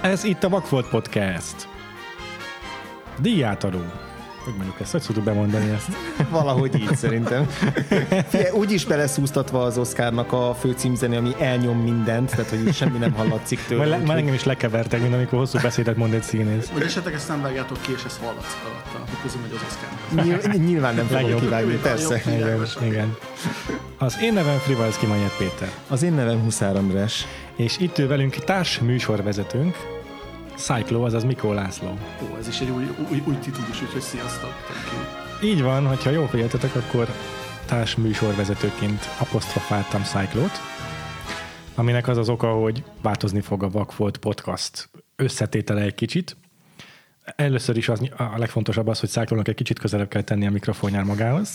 Ez itt a Vagfolt Podcast. Díjátadó. Hogy mondjuk ezt, hogy tudjuk bemondani ezt? Valahogy így szerintem. Úgyis beleszúztatva az Oscarnak a főcímzene, ami elnyom mindent, tehát hogy semmi nem hallatszik tőle. Már engem is lekevertek, mint amikor hosszú beszédet mond egy színész. Vagy esetleg ezt nem vágjátok ki, és ezt hallatszik alatta, hogy közül megy az Oscar. Nyilván nem fogom kivágni, persze. Igen. Az én nevem Frivalszki Manyet Péter. Az én nevem Huszár András. És itt ül velünk társ műsorvezetőnk, Cyclo, azaz Mikó László. Ó, ez is egy új titulus, úgyhogy sziasztok. Így van, hogyha jól figyeltetek, akkor társ műsorvezetőként apostrofáltam Cyclót, aminek az az oka, hogy változni fog a Vagfolt Podcast összetétele egy kicsit. Először is a legfontosabb az, hogy Cyclónak egy kicsit közelebb kell tenni a mikrofonját magához.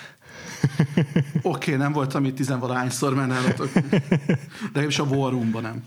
Oké, nem voltam itt 10-valahányszor, mert nálatok. De is a War Roomban nem.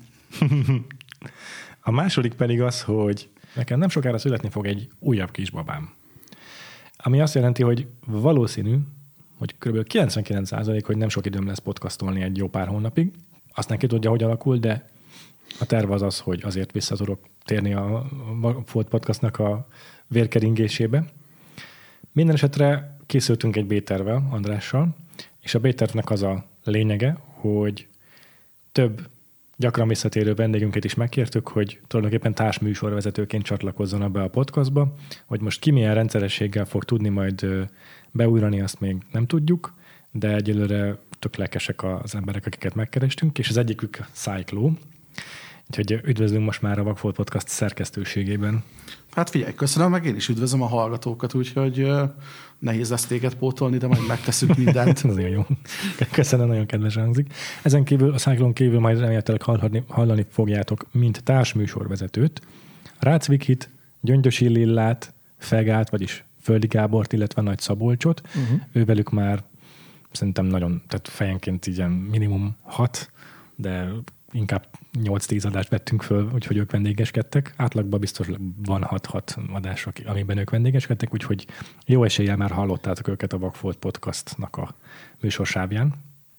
A második pedig az, hogy nekem nem sokára születni fog egy újabb kisbabám. Ami azt jelenti, hogy valószínű, hogy kb. 99%, hogy nem sok időm lesz podcastolni egy jó pár hónapig. Azt neki tudja, hogy alakul, de a terv az az, hogy azért vissza tudok térni a Vagfolt Podcastnak a vérkeringésébe. Minden esetre készültünk egy B-tervvel Andrással, és a B-tervnek az a lényege, hogy több gyakran visszatérő vendégünket is megkértük, hogy tulajdonképpen társműsorvezetőként csatlakozzon be a podcastba, hogy most ki milyen rendszerességgel fog tudni majd beújrani, azt még nem tudjuk, de egyelőre tök lelkesek az emberek, akiket megkerestünk, és az egyikük Cyclo. Úgyhogy üdvözlünk most már a Vagfolt Podcast szerkesztőségében. Hát figyelj, köszönöm, meg én is üdvözlöm a hallgatókat, úgyhogy nehéz lesz téged pótolni, de majd megteszünk mindent. Nagyon jó. Köszönöm, nagyon kedves hangzik. Ezen kívül, a Cyclón kívül majd remélhetőleg hallani fogjátok, mint társműsorvezetőt, Rácz Vikit, Gyöngyösi Lillát, Fegát, vagyis Földi Gábort, illetve Nagy Szabolcsot. Ővelük már szerintem nagyon, tehát fejenként ilyen minimum 6, de inkább 8-10 adást vettünk föl, úgyhogy ők vendégeskedtek. Átlagban biztos van 6-6 adás, amiben ők vendégeskedtek, úgyhogy jó eséllyel már hallottátok őket a Vagfolt Podcastnak a műsorsávján.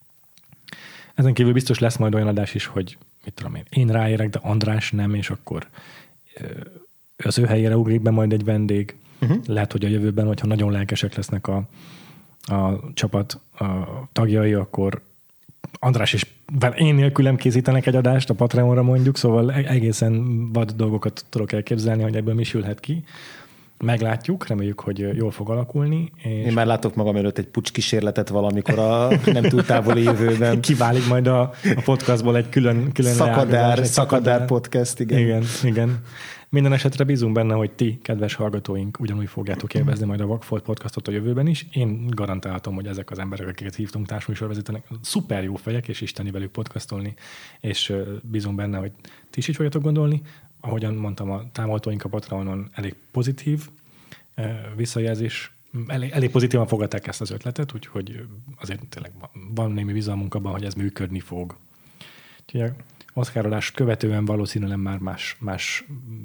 Ezen kívül biztos lesz majd olyan adás is, hogy mit tudom én ráérek, de András nem, és akkor az ő helyére ugrik be majd egy vendég. Lehet, hogy a jövőben, hogyha nagyon lelkesek lesznek a csapat tagjai, akkor András is én nélkülem készítenek egy adást a Patreonra mondjuk, szóval egészen vad dolgokat tudok elképzelni, hogy ebből mi sülhet ki. Meglátjuk, reméljük, hogy jól fog alakulni. És én már látok magam előtt egy pucs kísérletet valamikor a nem túl távoli jövőben. Kiválik majd a podcastból egy külön szakadár podcast, igen. Igen. Minden esetre bízunk benne, hogy ti, kedves hallgatóink, ugyanúgy fogjátok élvezni majd a Vagfolt Podcastot a jövőben is. Én garantálhatom, hogy ezek az emberek, akiket hívtunk társműsorvezetőnek, szuper jó fejek, és isteni velük podcastolni, és bízunk benne, hogy ti is így fogjátok gondolni. Ahogyan mondtam, a támogatóink a Patreonon elég pozitív visszajelzés, elég pozitívan fogadták ezt az ötletet, úgyhogy azért tényleg van némi bizalmunk abban, hogy ez működni fog. Úgyhogy Oscar-adást követően valószínűleg már más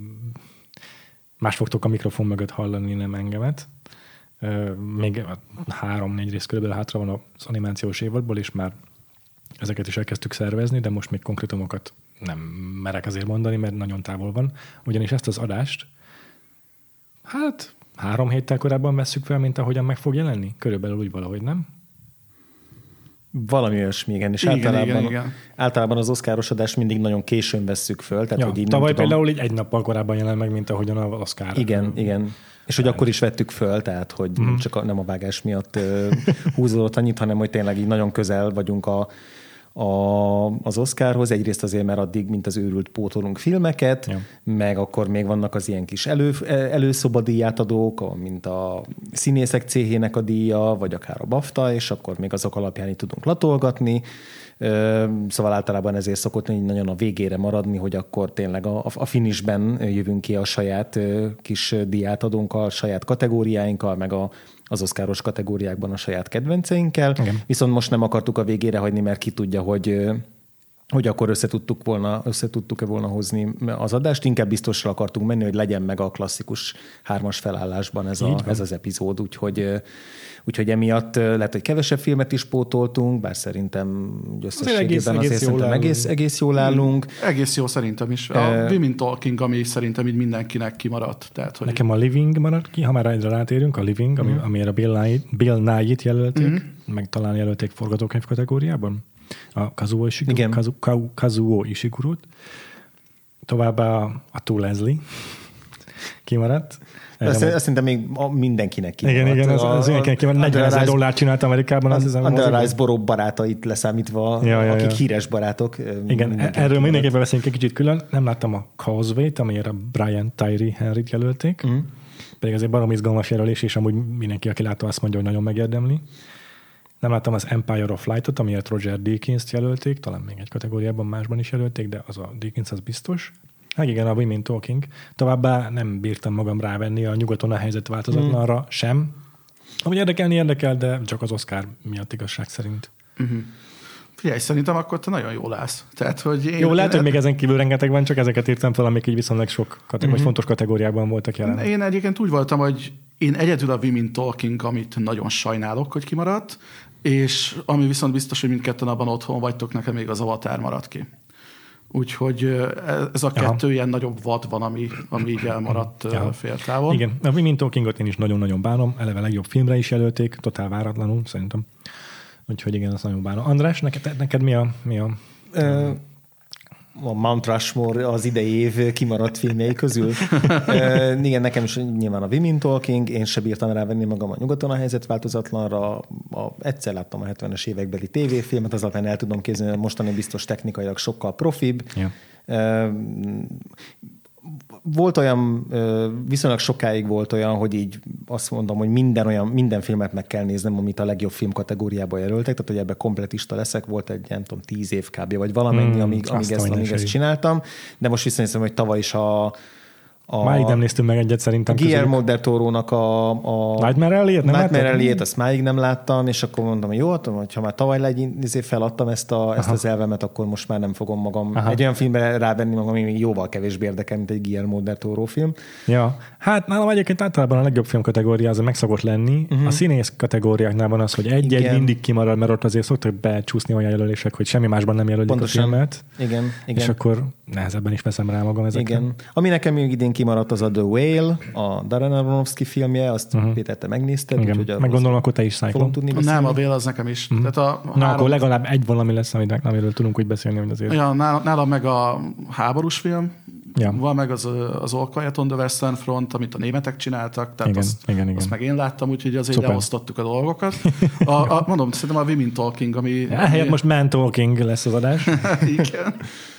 fogtok a mikrofon mögött hallani, nem engemet. Még 3-4 rész körülbelül hátra van az animációs évadból, és már ezeket is elkezdtük szervezni, de most még konkrétumokat nem merek azért mondani, mert nagyon távol van. Ugyanis ezt az adást 3 héttel korábban vesszük fel, mint ahogyan meg fog jelenni. Körülbelül úgy valahogy, nem? Valami olyasmi, igen. És általában az Oscaros adást mindig nagyon későn vesszük föl. Tehát, hogy így tavaly például így 1 nappal korábban jelen meg, mint ahogyan az Oscar. Igen. És hogy akkor is vettük föl, tehát hogy nem a vágás miatt húzódott annyit, hanem hogy tényleg így nagyon közel vagyunk az Oscarhoz. Egyrészt azért, mert addig, mint az őrült, pótolunk filmeket, meg akkor még vannak az ilyen kis előszobadíját adók, mint a színészek céhének a díja, vagy akár a BAFTA, és akkor még azok alapján így tudunk latolgatni. Szóval általában ezért szokott nagyon a végére maradni, hogy akkor tényleg a finishben jövünk ki a saját kis díjátadónkkal, a saját kategóriáinkkal, meg az oszkáros kategóriákban a saját kedvenceinkkel. Igen. Viszont most nem akartuk a végére hagyni, mert ki tudja, hogy hogy akkor összetudtuk-e volna hozni az adást. Inkább biztosra akartunk menni, hogy legyen meg a klasszikus 3-as felállásban ez az epizód, úgyhogy emiatt lehet, hogy kevesebb filmet is pótoltunk, bár szerintem összességében egész jól állunk. Egész jó szerintem is. A Women Talking, ami szerintem így mindenkinek kimaradt. Tehát, hogy... Nekem a Living maradt ki, ha már egyre rátérünk, a Living, amire Bill Nighy-t jelölték, meg talán jelölték forgatókönyv kategóriában. A Kazuo Ishiguro-t. Továbbá a To Leslie kimaradt. Azt szerintem még mindenkinek kimaradt. Igen, az mindenkinek kimaradt. 40 000 dollárt csinált Amerikában. Under Riceborough barátait leszámítva, akik híres barátok. Igen, erről mindenképpen beszélünk egy kicsit külön. Nem láttam a Causeway-t, amire Brian Tyree Henryt jelölték. Pedig azért barom izgalmas jelölés, és amúgy mindenki, aki látta, azt mondja, hogy nagyon megérdemli. Nem láttam az Empire of Light-ot, amiért Roger Deakins-t jelölték, talán még egy kategóriában másban is jelölték, de az a Deakins az biztos. Hát igen, a Women Talking. Továbbá nem bírtam magam rávenni a Nyugaton a helyzet változatlanra sem. Amúgy érdekel, de csak az Oscar miatt igazság szerint. Figyelj, szerintem akkor te nagyon jól állsz. Tehát, hogy jó, lehet, hogy még ezen kívül rengeteg van, csak ezeket írtam fel, amik így viszonylag sok vagy fontos kategóriákban voltak jelen. Én egyébként úgy voltam, hogy én egyedül a Women Talking, amit nagyon sajnálok, hogy kimaradt, és ami viszont biztos, hogy mindketten abban otthon vagytok, nekem még az Avatar maradt ki. Úgyhogy ez a kettő ilyen nagyobb vad van, ami így elmaradt féltávon. Igen, a Women Talkingot én is nagyon-nagyon bánom. Eleve legjobb filmre is jelölték, totál váratlanul szerintem. Úgyhogy igen, azt nagyon bánom. András, neked mi a a Mount Rushmore az idei év kimaradt filmjei közül. Igen, nekem is nyilván a Women Talking, én se bírtam rávenni magam a Nyugaton a helyzet változatlanra. Egyszer láttam a 70-es évekbeli tévéfilmet, az alapján el tudom képzelni, hogy mostani biztos technikailag sokkal profibb. Ja. Volt olyan, viszonylag sokáig volt olyan, hogy így azt mondom, hogy minden filmet meg kell néznem, amit a legjobb film kategóriába jelöltek, tehát hogy ebben kompletista leszek, volt egy, nem tudom, 10 év kb. Vagy valamennyi, amíg ezt csináltam, de most visszanézem, hogy tavaly is máig nem néztünk meg egyet szerintem. Guillermo del Torónak a Nightmare Alley-et, azt máig nem láttam, és akkor mondtam, hogy jó, ha már tavaly feladtam ezt az elvemet, akkor most már nem fogom magam egy olyan filmre rávenni magam, ami jóval kevésbé érdekel, mint egy Guillermo del Toro film. Ja, hát nálam egyébként általában a legjobb film kategória az meg szokott lenni. A színész kategóriáknál van az, hogy egy mindig kimarad, mert ott azért szoktak becsúszni olyan jelölések, hogy semmi másban nem jelölik a filmet. Igen. És akkor nehezebben is veszem rá magam ezekre. Igen. Ami nekem még idén kimaradt, az a The Whale, a Darren Aronofsky filmje, azt Péter, te megnézted. Igen, meg gondolom, akkor te is Cyclone. Nem, a Whale az nekem is. Tehát akkor legalább egy valami lesz, amiről tudunk úgy beszélni, hogy azért. Ja, nálam meg a háborús film, van meg az All Quiet on the Western Front, amit a németek csináltak, tehát igen. azt meg én láttam, úgyhogy azért leosztottuk a dolgokat. Mondom, szerintem a Women Talking, ami... Ehelyett most Man Talking lesz az adás. Igen.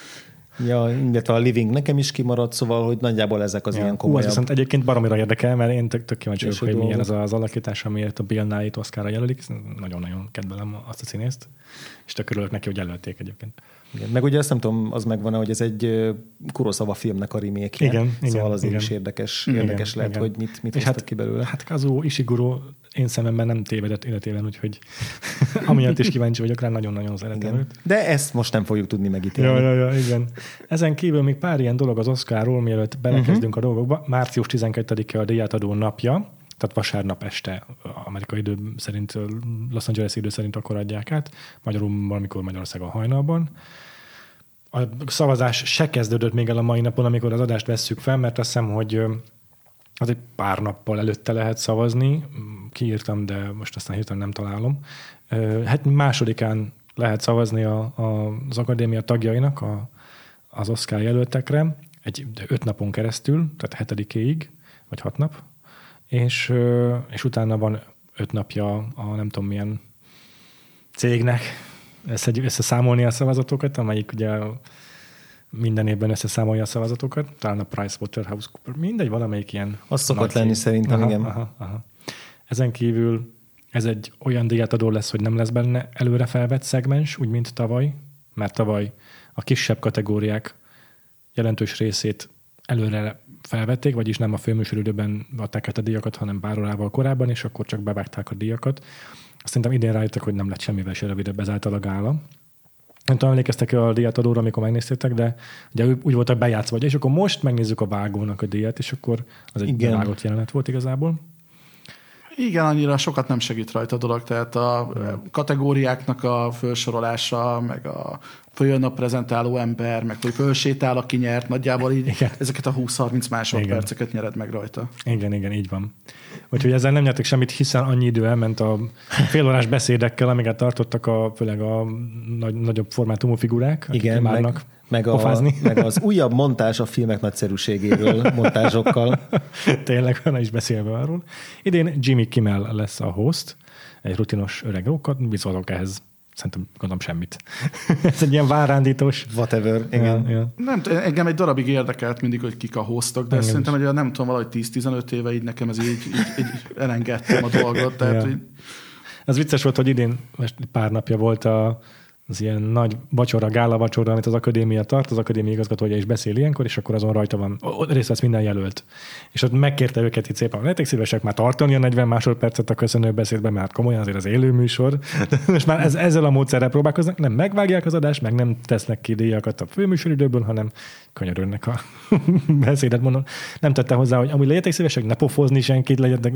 Ja, illetve a Living nekem is kimaradt, szóval, hogy nagyjából ezek az ilyen komolyabb. Az viszont egyébként baromira érdekel, mert én tök kíváncsi vagyok, hogy milyen az alakítás, amiért a Bill Nighy-t Oscarra jelölik. Nagyon-nagyon kedvelem azt a színészt, és tök örülök neki, hogy jelölték egyébként. Igen. Meg ugye azt nem tudom, az megvan-e, hogy ez egy Kurosawa filmnek a remake-je. Igen, szóval azért is érdekes lehet, hogy mit hoztak ki belőle. Hát Kazuo Ishiguro én szememben nem tévedett életében, úgyhogy amiatt is kíváncsi vagyok rá, nagyon-nagyon szeretem őt. De ezt most nem fogjuk tudni megítélni. Ja, igen. Ezen kívül még pár ilyen dolog az Oscarról, mielőtt belekezdünk a dolgokba. Március 12-e a díjátadó napja, tehát vasárnap este amerikai idő szerint, Los Angeles idő szerint akkor adják át, magyarul valamikor Magyarországon hajnalban. A szavazás se kezdődött még el a mai napon, amikor az adást vesszük fel, mert azt hiszem, hogy az egy pár nappal előtte lehet szavazni. Kiírtam, de most aztán hirtelen nem találom. Hát másodikán lehet szavazni az akadémia tagjainak az Oscar jelöltekre, 5 napon keresztül, tehát 7-éig, vagy 6 nap, és utána van 5 napja a nem tudom milyen cégnek összeszámolni a szavazatokat, amelyik ugye minden évben összeszámolja a szavazatokat, talán a PricewaterhouseCoopers, mindegy, valamelyik ilyen. Az szokott lenni szerintem, igen. Aha. Ezen kívül ez egy olyan díjátadó lesz, hogy nem lesz benne előre felvett szegmens, úgy mint tavaly, mert tavaly a kisebb kategóriák jelentős részét előre felvették, vagyis nem a főműsoridőben adták át a díjakat, hanem pár órával korábban, és akkor csak bevágták a díjakat. Azt szerintem idén rájöttek, hogy nem lett semmivel se rövidebb ezáltal a gála. Nem tudom, emlékeztek-e a díjátadóra, amikor megnéztétek, de ugye úgy voltak bejátszva, és akkor most megnézzük a vágónak a díjat, és akkor az egy vágott jelenet volt igazából. Igen, annyira sokat nem segít rajta a dolog, tehát a kategóriáknak a felsorolása, meg a följön a prezentáló ember, meg hogy fölsétál, aki nyert, nagyjából így igen. Ezeket a 20-30 másodperceket nyered meg rajta. Igen, így van. Úgyhogy ezzel nem nyertek semmit, hiszen annyi idő elment a félórás beszédekkel, amiket tartottak főleg a nagyobb formátumú figurák, akik igen, várnak meg az újabb montázs a filmek nagyszerűségéről, montázsokkal. Tényleg, van is beszélve arról. Idén Jimmy Kimmel lesz a host, egy rutinos öreg rókat, viszont ehhez szerintem gondolom semmit. Ez egy ilyen várándítós. Whatever, igen. Ja. Nem, engem egy darabig érdekelt mindig, hogy kik a hostok, de szerintem, hogy nem tudom, valahogy 10-15 éve így nekem ez így elengedtem a dolgot. Tehát, ja. Az vicces volt, hogy idén pár napja volt az ilyen nagy vacsora, gála vacsora, amit az akadémia tart, az akadémia igazgatója is beszél ilyenkor, és akkor azon rajta van, részt vesz minden jelölt. És ott megkérte őket itt szépen, lehetek szívesek már tartani a 40 másodpercet a köszönő beszédben, mert komolyan azért az élő műsor. Most már ezzel a módszerrel próbálkoznak, nem megvágják az adást, meg nem tesznek ki díjakat a főműsoridőből, hanem könyörülnek a beszédet, mondom. Nem tette hozzá, hogy amúgy legyetek szívesek, ne pofozni senkit, legyetek...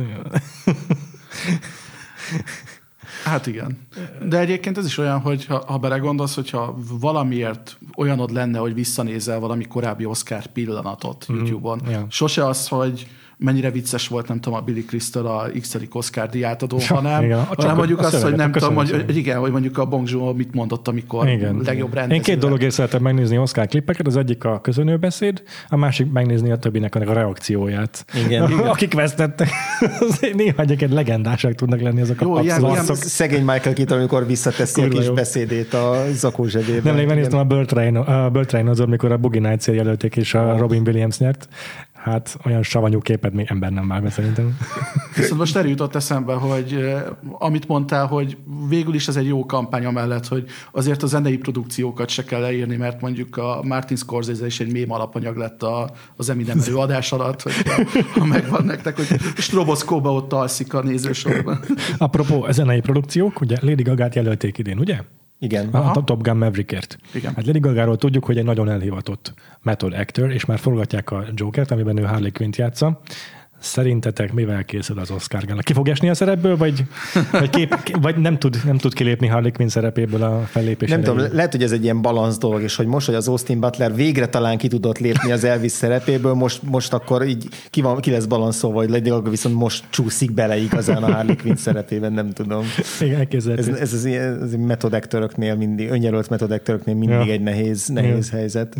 Hát igen. De egyébként ez is olyan, hogy ha belegondolsz, hogyha valamiért olyanod lenne, hogy visszanézel valami korábbi Oscar pillanatot YouTube-on, sose az, hogy mennyire vicces volt, nem tudom, a Billy Crystal a x-edik Oscar díjátadó, hanem mondjuk azt, hogy nem tudom, hogy mondjuk a Bong Joon-ho mit mondott, amikor legjobb rendező. Én két dologért szeretem megnézni Oscar klippeket, az egyik a köszönőbeszéd, a másik megnézni a többinek a reakcióját. Igen. Akik vesztettek, néha egyébként legendásak tudnak lenni azok a abszolút. Szegény Michael Keaton, amikor visszateszi a kis beszédét a zakó zsebébe. Nemrég megnéztem a Burt Reynolds-on, mikor a Boogie Nights-ért jelölték, és a Robin Williams nyert. Hát olyan savanyú képet még ember nem vág be szerintem. Viszont most erről jutott eszembe, hogy amit mondtál, hogy végül is ez egy jó kampány amellett, hogy azért a zenei produkciókat se kell leírni, mert mondjuk a Martin Scorsese is egy mém alapanyag lett az Eminem előadás alatt, hogy ha megvan nektek, hogy stroboszkóba ott alszik a nézősorban. Apropó, a zenei produkciók, ugye Lady Gagát jelölték idén, ugye? Igen. A Top Gun Maverickért. Igen. Hát Lady Gagáról tudjuk, hogy egy nagyon elhivatott method actor, és már forgatják a Jokert, amiben ő Harley Quinn-t játsza. Szerintetek mivel készül az Oscar Gala? Ki fog esni a szerepből, vagy nem tud kilépni Harley Quinn szerepéből a fellépésre? Nem tudom, lehet, hogy ez egy ilyen balansz dolog, és hogy most, hogy az Austin Butler végre talán ki tudott lépni az Elvis szerepéből, most akkor így ki lesz balanszolva, hogy Lady Gaga viszont most csúszik bele igazán a Harley Quinn szerepében, nem tudom. Igen, elképzelhető. Ez az method actoröknél mindig, önjelölt method actoröknél mindig egy nehéz helyzet.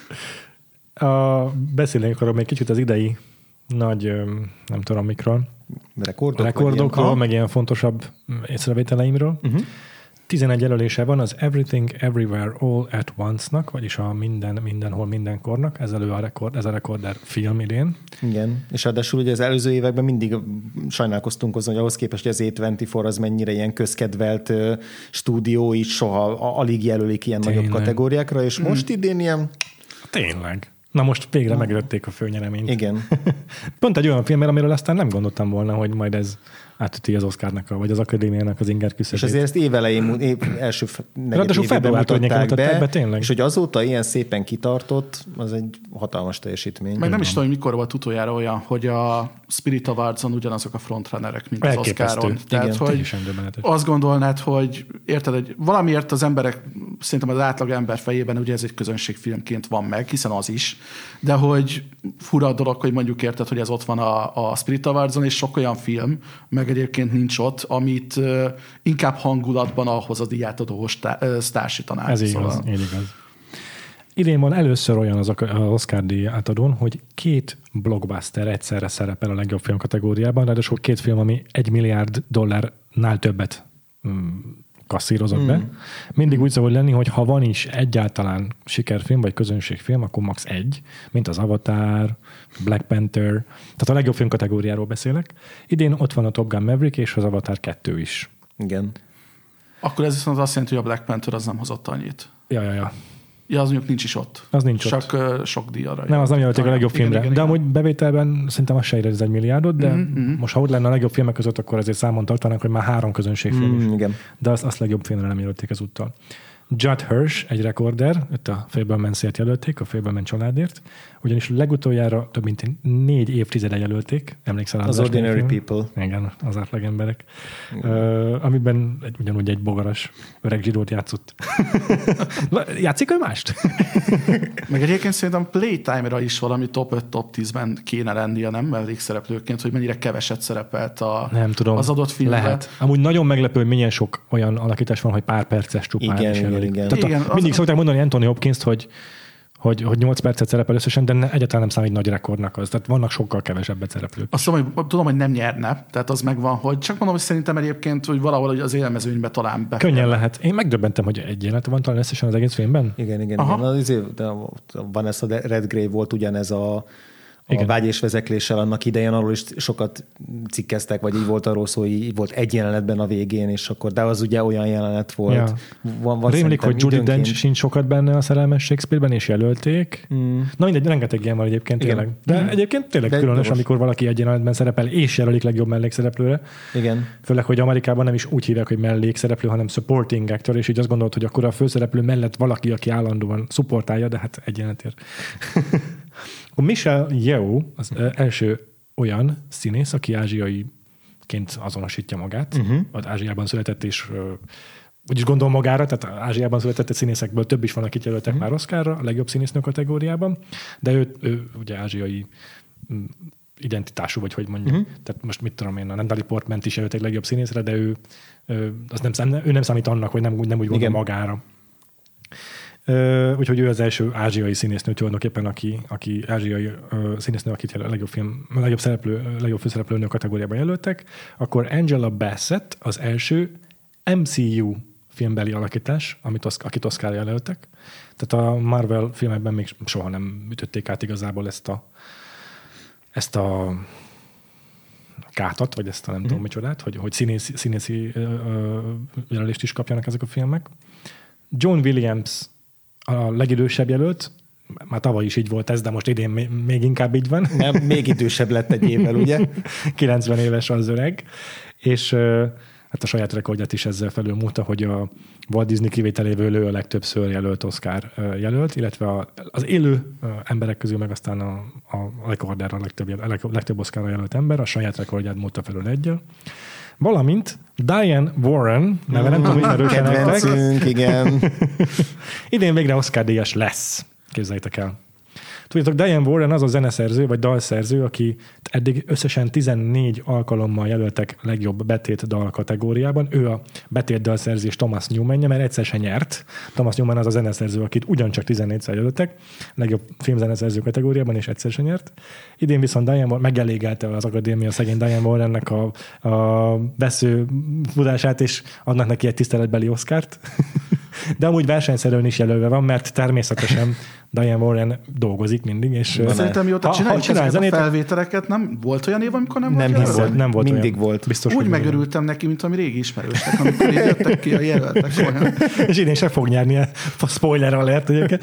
Ja. Beszélünk arról még kicsit az idei nagy, nem tudom mikről. Rekordokról, meg ilyen fontosabb észrevételeimről. 11 jelölése van az Everything Everywhere All at Once-nak, vagyis a mindenhol mindenkornak. Ez a rekorder film idén. Igen, és ráadásul ugye az előző években mindig sajnálkoztunk azon, hogy ahhoz képest, hogy az A24 az mennyire ilyen közkedvelt stúdió, így soha alig jelölik ilyen nagyobb kategóriákra, és most idén ilyen... Tényleg. Na most végre megölték a főnyereményt. Igen. Pont egy olyan film, amiről aztán nem gondoltam volna, hogy majd ez átüti az Oscarnak, vagy az akadémiának az inger küszöbét. És azért ezt évelején, első negyedévében mutatták be, tényleg. És hogy azóta ilyen szépen kitartott, az egy hatalmas teljesítmény. Meg nem is tudom, hogy mikor volt utoljára olyan, hogy a Spirit Awards-on ugyanazok a frontrunnerek, mint az Oscaron. Tehát, hogy azt gondolnád, hogy érted, hogy valamiért az emberek, szerintem az átlag ember fejében ugye ez egy közönségfilmként van meg, hiszen az is, de hogy fura a dolog, hogy mondjuk érted, hogy ez ott van a Spirit Awards-on, és sok olyan film, meg egyébként nincs ott, amit inkább hangulatban ahhoz a díjátadóhoz társítanák. Ez igaz, így igaz. Idén van először olyan az Oscar díj átadón, hogy 2 blockbuster egyszerre szerepel a legjobb film kategóriában, ráadásul 2 film, ami $1 milliárd többet kasszírozott be. Mindig úgy szokott lenni, hogy ha van is egyáltalán sikerfilm, vagy közönségfilm, akkor max. 1, mint az Avatar, Black Panther, tehát a legjobb film kategóriáról beszélek. Idén ott van a Top Gun Maverick és az Avatar 2 is. Igen. Akkor ez viszont azt jelenti, hogy a Black Panther az nem hozott annyit. Ja. Ja, az mondjuk nincs is ott. Az nincs csak ott. Sok díjra. Nem, az nem jelölték a legjobb filmre. Igen. De amúgy bevételben szerintem az se ér ez $1 milliárdot, de most ha ott lenne a legjobb filmek között, akkor azért számon tartanak, hogy már 3 közönségfilm is. Igen. De azt legjobb filmre nem jelölték ezúttal. Judd Hirsch egy rekorder, őt a Fabelmans-ért jelölték, a Fabelman családért, ugyanis legutoljára több mint 4 évtizede jelölték, emlékszel az Ordinary People. Igen, az átlag emberek. Amiben ugyanúgy egy bogaras öreg zsidót játszott. Játszik ő mást? Meg egyébként szerintem Playtime-ra is valami top 5, top 10-ben kéne lennie, nem mellékszereplőként, hogy mennyire keveset szerepelt nem tudom, az adott filmben. Lehet. Amúgy nagyon meglepő, hogy milyen sok olyan alakítás van, hogy pár perces csupán. Igen. Tehát mindig szokták mondani Anthony Hopkins-t, hogy 8 percet szerepel összesen, de egyáltalán nem számít nagy rekordnak az. Tehát vannak sokkal kevesebbet szereplők. Azt tudom, hogy nem nyerne, tehát az megvan, hogy csak mondom, hogy szerintem egyébként, hogy valahol az élmezőnybe talán be. Könnyen lehet. Én megdöbbentem, hogy egy jelenet van talán összesen az egész filmben. Igen. Vanessa Redgrave volt ugyanez a Vágy és vezekléssel annak idején, arról is sokat cikkeztek, vagy így volt arról szó, így volt egy jelenetben a végén, és akkor, de az ugye olyan jelenet volt. Ja. Rémlik, hogy Judi Dench sincs sokat benne a Szerelmes Shakespeare-ben, és jelölték. Na mindegy, rengeteg ilyen van egyébként tényleg. De egyébként tényleg különös, amikor valaki egy jelenetben szerepel, és jelölik legjobb mellékszereplőre. Igen. Főleg, hogy Amerikában nem is úgy hívják, hogy mellékszereplő, hanem supporting actor, és így azt gondolod, hogy akkor a főszereplő mellett valaki, aki állandóan szupportálja, de hát egy jelenetért. A Michelle Yeoh az első olyan színész, aki ázsiaiként azonosítja magát. Az Ázsiában született, és úgyis gondol magára, tehát Ázsiában született színészekből több is van, akit jelöltek már Oscarra, a legjobb színésznő kategóriában, de ő ugye ázsiai identitású, vagy hogy mondjuk. Tehát most mit tudom én, a Natalie Portmant is jelölték legjobb színészre, de ő nem számít annak, hogy nem úgy gondol magára. Úgyhogy ő az első ázsiai színésznő tulajdonképpen, aki ázsiai színésznő, akit a legjobb főszereplőnő kategóriában jelöltek. Akkor Angela Bassett az első MCU filmbeli alakítás, akit Oscar jelöltek. Tehát a Marvel filmekben még soha nem ütötték át igazából ezt a kátat, vagy ezt a nem tudom micsodát, hogy színészi jelölést is kapjanak ezek a filmek. John Williams a legidősebb jelölt, már tavaly is így volt ez, de most idén még inkább így van. Nem, még idősebb lett egy évvel, ugye? 90 éves az öreg, és hát a saját rekordját is ezzel felülmúlta, hogy a Walt Disney kivételével ő a legtöbbször jelölt Oscar jelölt, illetve az élő emberek közül meg aztán a rekorder a legtöbb Oscarra jelölt ember, a saját rekordját múlta felül egyel. Valamint Diane Warren, neve nem tudom, ismerősen nektek. Igen. Idén végre Oscar-díjas lesz. Képzeljétek el. Tudjátok, Diane Warren az a zeneszerző, vagy dalszerző, aki eddig összesen 14 alkalommal jelöltek legjobb betét dal kategóriában. Ő a betét dalszerzés Thomas Newman-je, mert egyszer se nyert. Thomas Newman az a zeneszerző, akit ugyancsak 14-szer jelöltek legjobb filmzeneszerző kategóriában, és egyszer se nyert. Idén viszont Diane Warren megelégelte az akadémia szegény Diane Warrennek a vesző tudását, és adnak neki egy tiszteletbeli Oscart. De amúgy versenyszerűen is jelölve van, mert természetesen Diane Warren dolgozik mindig, és szerintem mióta csináljuk ezeket a felvételeket, nem volt olyan év, amikor nem volt? Nem volt mindig olyan. volt. Biztos, úgy megörültem neki, mint ami régi ismerősnek, amikor így jöttek ki a jelöltek. És idén sem fog nyerni a spoiler alert egyébként.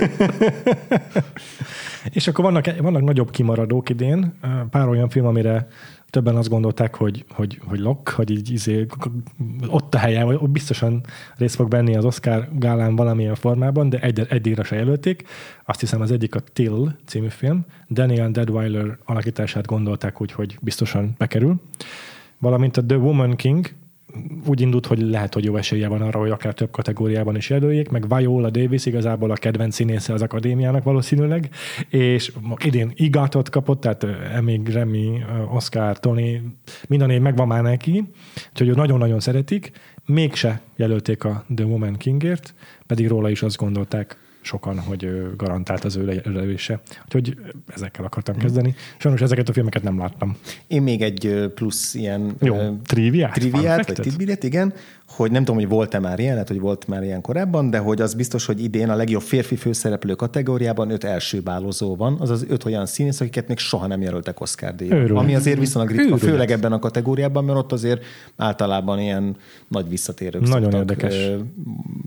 És akkor vannak nagyobb kimaradók idén. Pár olyan film, amire többen azt gondolták, hogy lock, hogy így ott a helye, vagy biztosan részt fog venni az Oscar gálán valamilyen formában, de egy díjra se jelölték. Azt hiszem az egyik a Till című film. Daniel Deadwyler alakítását gondolták, hogy biztosan bekerül. Valamint a The Woman King úgy indult, hogy lehet, hogy jó esélye van arra, hogy akár több kategóriában is jelöljék, meg Viola Davis igazából a kedvenc színésze az akadémiának valószínűleg, és idén EGOT-ot kapott, tehát Emmy, Grammy, Oscar, Tony, minden év megvan már neki, úgyhogy nagyon-nagyon szeretik, mégse jelölték a The Woman Kingért, pedig róla is azt gondolták sokan, hogy garantált az ő jelölése. Úgyhogy ezekkel akartam kezdeni. Sajnos ezeket a filmeket nem láttam. Én még egy plusz ilyen triviát, vagy tidbit, igen, hogy nem tudom, hogy volt-e már ilyen, lehet, hogy volt már ilyen korábban, de hogy az biztos, hogy idén a legjobb férfi főszereplő kategóriában 5 első bálozó van, azaz 5 olyan színész, akiket még soha nem jelöltek Oscar-díjra. Ami azért viszonylag ritka, főleg ebben a kategóriában, mert ott azért általában ilyen nagy visszatérők nagyon érdekes.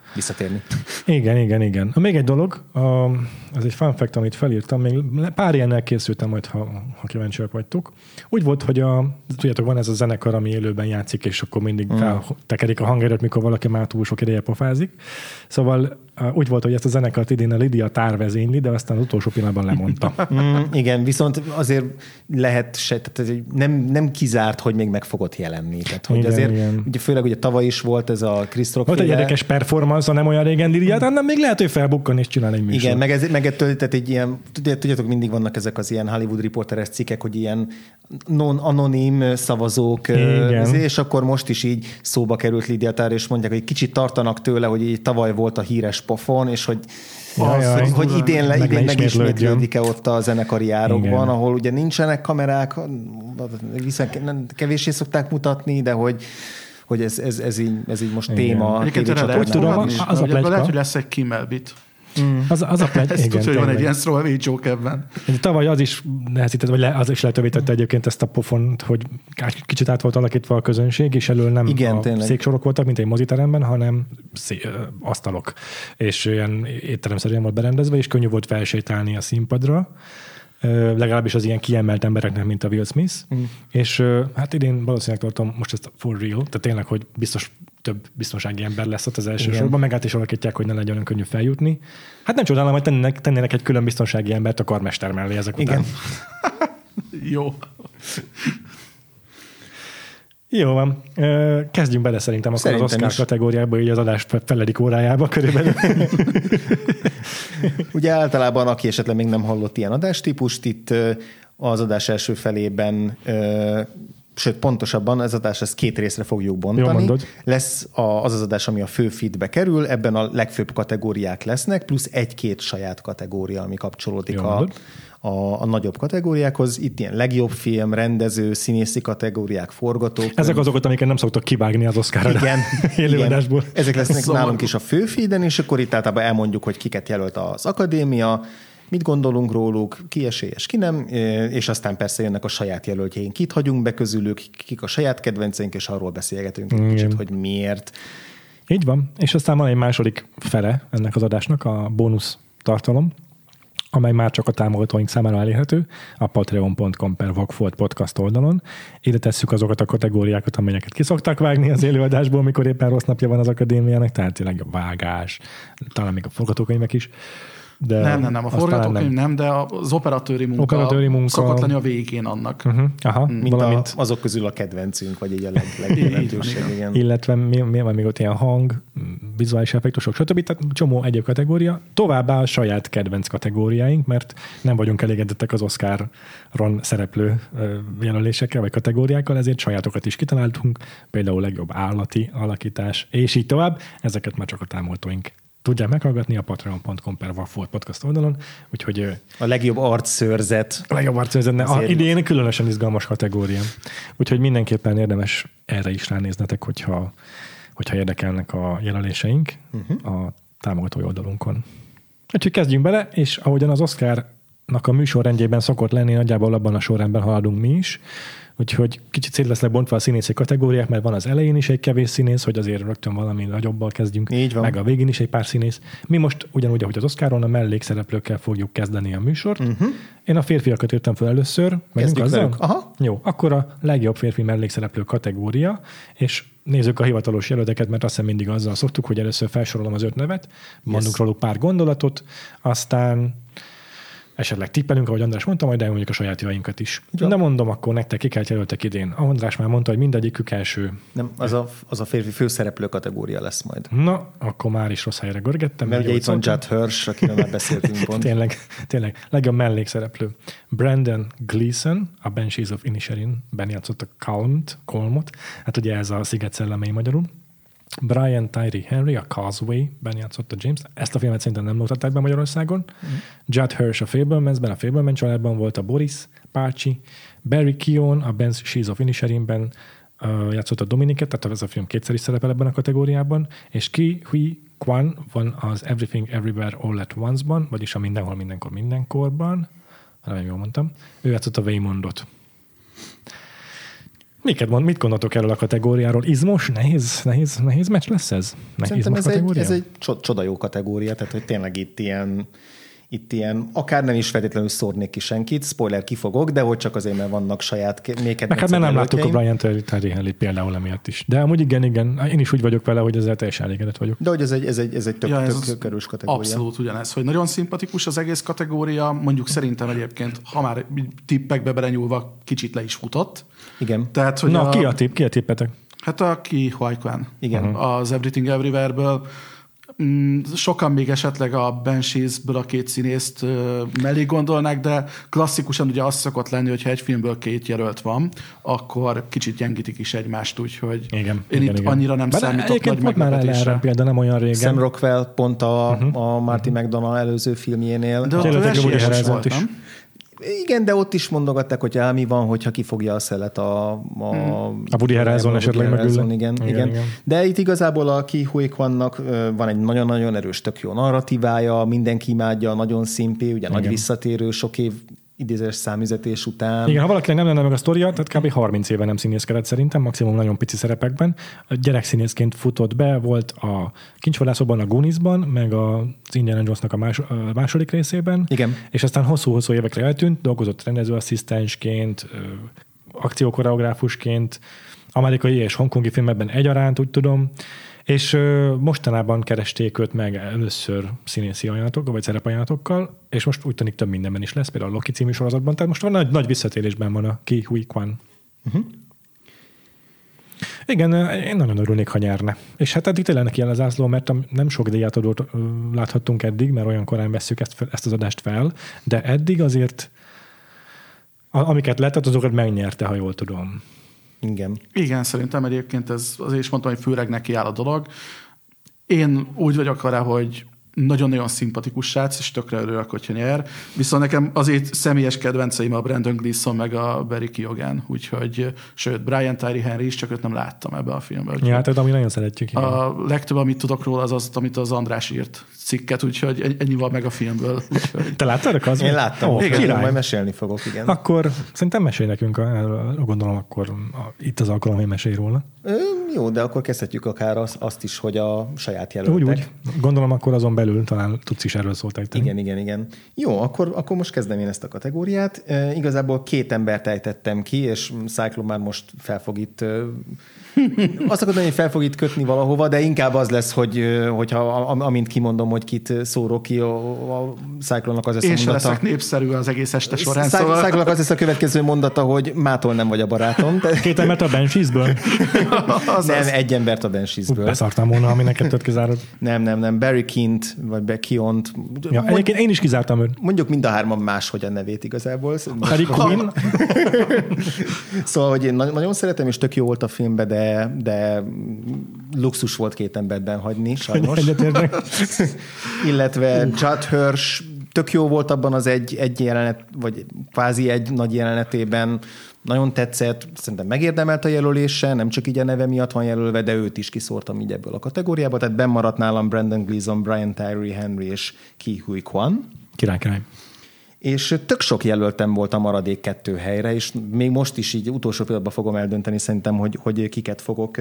visszatérni. Igen. Még egy dolog, ez egy fun fact, amit felírtam, még pár ilyennel készültem majd, ha kíváncsiak vagytok. Úgy volt, hogy tudjátok, van ez a zenekar, ami élőben játszik, és akkor mindig feltekerik a hangerőt, mikor valaki már túl sok ideje pofázik. Szóval úgy volt, hogy ezt a zenekart idén a Lidia Tár vezényli, de aztán az utolsó pillanatban lemondta. Igen, viszont azért lehet tehát nem kizárt, hogy még meg fogott jelenni. Tehát, hogy igen, azért, igen. ugye főleg ugye tavaly is volt ez a Chris Rock volt egy érdekes performance, nem olyan régen Lidiát, hanem még lehet, hogy felbukkan és csinál egy műsor. Igen, meg ettől, tehát egy ilyen, tudjátok, mindig vannak ezek az ilyen Hollywood Reporteres cikkek, hogy ilyen anonim szavazók, és akkor most is így szóba került Lidia Tár, és mondják, hogy kicsit tartanak tőle, hogy így tavaly volt a híres pofon, és hogy hogy idén megismétlődik-e ott a zenekari árokban, ahol ugye nincsenek kamerák, viszont kevéssé szokták mutatni, de hogy ez így most téma. Úgy tudom, az a pletyka. Lehet, hogy lesz egy Kimmel bit. Az a pletyka. Ezt tudja, hogy van egy ilyen throwaway joke ebben. Tavaly az is nehezített, vagy az is lehetővé tette egyébként ezt a pofont, hogy kicsit át volt alakítva a közönség, és elől nem széksorok voltak, mint egy moziteremben, hanem asztalok. És ilyen étteremszerűen volt berendezve, és könnyű volt felsétálni a színpadra. Legalábbis az ilyen kiemelt embereknek, mint a Will Smith. És hát idén valószínűleg tartom most ezt for real, tehát tényleg, hogy biztos több biztonsági ember lesz ott az első sorban, meg át is alakítják, hogy ne legyen olyan könnyű feljutni. Hát nem csodálom, hogy tennének egy külön biztonsági embert a karmester mellé ezek után. Jó. Jó van. Kezdjünk bele szerintem akkor az Oscar kategóriába, így az adás feledik órájába körülbelül. Ugye általában, aki esetleg még nem hallott ilyen adástípust, itt az adás első felében, sőt pontosabban az adás ezt 2 részre fogjuk bontani. Lesz az adás, ami a fő feedbe kerül, ebben a legfőbb kategóriák lesznek, plusz 1-2 saját kategória, ami kapcsolódik a nagyobb kategóriákhoz. Itt ilyen legjobb film, rendező, színészi kategóriák, forgatók. Ezek azokat, amiket nem szoktak kivágni az Oscarra. Igen. Élőadásból. Ezek lesznek nálunk is a fő feeden, és akkor itt általában elmondjuk, hogy kiket jelölt az akadémia, mit gondolunk róluk, ki esélyes, ki nem, és aztán persze jönnek a saját jelöltjeink, kit hagyunk be közülük, kik a saját kedvenceink, és arról beszélgetünk egy kicsit, hogy miért. Így van, és aztán van egy második fele ennek az adásnak, a bónusz tartalom, amely már csak a támogatóink számára elérhető, a patreon.com/Vagfolt podcast oldalon. Ide tesszük azokat a kategóriákat, amelyeket ki szokták vágni az élőadásból, mikor éppen rossz napja van az akadémiának, tehát tényleg a vágás, talán még a forgatókönyvek is. De nem, a forgatókönyv nem, de az operatőri munka szokott lenni a végén annak. Valamint azok közül a kedvencünk, vagy így a legjelentőség. Illetve mi van még ott ilyen hang, vizuális effektusok, stb. Tehát csomó egyéb kategória. Továbbá a saját kedvenc kategóriáink, mert nem vagyunk elégedettek az Oscaron szereplő jelölésekkel, vagy kategóriákkal, ezért sajátokat is kitaláltunk, például legjobb állati alakítás, és így tovább. Ezeket már csak a támogatóink tudják meghallgatni a patreon.com/Vagfolt podcast oldalon, úgyhogy a legjobb arcszőrzet. A legjobb arcszőrzet. Idén különösen izgalmas kategória. Úgyhogy mindenképpen érdemes erre is ránéznetek, hogyha érdekelnek a jelöléseink a támogatói oldalunkon. Úgyhogy kezdjünk bele, és ahogyan az Oscarnak a műsorrendjében szokott lenni, nagyjából abban a sorrendben haladunk mi is. Úgyhogy kicsit szét lesznek bontva a színészi kategóriák, mert van az elején is egy kevés színész, hogy azért rögtön valami nagyobbal kezdjünk, meg a végén is egy pár színész. Mi most ugyanúgy, ahogy az Oscaron, a mellékszereplőkkel fogjuk kezdeni a műsort. Én a férfiakat írtam fel először. Kezdjük velük. Aha. Jó, akkor a legjobb férfi mellékszereplő kategória, és nézzük a hivatalos jelölteket, mert azt hiszem mindig azzal szoktuk, hogy először felsorolom az 5 nevet, mondunk róluk pár gondolatot, aztán esetleg tippelünk, ahogy András mondta, majd elmondjuk a saját jainkat is. De mondom, akkor nektek kiket jelöltek idén. András már mondta, hogy mindegyikük első. Nem, az a férfi főszereplő kategória lesz majd. Na, akkor már is rossz helyre görgettem. Mert ugye itt van Judd Hirsch, akiről már beszéltünk pont. tényleg. Legjobb mellékszereplő. Brandon Gleeson, a Banshees of Inisherin-ben játszott a Colmot. Hát ugye ez a Sziget szellemei magyarul. Brian Tyree Henry, a Causeway-ben játszott a James. Ezt a filmet szerintem nem mutatták be Magyarországon. Judd Hirsch a Fabelmansben, a Fabelman családban volt a Boris Pácsi. Barry Keoghan a Banshees of Inisherin-ben játszott a Dominiket, tehát ez a film kétszer is szerepel ebben a kategóriában. És Ki Huy Kwan van az Everything Everywhere All at Once-ban, vagyis a Mindenhol Mindenkor Mindenkorban. Nem jól mondtam. Ő játszott a Waymondot. Mit gondoltok erről a kategóriáról? Izmos? Nehéz meccs lesz ez? Szerintem ez egy csoda jó kategória, tehát hogy tényleg itt ilyen, akár nem is feltétlenül szórnék ki senkit, spoiler kifogok, de hogy csak azért, mert vannak saját kedvenc. Mert nem láttuk a Brian Terry Henley például emiatt is. De amúgy igen, én is úgy vagyok vele, hogy ezzel teljesen elégedett vagyok. De hogy ez egy tök erős kategória. Abszolút ugyanez, hogy nagyon szimpatikus az egész kategória, mondjuk szerintem egyébként, ha már tippekbe belenyúlva kicsit le is futott. Igen. Tehát, hogy ki a tippetek? Hát a Ke Huy Quan. Igen. Az Everything Everywhere-ből. Sokan még esetleg a Banshees-ből a két színészt mellé gondolnák, de klasszikusan ugye az szokott lenni, hogyha egy filmből két jelölt van, akkor kicsit gyengítik is egymást, úgyhogy én annyira nem számítok nagy meglepetésre. Például nem olyan régen. Sam Rockwell pont a Marty McDonagh előző filmjénél. De ott esélyes is volt, nem? Igen, de ott is mondogatták, hogy mi van, hogyha kifogja a szelet a Woody Harrelson esetleg mögül. Igen. De itt igazából a Ke Huy Quannak van egy nagyon-nagyon erős, tök jó narratívája, mindenki imádja, nagyon szimpi, ugye nagy visszatérő, sok év idézős számüzetés után. Igen, ha valakinek nem lenne meg a sztoria, tehát kb. 30 éve nem színészkedett szerintem, maximum nagyon pici szerepekben. Gyerekszínészként futott be, volt a Kincsvadászokban, a Gooniesban, meg az Indiana Jonesnak a második részében. Igen. És aztán hosszú-hosszú évekre eltűnt, dolgozott rendezőasszisztensként, akciókoreográfusként, amerikai és hongkongi filmekben egyaránt, úgy tudom. És mostanában keresték őt meg először színészi ajánlatokkal, vagy szerepajánlatokkal, és most úgy tűnik több mindenben is lesz, például a Loki című sorozatban, tehát most van nagy visszatérésben van a Ke Huy Quan. Igen, én nagyon örülnék, ha nyerne. És hát eddig tényleg neki el az ászló, mert nem sok díjátadót láthattunk eddig, mert olyan korán vesszük ezt az adást fel, de eddig azért amiket lehetett, azokat megnyerte, ha jól tudom. Igen, szerintem egyébként ez azért is mondtam, hogy főleg neki áll a dolog. Én úgy vagyok arra, hogy nagyon-nagyon szimpatikus srác, és tökre örülök, hogyha nyer. Viszont nekem azért személyes kedvenceim a Brandon Gleeson meg a Barry Keoghan, úgyhogy, sőt, Brian Tyree Henry is, csak őt nem láttam ebbe a filmbe. Ja, tehát ami nagyon szeretjük. Igen. A legtöbb, amit tudok róla, az, amit az András írt cikket, úgyhogy ennyi van meg a filmből. Úgyhogy... Te láttad a Én láttam. Igen, majd mesélni fogok, igen. Akkor szerintem mesélj nekünk, gondolom akkor itt az alkalom, hogy mesélj róla. Jó, de akkor kezdhetjük akár azt is, hogy a saját jelöltek. Úgy. Gondolom akkor azon belül talán tudsz is erről szólt ejteni. Igen. Jó, akkor most kezdem én ezt a kategóriát. Igazából 2 embert ejtettem ki, és Cyclone már most fel fog itt... Azt akarom, hogy fel fog itt kötni valahova, de inkább az lesz, hogyha amint kimondom, hogy kit szórok ki, a Cyclone-nak az lesz a mondata. Én sem leszek népszerű az egész este során. Cyclone-nak az lesz a következő mondata, hogy mától nem vagy a barátom. 2 embert a Banshees-ből? Nem, 1 embert a Banshees-ből. Beszartam volna, ha mindenket több kizárod. Nem. Barry Keont, vagy Keont. Ja, egyébként én is kizártam őt. Mondjuk mind a 3 máshogy a nevét igazából. Harry Quinn. Szóval, hogy én nagyon szeretem, és tök jó volt a filmben, de luxus volt 2 emberben hagyni, sajnos. Illetve Judd Hirsch tök jó volt abban az egy jelenet, vagy kvázi egy nagy jelenetében. Nagyon tetszett, szerintem megérdemelt a jelölése, nem csak így a neve miatt van jelölve, de őt is kiszórtam így ebből a kategóriába, tehát bennmaradt nálam Brandon Gleeson, Brian Tyree Henry és Ke Huy Quan. Király. És tök sok jelöltem volt a maradék 2 helyre, és még most is így utolsó pillanatban fogom eldönteni szerintem, hogy kiket fogok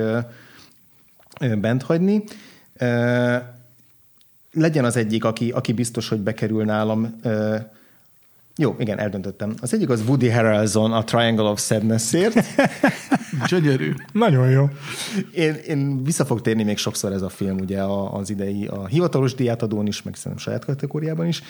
bent hagyni. Legyen az egyik, aki biztos, hogy bekerül nálam. Jó, igen, eldöntöttem. Az egyik az Woody Harrelson a Triangle of Sadness-ért. Gyönyörű. Nagyon jó. Én vissza fog térni még sokszor ez a film, ugye az idei a hivatalos díjátadón is, meg szerintem saját kategóriában is.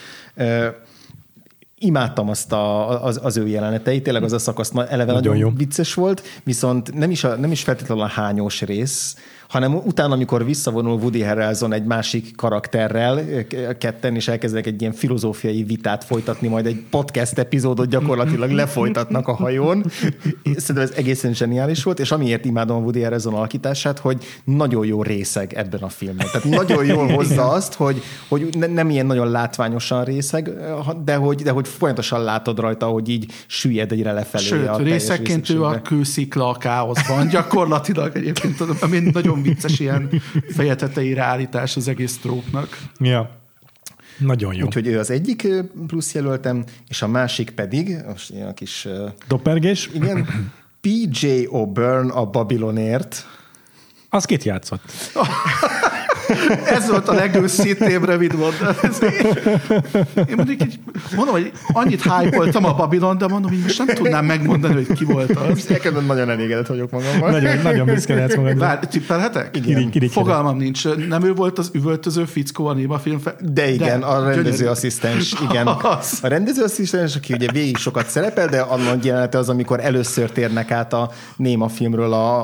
Imádtam az ő jeleneteit, tényleg az a szakasz eleve nagyon vicces volt, viszont nem is feltétlenül a hányós rész, hanem utána, amikor visszavonul Woody Harrelson egy másik karakterrel, ketten, és elkezdenek egy ilyen filozófiai vitát folytatni, majd egy podcast epizódot gyakorlatilag lefolytatnak a hajón. Szerintem ez egészen zseniális volt, és amiért imádom a Woody Harrelson alakítását, hogy nagyon jó részeg ebben a filmben. Tehát nagyon jól hozza azt, hogy nem ilyen nagyon látványosan részeg, de hogy folyamatosan látod rajta, hogy így süllyed egyre lefelé. Sőt, részekként ő a kőszikla a káoszban. Gyakorlatilag egyébként, ami nagyon vicces ilyen fejeteteire állítás az egész trópnak. Ja, nagyon jó. Úgyhogy ő az egyik plusz jelöltem, és a másik pedig, most ilyen a kis... Doppergés? Igen, P.J. O'Byrne a Babylonért. Az kit játszott? Ez volt a legőszítébb rövid mondat. Én mondom, hogy annyit hype-oltam a Babylon, de mondom, hogy most nem tudnám megmondani, hogy ki volt az. Elkezdem nagyon elégedett vagyok magammal. Nagyon büszke lehetsz magadra. Várj, tippelhetek? Igen. Fogalmam nincs. Nem ő volt az üvöltöző fickó a némafilm? De igen, a rendezőasszisztens, igen. A rendezőasszisztens, aki ugye végig sokat szerepel, de annak jelenete az, amikor először térnek át a némafilmről a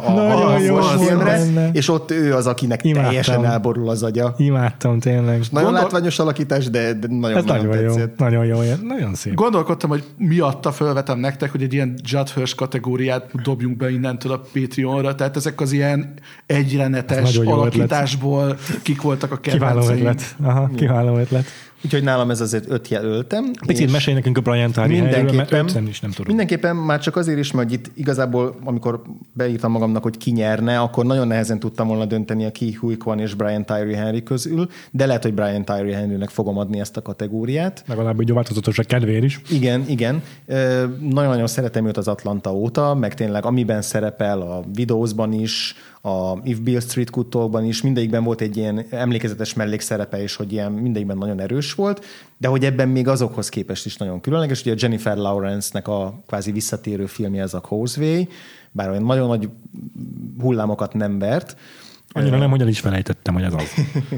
filmre, és ott ő az, akinek teljesen elborul az agya. Imádtam tényleg. Nagyon látványos alakítás, de nagyon tetszett. Nagyon jó, nagyon szép. Gondolkodtam, hogy miatta felvetem nektek, hogy egy ilyen Judd Hirsch kategóriát dobjunk be innentől a Patreonra, tehát ezek az ilyen egyrenetes alakításból kik voltak a kedvenceim. Kiváló ötlet. Úgyhogy nálam ez azért 5 jelöltem. Picit mesélj nekünk a Brian Tyree helyről, mert 5 nem tudom. Mindenképpen már csak azért is, mert itt igazából, amikor beírtam magamnak, hogy ki nyerne, akkor nagyon nehezen tudtam volna dönteni a Ke Huy Quan és Brian Tyree Henry közül, de lehet, hogy Brian Tyree Henrynek fogom adni ezt a kategóriát. Legalább úgy változatos a kedvér is. Igen. Nagyon-nagyon szeretem őt az Atlanta óta, meg tényleg amiben szerepel a Widows-ban is, a If Beale Street Could Talkban is, mindegyikben volt egy ilyen emlékezetes mellékszerepe, és hogy ilyen mindegyikben nagyon erős volt, de hogy ebben még azokhoz képest is nagyon különleges. Ugye a Jennifer Lawrence-nek a kvázi visszatérő filmje ez a Causeway, bár olyan nagyon nagy hullámokat nem vert. Annyira nem, hogy el is felejtettem, hogy ez az.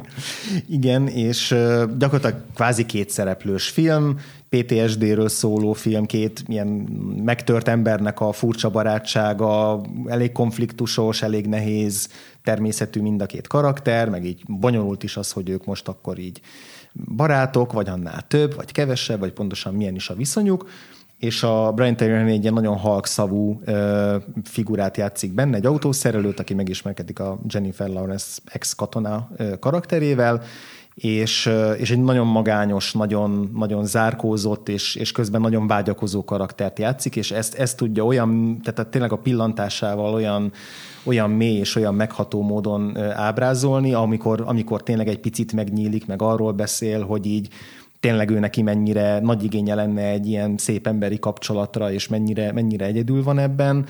Igen, és gyakorlatilag kvázi 2 szereplős film, PTSD-ről szóló film, 2 ilyen megtört embernek a furcsa barátsága, elég konfliktusos, elég nehéz természetű mind a 2 karakter, meg így bonyolult is az, hogy ők most akkor így barátok, vagy annál több, vagy kevesebb, vagy pontosan milyen is a viszonyuk, és a Brian Tyree Henry egy ilyen nagyon halkszavú figurát játszik benne, egy autószerelőt, aki megismerkedik a Jennifer Lawrence ex-katona karakterével, és egy nagyon magányos, nagyon zárkózott, és közben nagyon vágyakozó karaktert játszik, és ezt tudja olyan, tehát tényleg a pillantásával olyan mély és olyan megható módon ábrázolni, amikor tényleg egy picit megnyílik, meg arról beszél, hogy így tényleg ő neki mennyire nagy igénye lenne egy ilyen szép emberi kapcsolatra, és mennyire egyedül van ebben.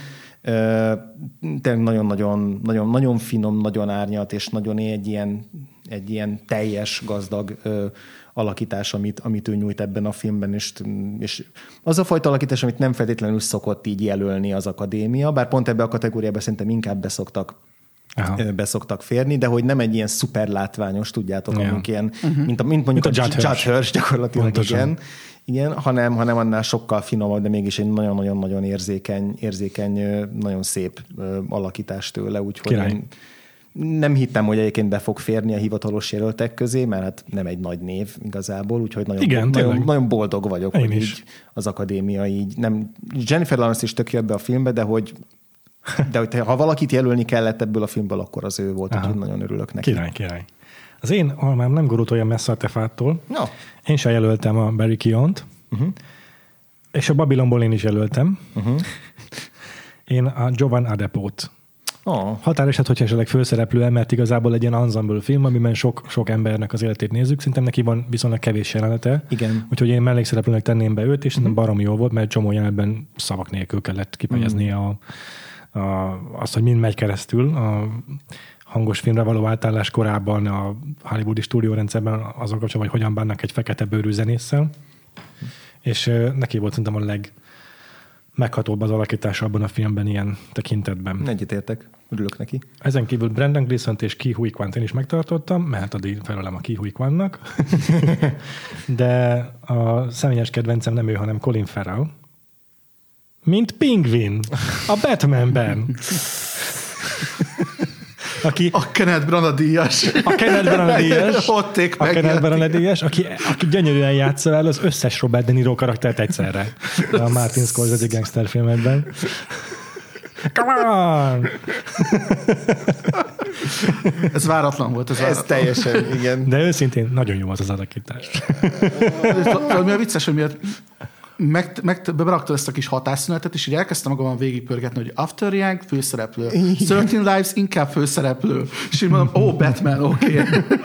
Tényleg nagyon finom, nagyon árnyalt, és nagyon egy ilyen teljes, gazdag alakítás, amit ő nyújt ebben a filmben, és az a fajta alakítás, amit nem feltétlenül szokott így jelölni az akadémia, bár pont ebbe a kategóriába szerintem inkább beszoktak férni, de hogy nem egy ilyen szuper látványos, tudjátok, amik ilyen, mint mondjuk a Judd Hirsch gyakorlatilag, igen, hanem annál sokkal finomabb, de mégis egy nagyon-nagyon-nagyon érzékeny, nagyon szép alakítás tőle, úgyhogy nem hittem, hogy egyébként be fog férni a hivatalos jelöltek közé, mert hát nem egy nagy név igazából, úgyhogy nagyon boldog vagyok, hogy így az akadémia így nem... Jennifer Lawrence is tök jött be a filmbe, de hogy ha valakit jelölni kellett ebből a filmből, akkor az ő volt, úgyhogy nagyon örülök neki. Király. Az én almám nem gurult olyan messze a tefától. No. Én sem jelöltem a Barry Keoghan-t, és a Babylonból én is jelöltem. Én a Jovan Adepot. Határeset, hogyha esetleg főszereplő, mert igazából egy ilyen ensemble film, amiben sok embernek az életét nézzük. Szerintem neki van viszonylag kevés jelenete. Igen. Úgyhogy én mellékszereplőnek tenném be őt, és szerintem baromi jó volt, mert csomó jelenetben szavak nélkül kellett kifejezni azt, hogy mind megy keresztül a hangos filmre való átállás korában a hollywoodi stúdiórendszerben azon kapcsolatban, hogy hogyan bánnak egy fekete bőrű zenésszel. És neki volt szerintem a legmeghatóbb az alakítása abban a filmben ilyen tekintetben. Egyetértek, örülök neki. Ezen kívül Brendan Gleesont és Ke Huy Quant én is megtartottam, mert addig felelem a Ke Huy Quannak. De a személyes kedvencem nem ő, hanem Colin Farrell. Mint Pingvin a Batmanben. A Kenneth Branagh díjas. A Kenneth Branagh díjas, aki gyönyörűen játsza el az összes Robert De Niro karaktert egyszerre. A Martin Scorsese gangster filmekben. Come on! Ez váratlan volt. Ez teljesen, igen. De őszintén nagyon jó az alakítás. Mi a vicces, hogy miért Beraktad ezt a kis hatásszünetet, és így elkezdtem magamon végigpörgetni, hogy After Yang főszereplő, 13 Lives inkább főszereplő, és így mondom, Batman, oké.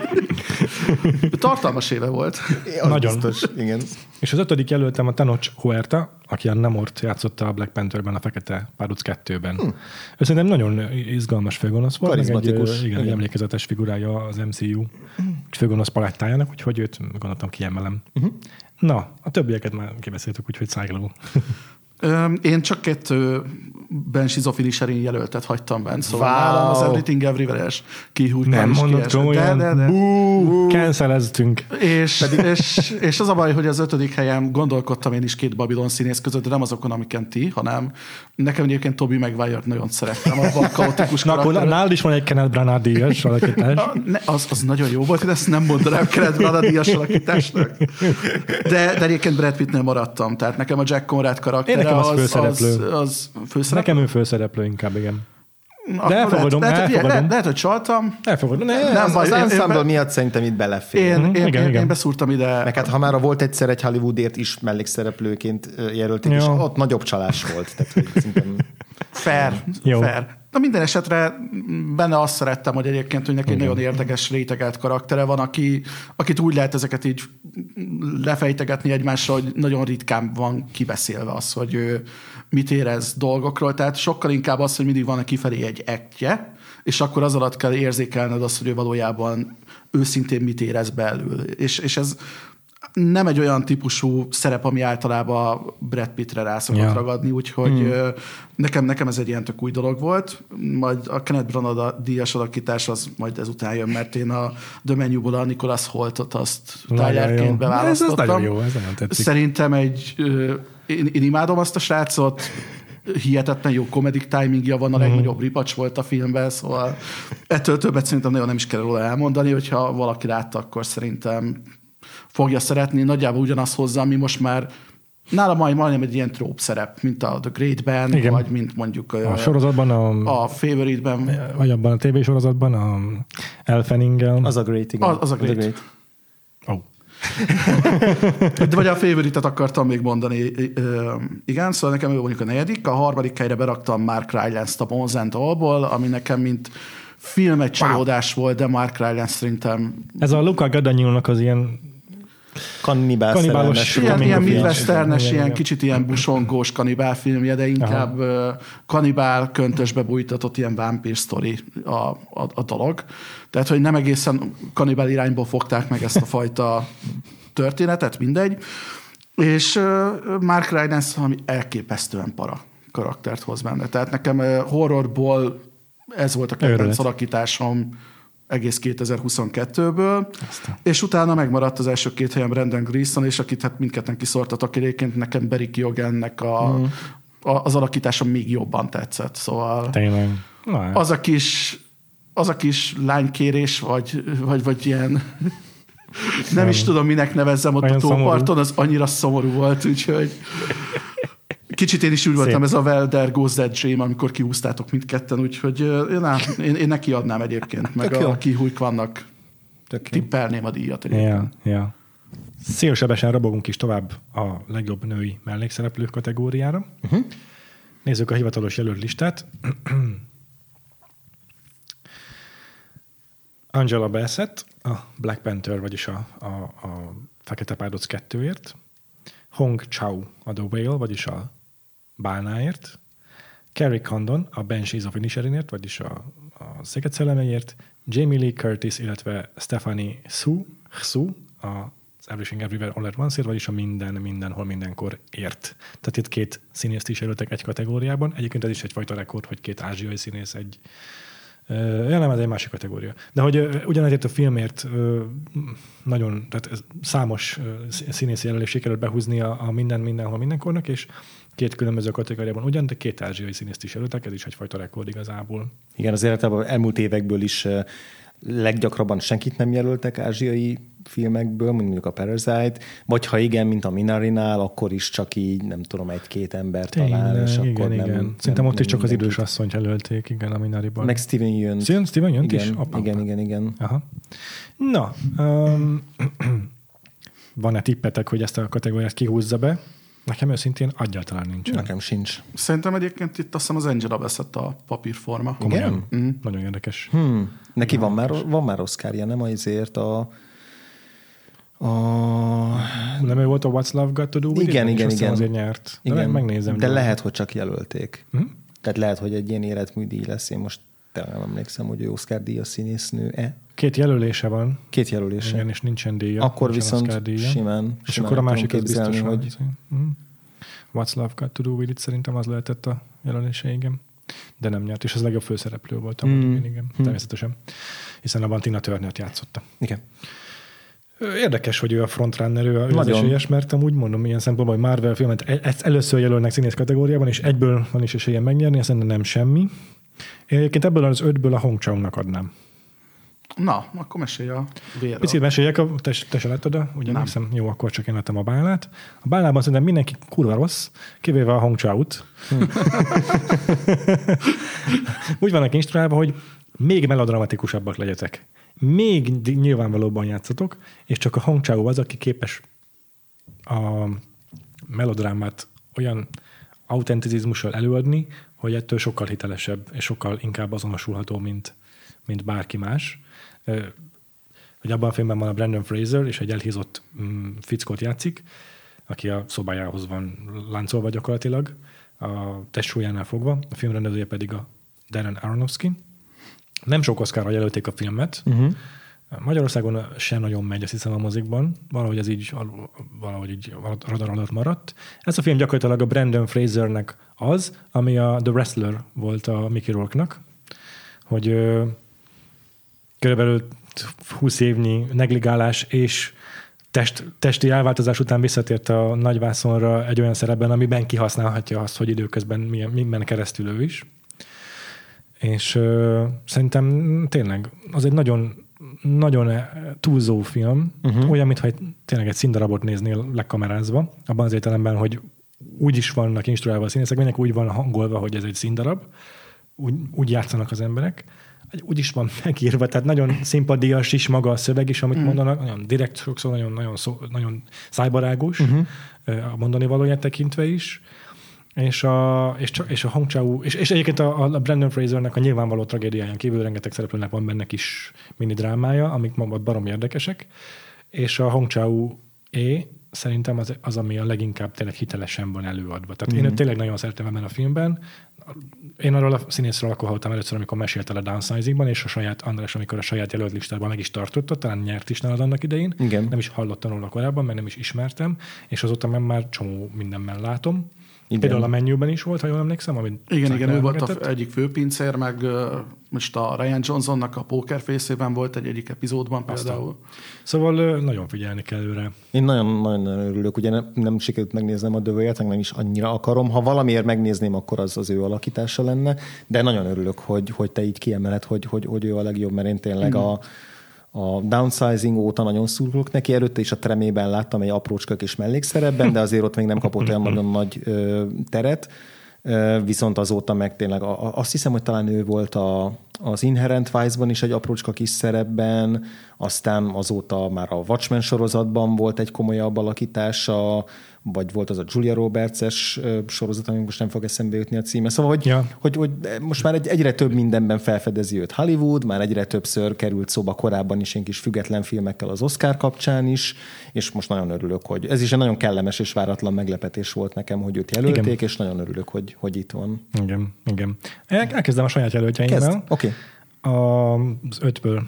Tartalmas éve volt. Nagyon. Biztos, igen. És az 5. jelöltem a Tenoch Huerta, aki a Namort játszotta a Black Pantherben, a Fekete Párduc 2-ben. Ő szerintem nagyon izgalmas főgonosz volt. Karizmatikus. Igen, emlékezetes figurája az MCU főgonosz palettájának, úgyhogy őt gondoltam kiemelem. Na, a többieket már kibeszéltük, úgyhogy Cyclo. Én csak 2 Banshee of Inisherin jelöltet hagytam bent, szóval nálam az Everything Everywhere-es Nem mondod komolyan. De. Canceleztünk. És az a baj, hogy az 5. helyen gondolkodtam én is 2 Babylon színész között, de nem azokon, amiken ti, hanem nekem egyébként Tobey Maguire-t nagyon szerettem, abban a kaotikus karakter. Nálad is van egy Kenneth Branagh díjas alakítás. Az nagyon jó volt, de ezt nem mondanám Kenneth Branagh díjas alakításnak. De egyébként Brad Pittnél maradtam, tehát nekem a Jack Conrad karakter az főszereplő. Az főszereplő? Nekem ő főszereplő inkább, igen. De elfogadom. Lehet, hogy csaltam. Elfogadom. Nem, az ensemble miatt szerintem itt belefér. Én beszúrtam ide. Meg hát ha már volt egyszer egy Hollywoodért is mellékszereplőként jelölték, és ott nagyobb csalás volt. Tehát, szerintem... Fair. Na minden esetre benne azt szerettem, hogy egyébként, hogy neki nagyon érdekes, rétegelt karaktere van, akit úgy lehet ezeket így lefejtegetni egymásra, hogy nagyon ritkán van kibeszélve az, hogy ő mit érez dolgokról. Tehát sokkal inkább az, hogy mindig van kifelé egy actje, és akkor az alatt kell érzékelned azt, hogy ő valójában őszintén mit érez belül. És ez nem egy olyan típusú szerep, ami általában Brad Pittre rá szokott ragadni, úgyhogy nekem ez egy ilyen tök új dolog volt. Majd a Kenneth Branagh díjas alakítás az majd ezután jön, mert én a The Menu-ból a Nicholas Holtot azt Tylerként beválasztottam. Ez nagyon jó, ez nagyon tetszik. Szerintem én imádom azt a srácot, hihetetlen jó comedic timingja van, a legnagyobb ripacs volt a filmben, szóval ettől többet szerintem nagyon nem is kell róla elmondani, hogyha valaki látta, akkor szerintem fogja szeretni. Nagyjából ugyanazt hozzá, ami most már nála majdnem egy ilyen tróp szerep, mint a The Great-ben, igen. Vagy mint mondjuk a sorozatban, a Favorite-ben. Vagy abban a tévésorozatban, a Elle Fanning-gel. Az a Great, igen. Az a Great. Oh. De vagy a Favorite-et akartam még mondani. Igen, szóval nekem ő mondjuk a 4. A 3. helyre beraktam Mark Rylance-t a Bones and All-ból, ami nekem mint film egy csalódás volt, de Mark Rylance szerintem... Ez a Luca Guadagnino-nak az ilyen kanibálos ilyen midwesternes, ilyen kicsit ilyen busongós kanibál filmje, de inkább kanibál köntösbe bújtatott ilyen vámpír sztori a dolog. Tehát, hogy nem egészen kanibál irányból fogták meg ezt a fajta történetet, mindegy. És Mark Rylance valami elképesztően para karaktert hoz benne. Tehát nekem horrorból ez volt a kedvenc alakításom egész 2022-ből, és utána megmaradt az első 2 helyen Brendan Gleeson, és akit hát mindketten kiszortatok egyébként, nekem Barry Keoghannek az alakítása még jobban tetszett. Szóval tényleg. Az a kis lánykérés, vagy ilyen nem is tudom, minek nevezzem ott a tóparton, az annyira szomorú volt, úgyhogy kicsit én is úgy voltam, ez a Well, There Goes That Dream, amikor kihúztátok mindketten, úgyhogy én neki adnám egyébként, meg a Ki-Huik vannak. Tippelném a díjat egyébként. Ja. Szélsebesen rabogunk is tovább a legjobb női mellékszereplők kategóriára. Nézzük a hivatalos jelölt listát. Angela Bassett, a Black Panther, vagyis a Fekete Párduc 2-ért. Hong Chau, a The Whale, vagyis a Bálnáért. Carrie Condon, a Banshees of Inisherinért, vagyis a Sziget szellemeiért. Jamie Lee Curtis, illetve Stephanie Hsu, az Everything Everywhere All at Once-ért, vagyis a Mindenhol Mindenkor ért. Tehát itt 2 színészt is jelöltek egy kategóriában. Egyébként ez is egyfajta rekord, hogy 2 ázsiai színész egy... nem, ez egy másik kategória. De hogy ugyanezért a filmért nagyon, tehát számos színészi jelölést sikerült behúzni a Mindenhol Mindenkornak, és 2 különböző kategóriában ugyan, de 2 ázsiai színészt is jelöltek, ez is egyfajta rekord igazából. Igen, az életában elmúlt évekből is leggyakrabban senkit nem jelöltek ázsiai filmekből, mondjuk a Parasite, vagy ha igen, mint a Minarinál, akkor is csak így, nem tudom, 1-2 ember talán, és akkor nem... Szerintem ott is csak az idős asszonyt jelölték, igen, a Minariban. Meg Steven Yeun. Steven Yeun is? Igen. Aha. Na, van-e tippetek, hogy ezt a kategóriát kihúzza be? Nekem őszintén egyáltalán nincsen. Nekem sincs. Szerintem egyébként itt azt hiszem az Angela Bassett a papírforma. Komolyan. Nagyon érdekes. Neki van már Oscarja, nem azért Nem ő volt a What's Love Got to Do With It? Igen. Azért nyert. De igen. megnézem. De lehet, hogy csak jelölték. Tehát lehet, hogy egy ilyen életműdíj lesz. Én most tényleg nem emlékszem, hogy ő Oscar-díjas színésznő-e. 2 jelölése van. 2 jelölése. Igen, és nincsen díja. Akkor nincsen viszont simán. És akkor a másik az biztos, hogy... What's Love Got to Do With It szerintem az lehetett a jelölése, igen. De nem nyert, és az legjobb főszereplő volt. Igen, természetesen. Hiszen abban Tina Turner-t játszotta. Igen. Érdekes, hogy ő a frontrunner, ő az esélyes, mert amúgy mondom, ilyen szempontból, hogy Marvel filmet ezt először jelölnek színész kategóriában, és egyből van is esélye megnyerni, azt nem semmi. Én egyébként ebből az 5-ből a Hong Chau-nak adnám. Na, akkor mesélj a vérről. Picit meséljek, te se láttad, ugye nem hiszem, jó, akkor csak én láttam a bálát. A bálában szerintem mindenki kurva rossz, kivéve a Hong Chau-t. Úgy vannak instruálva, hogy még melodramatikusabbak legyetek. Még nyilvánvalóban játszatok, és csak a Hong Chau az, aki képes a melodrámát olyan autenticizmussal előadni, hogy ettől sokkal hitelesebb, és sokkal inkább azonosulható, mint bárki más. Hogy abban a filmben van a Brendan Fraser, és egy elhízott fickót játszik, aki a szobájához van láncolva gyakorlatilag, a testsúlyánál fogva, a filmrendezője pedig a Darren Aronofsky. Nem sok Oscarra jelölték a filmet. Magyarországon sem nagyon megy, azt hiszem, a mozikban. Valahogy ez így radar alatt maradt. Ez a film gyakorlatilag a Brendan Frasernek az, ami a The Wrestler volt a Mickey Rourke-nak, hogy körülbelül 20 évnyi negligálás és testi elváltozás után visszatért a nagyvászonra egy olyan szerepben, amiben kihasználhatja azt, hogy időközben minden keresztül ő is. És szerintem tényleg az egy nagyon, nagyon túlzó film, olyan, mintha tényleg egy színdarabot néznél lekamerázva, abban az értelemben, hogy úgy is vannak instruálva a színészek, mindenki úgy van hangolva, hogy ez egy színdarab, úgy játszanak az emberek, úgy is van megírva, tehát nagyon szimpadias is maga a szöveg is, amit mondanak, nagyon direkt, sokszor nagyon szájbarágos a mondani valóját tekintve is, és a Hong Chau, és egyébként a Brendan Frasernek a nyilvánvaló tragédiáján kívül rengeteg szereplőnek van benne kis mini drámája, amik baromi érdekesek, és a Hong Chau szerintem az, ami a leginkább tényleg hitelesen van előadva. Tehát én őt tényleg nagyon szeretem ebben a filmben. Én arról a színészről akkor hallottam először, amikor mesélt el a Downsizingban, és a saját András, amikor a saját jelölt listában meg is tartotta, talán nyert is nálad annak idején. Igen. Nem is hallottam róla korábban, mert nem is ismertem, és azóta már csomó mindenben látom. Igen. Például a Mennyűben is volt, ha jól emlékszem. Igen, ő volt az egyik főpincér, meg most a Ryan Johnsonnak a Poker Face-ében volt egyik epizódban például. Szóval nagyon figyelni kell őre. Én nagyon örülök, ugye nem sikerült megnéznem a The Whale-t, nem is annyira akarom. Ha valamiért megnézném, akkor az ő alakítása lenne, de nagyon örülök, hogy te így kiemeled, hogy ő a legjobb, mert én tényleg a Downsizing óta nagyon szurkolok neki, előtte is a Tremében láttam egy aprócska kis mellékszerepben, de azért ott még nem kapott olyan nagyon nagy teret, viszont azóta meg tényleg azt hiszem, hogy talán ő volt az Inherent Vice-ban is egy aprócska kis szerepben, aztán azóta már a Watchmen sorozatban volt egy komolyabb alakítása, vagy volt az a Julia Roberts-es sorozat, ami most nem fog eszembe jutni a címe. Szóval, hogy most már egyre több mindenben felfedezi őt Hollywood, már egyre többször került szóba korábban is ilyen kis független filmekkel az Oscar kapcsán is, és most nagyon örülök, hogy ez is egy nagyon kellemes és váratlan meglepetés volt nekem, hogy őt jelölték, igen. És nagyon örülök, hogy itt van. Igen. Elkezdem a saját jelöltjeimmel. Oké. Az 5-ből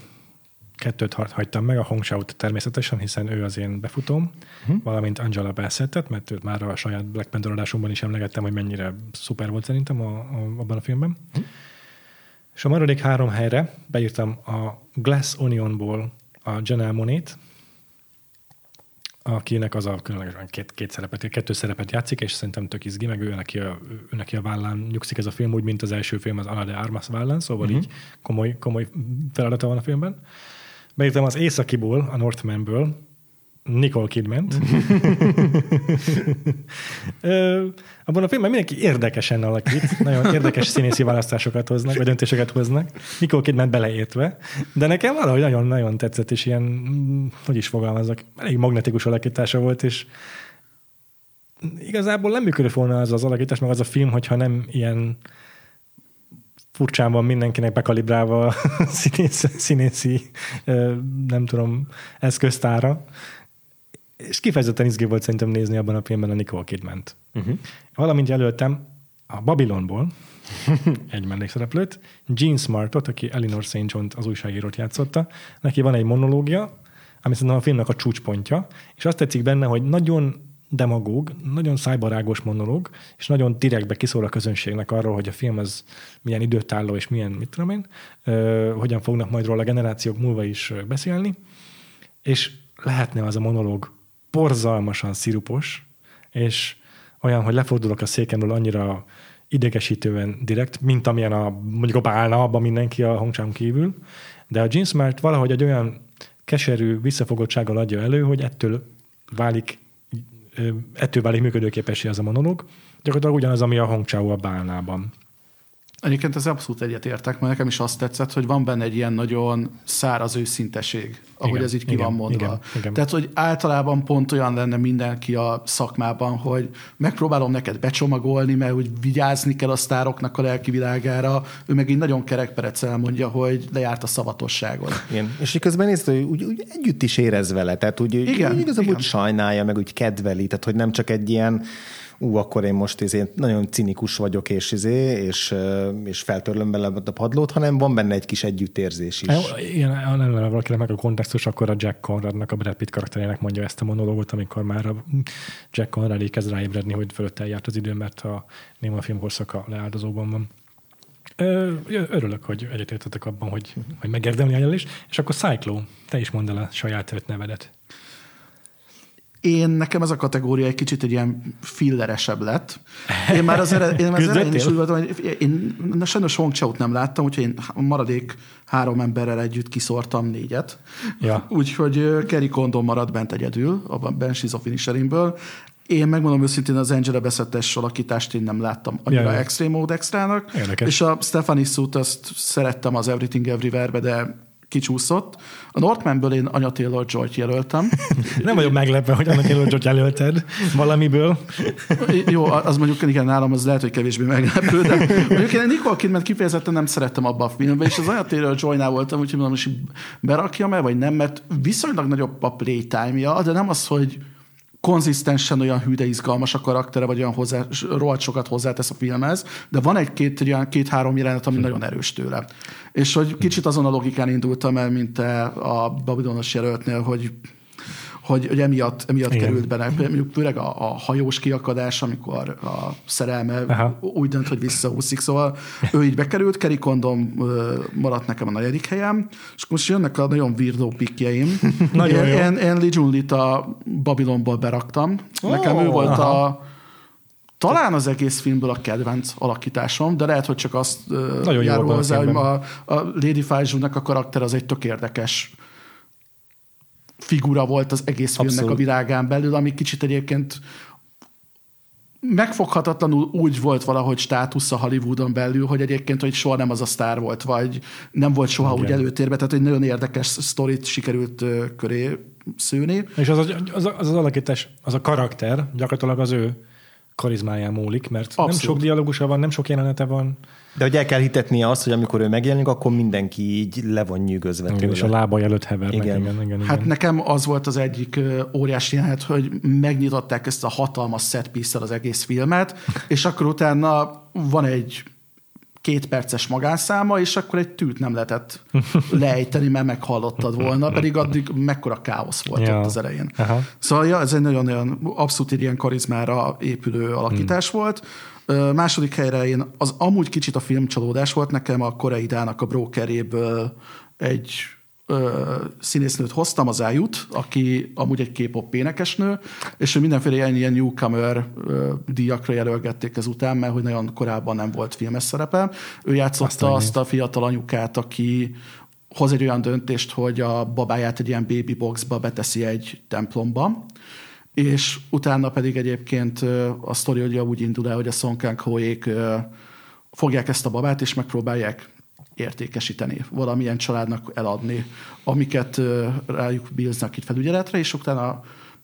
2-t hagytam meg, a Hong Chau-t természetesen, hiszen ő az én befutóm, valamint Angela Bassettet, mert őt már a saját Black Panther adásomban is emlegettem, hogy mennyire szuper volt szerintem abban a filmben. És a maradék 3 helyre beírtam a Glass Onionból a Janelle Monáe-t, akinek az a különlegesen 2 szerepet játszik, és szerintem tök izgi, meg ő neki a vállán nyugszik ez a film, úgy, mint az első film az Ana de Armas vállán, szóval így komoly feladata van a filmben. Beírtam az Északiból, a Northmanből, Nicole Kidman-t. Abban a filmben mindenki érdekesen alakít, nagyon érdekes színészi választásokat hoznak, vagy döntéseket hoznak, Nicole Kidman beleértve, de nekem valahogy nagyon-nagyon tetszett, és ilyen, hogy is fogalmazok, elég magnetikus alakítása volt, és igazából nem működött volna az alakítás, meg az a film, hogyha nem ilyen furcsán van mindenkinek bekalibrálva színészi, nem tudom, eszköztára. És kifejezetten izgé volt szerintem nézni abban a filmben a Nicole Kidmant. Valamint jelöltem a Babylonból egy mellékszereplőt, Jean Smartot, aki Elinor St. John-t, az újságírót játszotta. Neki van egy monológia, ami szerintem a filmnek a csúcspontja, és azt tetszik benne, hogy nagyon demagóg, nagyon szájbarágos monológ, és nagyon direktbe kiszól a közönségnek arról, hogy a film az milyen időtálló, és milyen, mit tudom én, hogyan fognak majd róla generációk múlva is beszélni, és lehetne az a monológ borzalmasan szirupos, és olyan, hogy lefordulok a székemről annyira idegesítően direkt, mint amilyen mondjuk bálna abban mindenki a Hong Chau kívül, de a Jean Smart valahogy egy olyan keserű visszafogottsággal adja elő, hogy ettől válik működőképessé ez a monológ. Gyakorlatilag ugyanaz, ami a Hong Chau a bálnában. Egyébként ez abszolút egyetértek, mert nekem is azt tetszett, hogy van benne egy ilyen nagyon száraz őszinteség, ahogy ez így ki van mondva. Igen. Tehát, hogy általában pont olyan lenne mindenki a szakmában, hogy megpróbálom neked becsomagolni, mert úgy vigyázni kell a sztároknak a lelki világára, ő meg így nagyon kerekperec elmondja, hogy lejárt a szavatosságon. Igen. És közben nézd, hogy úgy együtt is érez vele, tehát úgy igazából úgy sajnálja, meg úgy kedveli, tehát hogy nem csak egy ilyen akkor én most nagyon cinikus vagyok, és feltörlöm bele a padlót, hanem van benne egy kis együttérzés is. Igen, ha nem lenne valakinek meg a kontextus, akkor a Jack Conradnak, a Brad Pitt karakterének mondja ezt a monológot, amikor már a Jack Conrad így kezd ráébredni, hogy fölött eljárt az idő, mert a néma film korszaka leáldozóban van. Örülök, hogy egyetértetek abban, hogy megérdemli a jelölést, és akkor Cyclo, te is mondd el a saját nevedet. Nekem ez a kategória egy kicsit egy ilyen filleresebb lett. Én már az elején is úgy voltam, hogy én sajnos Hong Chau-t nem láttam, úgyhogy én maradék 3 emberrel együtt kiszórtam 4-et. Ja. Úgyhogy Kerry Condon maradt bent egyedül, a Banshees of Inisherinből. Én megmondom őszintén, az Angela Bassett-es alakítást én nem láttam annyira extrém mód extrának. És a Stephanie Sue-t azt szerettem az Everything Everywhere-be, de kicsúszott. A Northmanből én Anya Taylor-Joy-t jelöltem. Nem vagyok meglepve, hogy Anya Taylor-Joy-t jelölted valamiből. Jó, az mondjuk igen, nálam az lehet, hogy kevésbé meglepő, de mondjuk én Nicole Kidman kifejezetten nem szerettem abba a filmben, és az Anya Taylor-Joy-nál voltam, úgyhogy mondom, hogy berakjam-e, vagy nem, mert viszonylag nagyobb a playtime-ja, de nem az, hogy konzisztensen olyan hű, de izgalmas a karaktere, vagy olyan rohadt sokat hozzátesz a filmhez, de van egy-két-három jelenet, ami nagyon erős tőle. És hogy kicsit azon a logikán indultam el, mint te a Babylonos jelöltnél, hogy emiatt került benne. Mondjuk főleg a hajós kiakadás, amikor a szerelme úgy dönt, hogy visszaúszik. Szóval ő így bekerült, Kerry Condon maradt nekem a 4. helyem, és most jönnek a nagyon weirdo pickjeim. Én Lee Jun-Lit a Babylonból beraktam. Nekem ő volt talán az egész filmből a kedvenc alakításom, de lehet, hogy csak azt járul hozzá, hogy a Lady Fai-Zhu-nak a karakter az egy tök érdekes figura volt az egész filmnek a világán belül, ami kicsit egyébként megfoghatatlanul úgy volt valahogy státusza Hollywoodon belül, hogy egyébként hogy soha nem az a sztár volt, vagy nem volt soha úgy előtérbe, tehát egy nagyon érdekes sztorit sikerült köré szőni. És az alakítás, az a karakter gyakorlatilag az ő karizmáján múlik, mert nem sok dialógusa van, nem sok jelenete van. De hogy el kell hitetnie azt, hogy amikor ő megjelenik, akkor mindenki így le van nyűgözve tőle. És a lába előtt hevernek. Igen. Hát nekem az volt az egyik óriási jelenet, hogy megnyitották ezt a hatalmas set piece-szel az egész filmet, és akkor utána van egy 2 perces magánszáma, és akkor egy tűt nem lehetett lejteni, mert meghallottad volna, pedig addig mekkora káosz volt ott az elején. Aha. Szóval ez egy nagyon-nagyon abszolút ilyen karizmára épülő alakítás volt. Második helyre én az amúgy kicsit a filmcsalódás volt, nekem a Koreidának a Brokeréből egy színésznőt hoztam, az Ayut, aki amúgy egy K-pop énekesnő, és mindenféle ilyen newcomer díjakra jelölgették ezután, mert hogy nagyon korábban nem volt filmes szerepe. Ő játszotta azt a fiatal anyukát, aki hoz egy olyan döntést, hogy a babáját egy ilyen baby boxba beteszi egy templomba, és utána pedig egyébként a sztori ugye úgy indul el, hogy a Song Kang-hoék fogják ezt a babát, és megpróbálják értékesíteni, valamilyen családnak eladni, amiket rájuk bíznak itt felügyeletre, és utána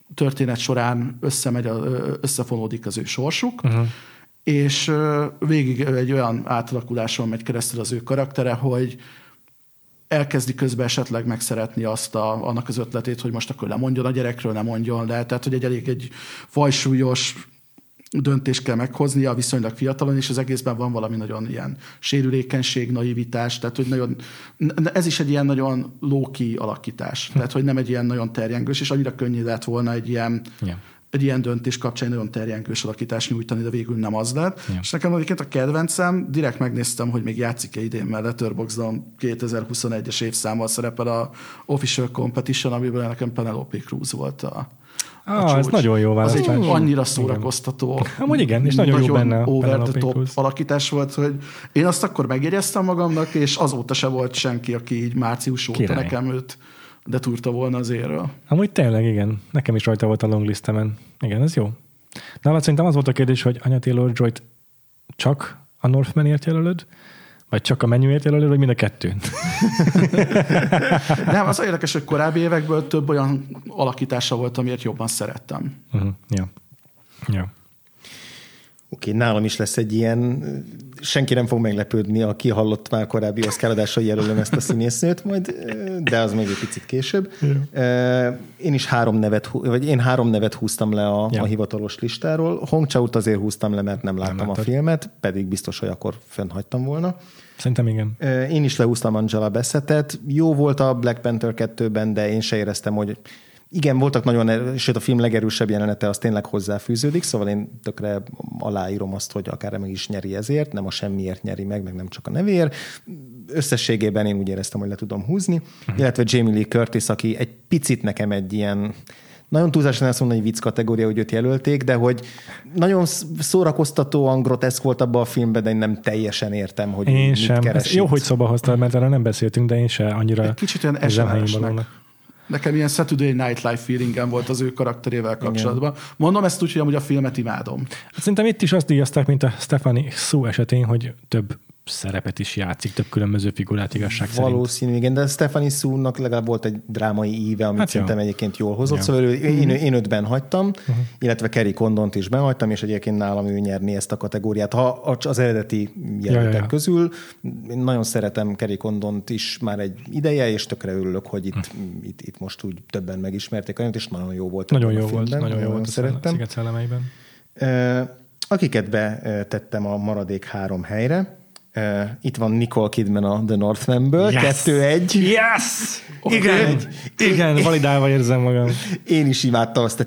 történet során összefonódik az ő sorsuk, és végig egy olyan átalakuláson megy keresztül az ő karaktere, hogy elkezdi közben esetleg megszeretni annak az ötletét, hogy most akkor lemondjon a gyerekről, nem mondjon le. Tehát, hogy egy fajsúlyos döntést kell meghoznia viszonylag fiatalon, és az egészben van valami nagyon ilyen sérülékenység, naivitás, tehát hogy ez is egy ilyen nagyon low-key alakítás. Tehát, hogy nem egy ilyen nagyon terjengős, és annyira könnyű lett volna egy ilyen döntés kapcsán nagyon terjengős alakítást nyújtani, de végül nem az lett. Yeah. És nekem egyébként a kedvencem, direkt megnéztem, hogy még játszik-e idén, mert Letterboxdon 2021-es évszámmal szerepel a Official Competition, amiben nekem Penelope Cruz volt a ez nagyon jó választás. Az egy annyira szórakoztató. Amúgy igen, és nagyon jó benne over the top alakítás volt, hogy én azt akkor megjegyeztem magamnak, és azóta se volt senki, aki így március óta nekem őt letúrta volna az érről. Amúgy tényleg igen. Nekem is rajta volt a long listemen. Igen, ez jó. De hát szerintem az volt a kérdés, hogy Anya Taylor-Joyt csak a Northmanért jelölöd, vagy csak a Menyőért jelölöd, vagy mind a kettőn? Nem, az érdekes, hogy korábbi évekből több olyan alakítása volt, amiért jobban szerettem. Ja. Oké, nálam is lesz egy ilyen, senki nem fog meglepődni, aki hallott már korábbi Oscar-adással jelölöm ezt a színésznőt majd, de az még egy picit később. Én három nevet húztam le a hivatalos listáról. Hong Chow-t azért húztam le, mert nem láttam a filmet, pedig biztos, hogy akkor fennhagytam volna. Szerintem igen. Én is lehúztam Angela Bassettet. Jó volt a Black Panther 2-ben, de én se éreztem, hogy igen, voltak nagyon, sőt a film legerősebb jelenete az tényleg hozzáfűződik, szóval én tökre aláírom azt, hogy akár meg is nyeri ezért, nem a semmiért nyeri meg nem csak a nevéért. Összességében én úgy éreztem, hogy le tudom húzni, illetve Jamie Lee Curtis, aki egy picit nekem egy ilyen, nagyon túlzásan azt mondani, hogy vicc kategória, hogy őt jelölték, de hogy nagyon szórakoztatóan groteszk volt abban a filmben, de én nem teljesen értem, hogy én mit sem. keres. Jó, hogy szóba hoztál, mert erre nem beszéltünk, de én se annyira. Egy kicsit olyan esemesnek. Nekem ilyen Saturday Night Live feelingem volt az ő karakterével kapcsolatban. Igen. Mondom ezt úgy, hogy amúgy a filmet imádom. Szerintem itt is azt díjazták, mint a Stephanie Hsu esetén, hogy több szerepet is játszik, több különböző figurát igazság szerint. Valószínű, igen, de Stephanie Hsu-nak legalább volt egy drámai íve, amit szerintem egyébként jól hozott, szóval én 5-ben hagytam, illetve Kerry Condont is behagytam, és egyébként nálam ő nyerni ezt a kategóriát. Ha az eredeti jelöltek közül, én nagyon szeretem Kerry Condont is már egy ideje, és tökre örülök, hogy itt most úgy többen megismerték anyagot, és nagyon jó volt. Nagyon jó volt, szerettem. Sziget szellemeiben. Akiket betettem a maradék 3 helyre, itt van Nicole Kidman a The Northmanből, 2-1. Yes! Igen, validálva érzem magam. Én is imádtam azt a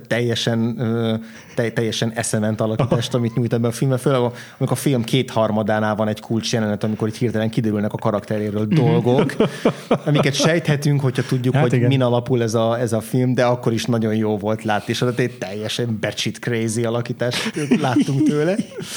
teljesen eszement alakítást, amit nyújt ebben a filmben, főleg amikor a film 2/3-ánál van egy kulcs jelenet, amikor itt hirtelen kiderülnek a karakteréről dolgok, amiket sejthetünk, hogyha tudjuk, hogy igen, min alapul ez a film, de akkor is nagyon jó volt látni, és egy teljesen batshit crazy alakítást láttunk tőle.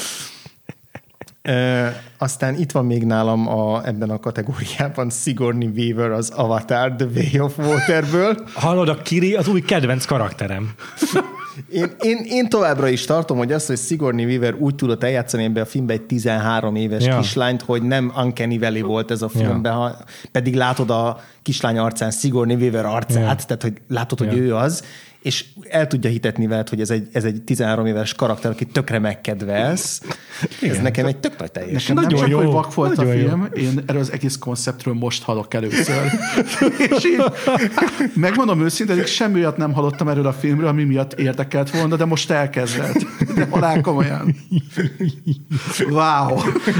Aztán itt van még nálam ebben a kategóriában Sigourney Weaver az Avatar The Way of Waterből. Hallod, a Kiri az új kedvenc karakterem. Én továbbra is tartom, hogy azt, hogy Sigourney Weaver úgy tudott eljátszani ebbe a filmbe egy 13 éves kislányt, hogy nem Uncanny Valley volt ez a filmben, pedig látod a kislány arcán Sigourney Weaver arcát, tehát hogy látod, hogy ő az, és el tudja hitetni veled, hogy ez egy 13 éves karakter, aki tökre megkedvelsz. Ez nekem egy tök nagy teljesen. Nekem nem csak, hogy vak volt a film, én erről az egész konceptről most hallok először. És én megmondom őszintén, hogy semmi olyat nem hallottam erről a filmről, ami miatt érdekelt volna, de most elkezdett. De halál komolyan. Wow!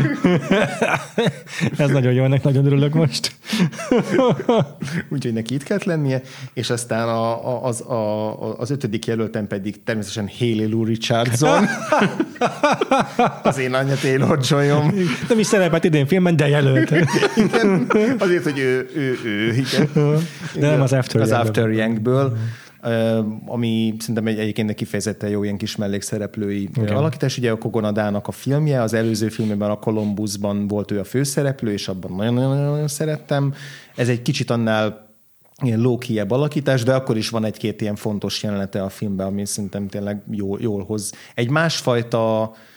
Ez nagyon jó, ennek nagyon örülök most. Úgyhogy neki itt kellett lennie, és aztán az 5. jelöltem pedig természetesen Haley Lou Richardson. Az én Anya Taylor-Joyom. Nem is szerepelt idén filmben, de jelölt. Igen, azért, hogy ő igen. De nem az After Yang-ből. Ami szerintem egyébként kifejezetten jó ilyen kis mellékszereplői alakítás. Ugye a Kogonadának a filmje, az előző filmben a Columbusban volt ő a főszereplő, és abban nagyon-nagyon szerettem. Ez egy kicsit annál ilyen low-key-ebb alakítás, de akkor is van egy-két ilyen fontos jelenete a filmben, ami szerintem tényleg jól hoz. Egy másfajta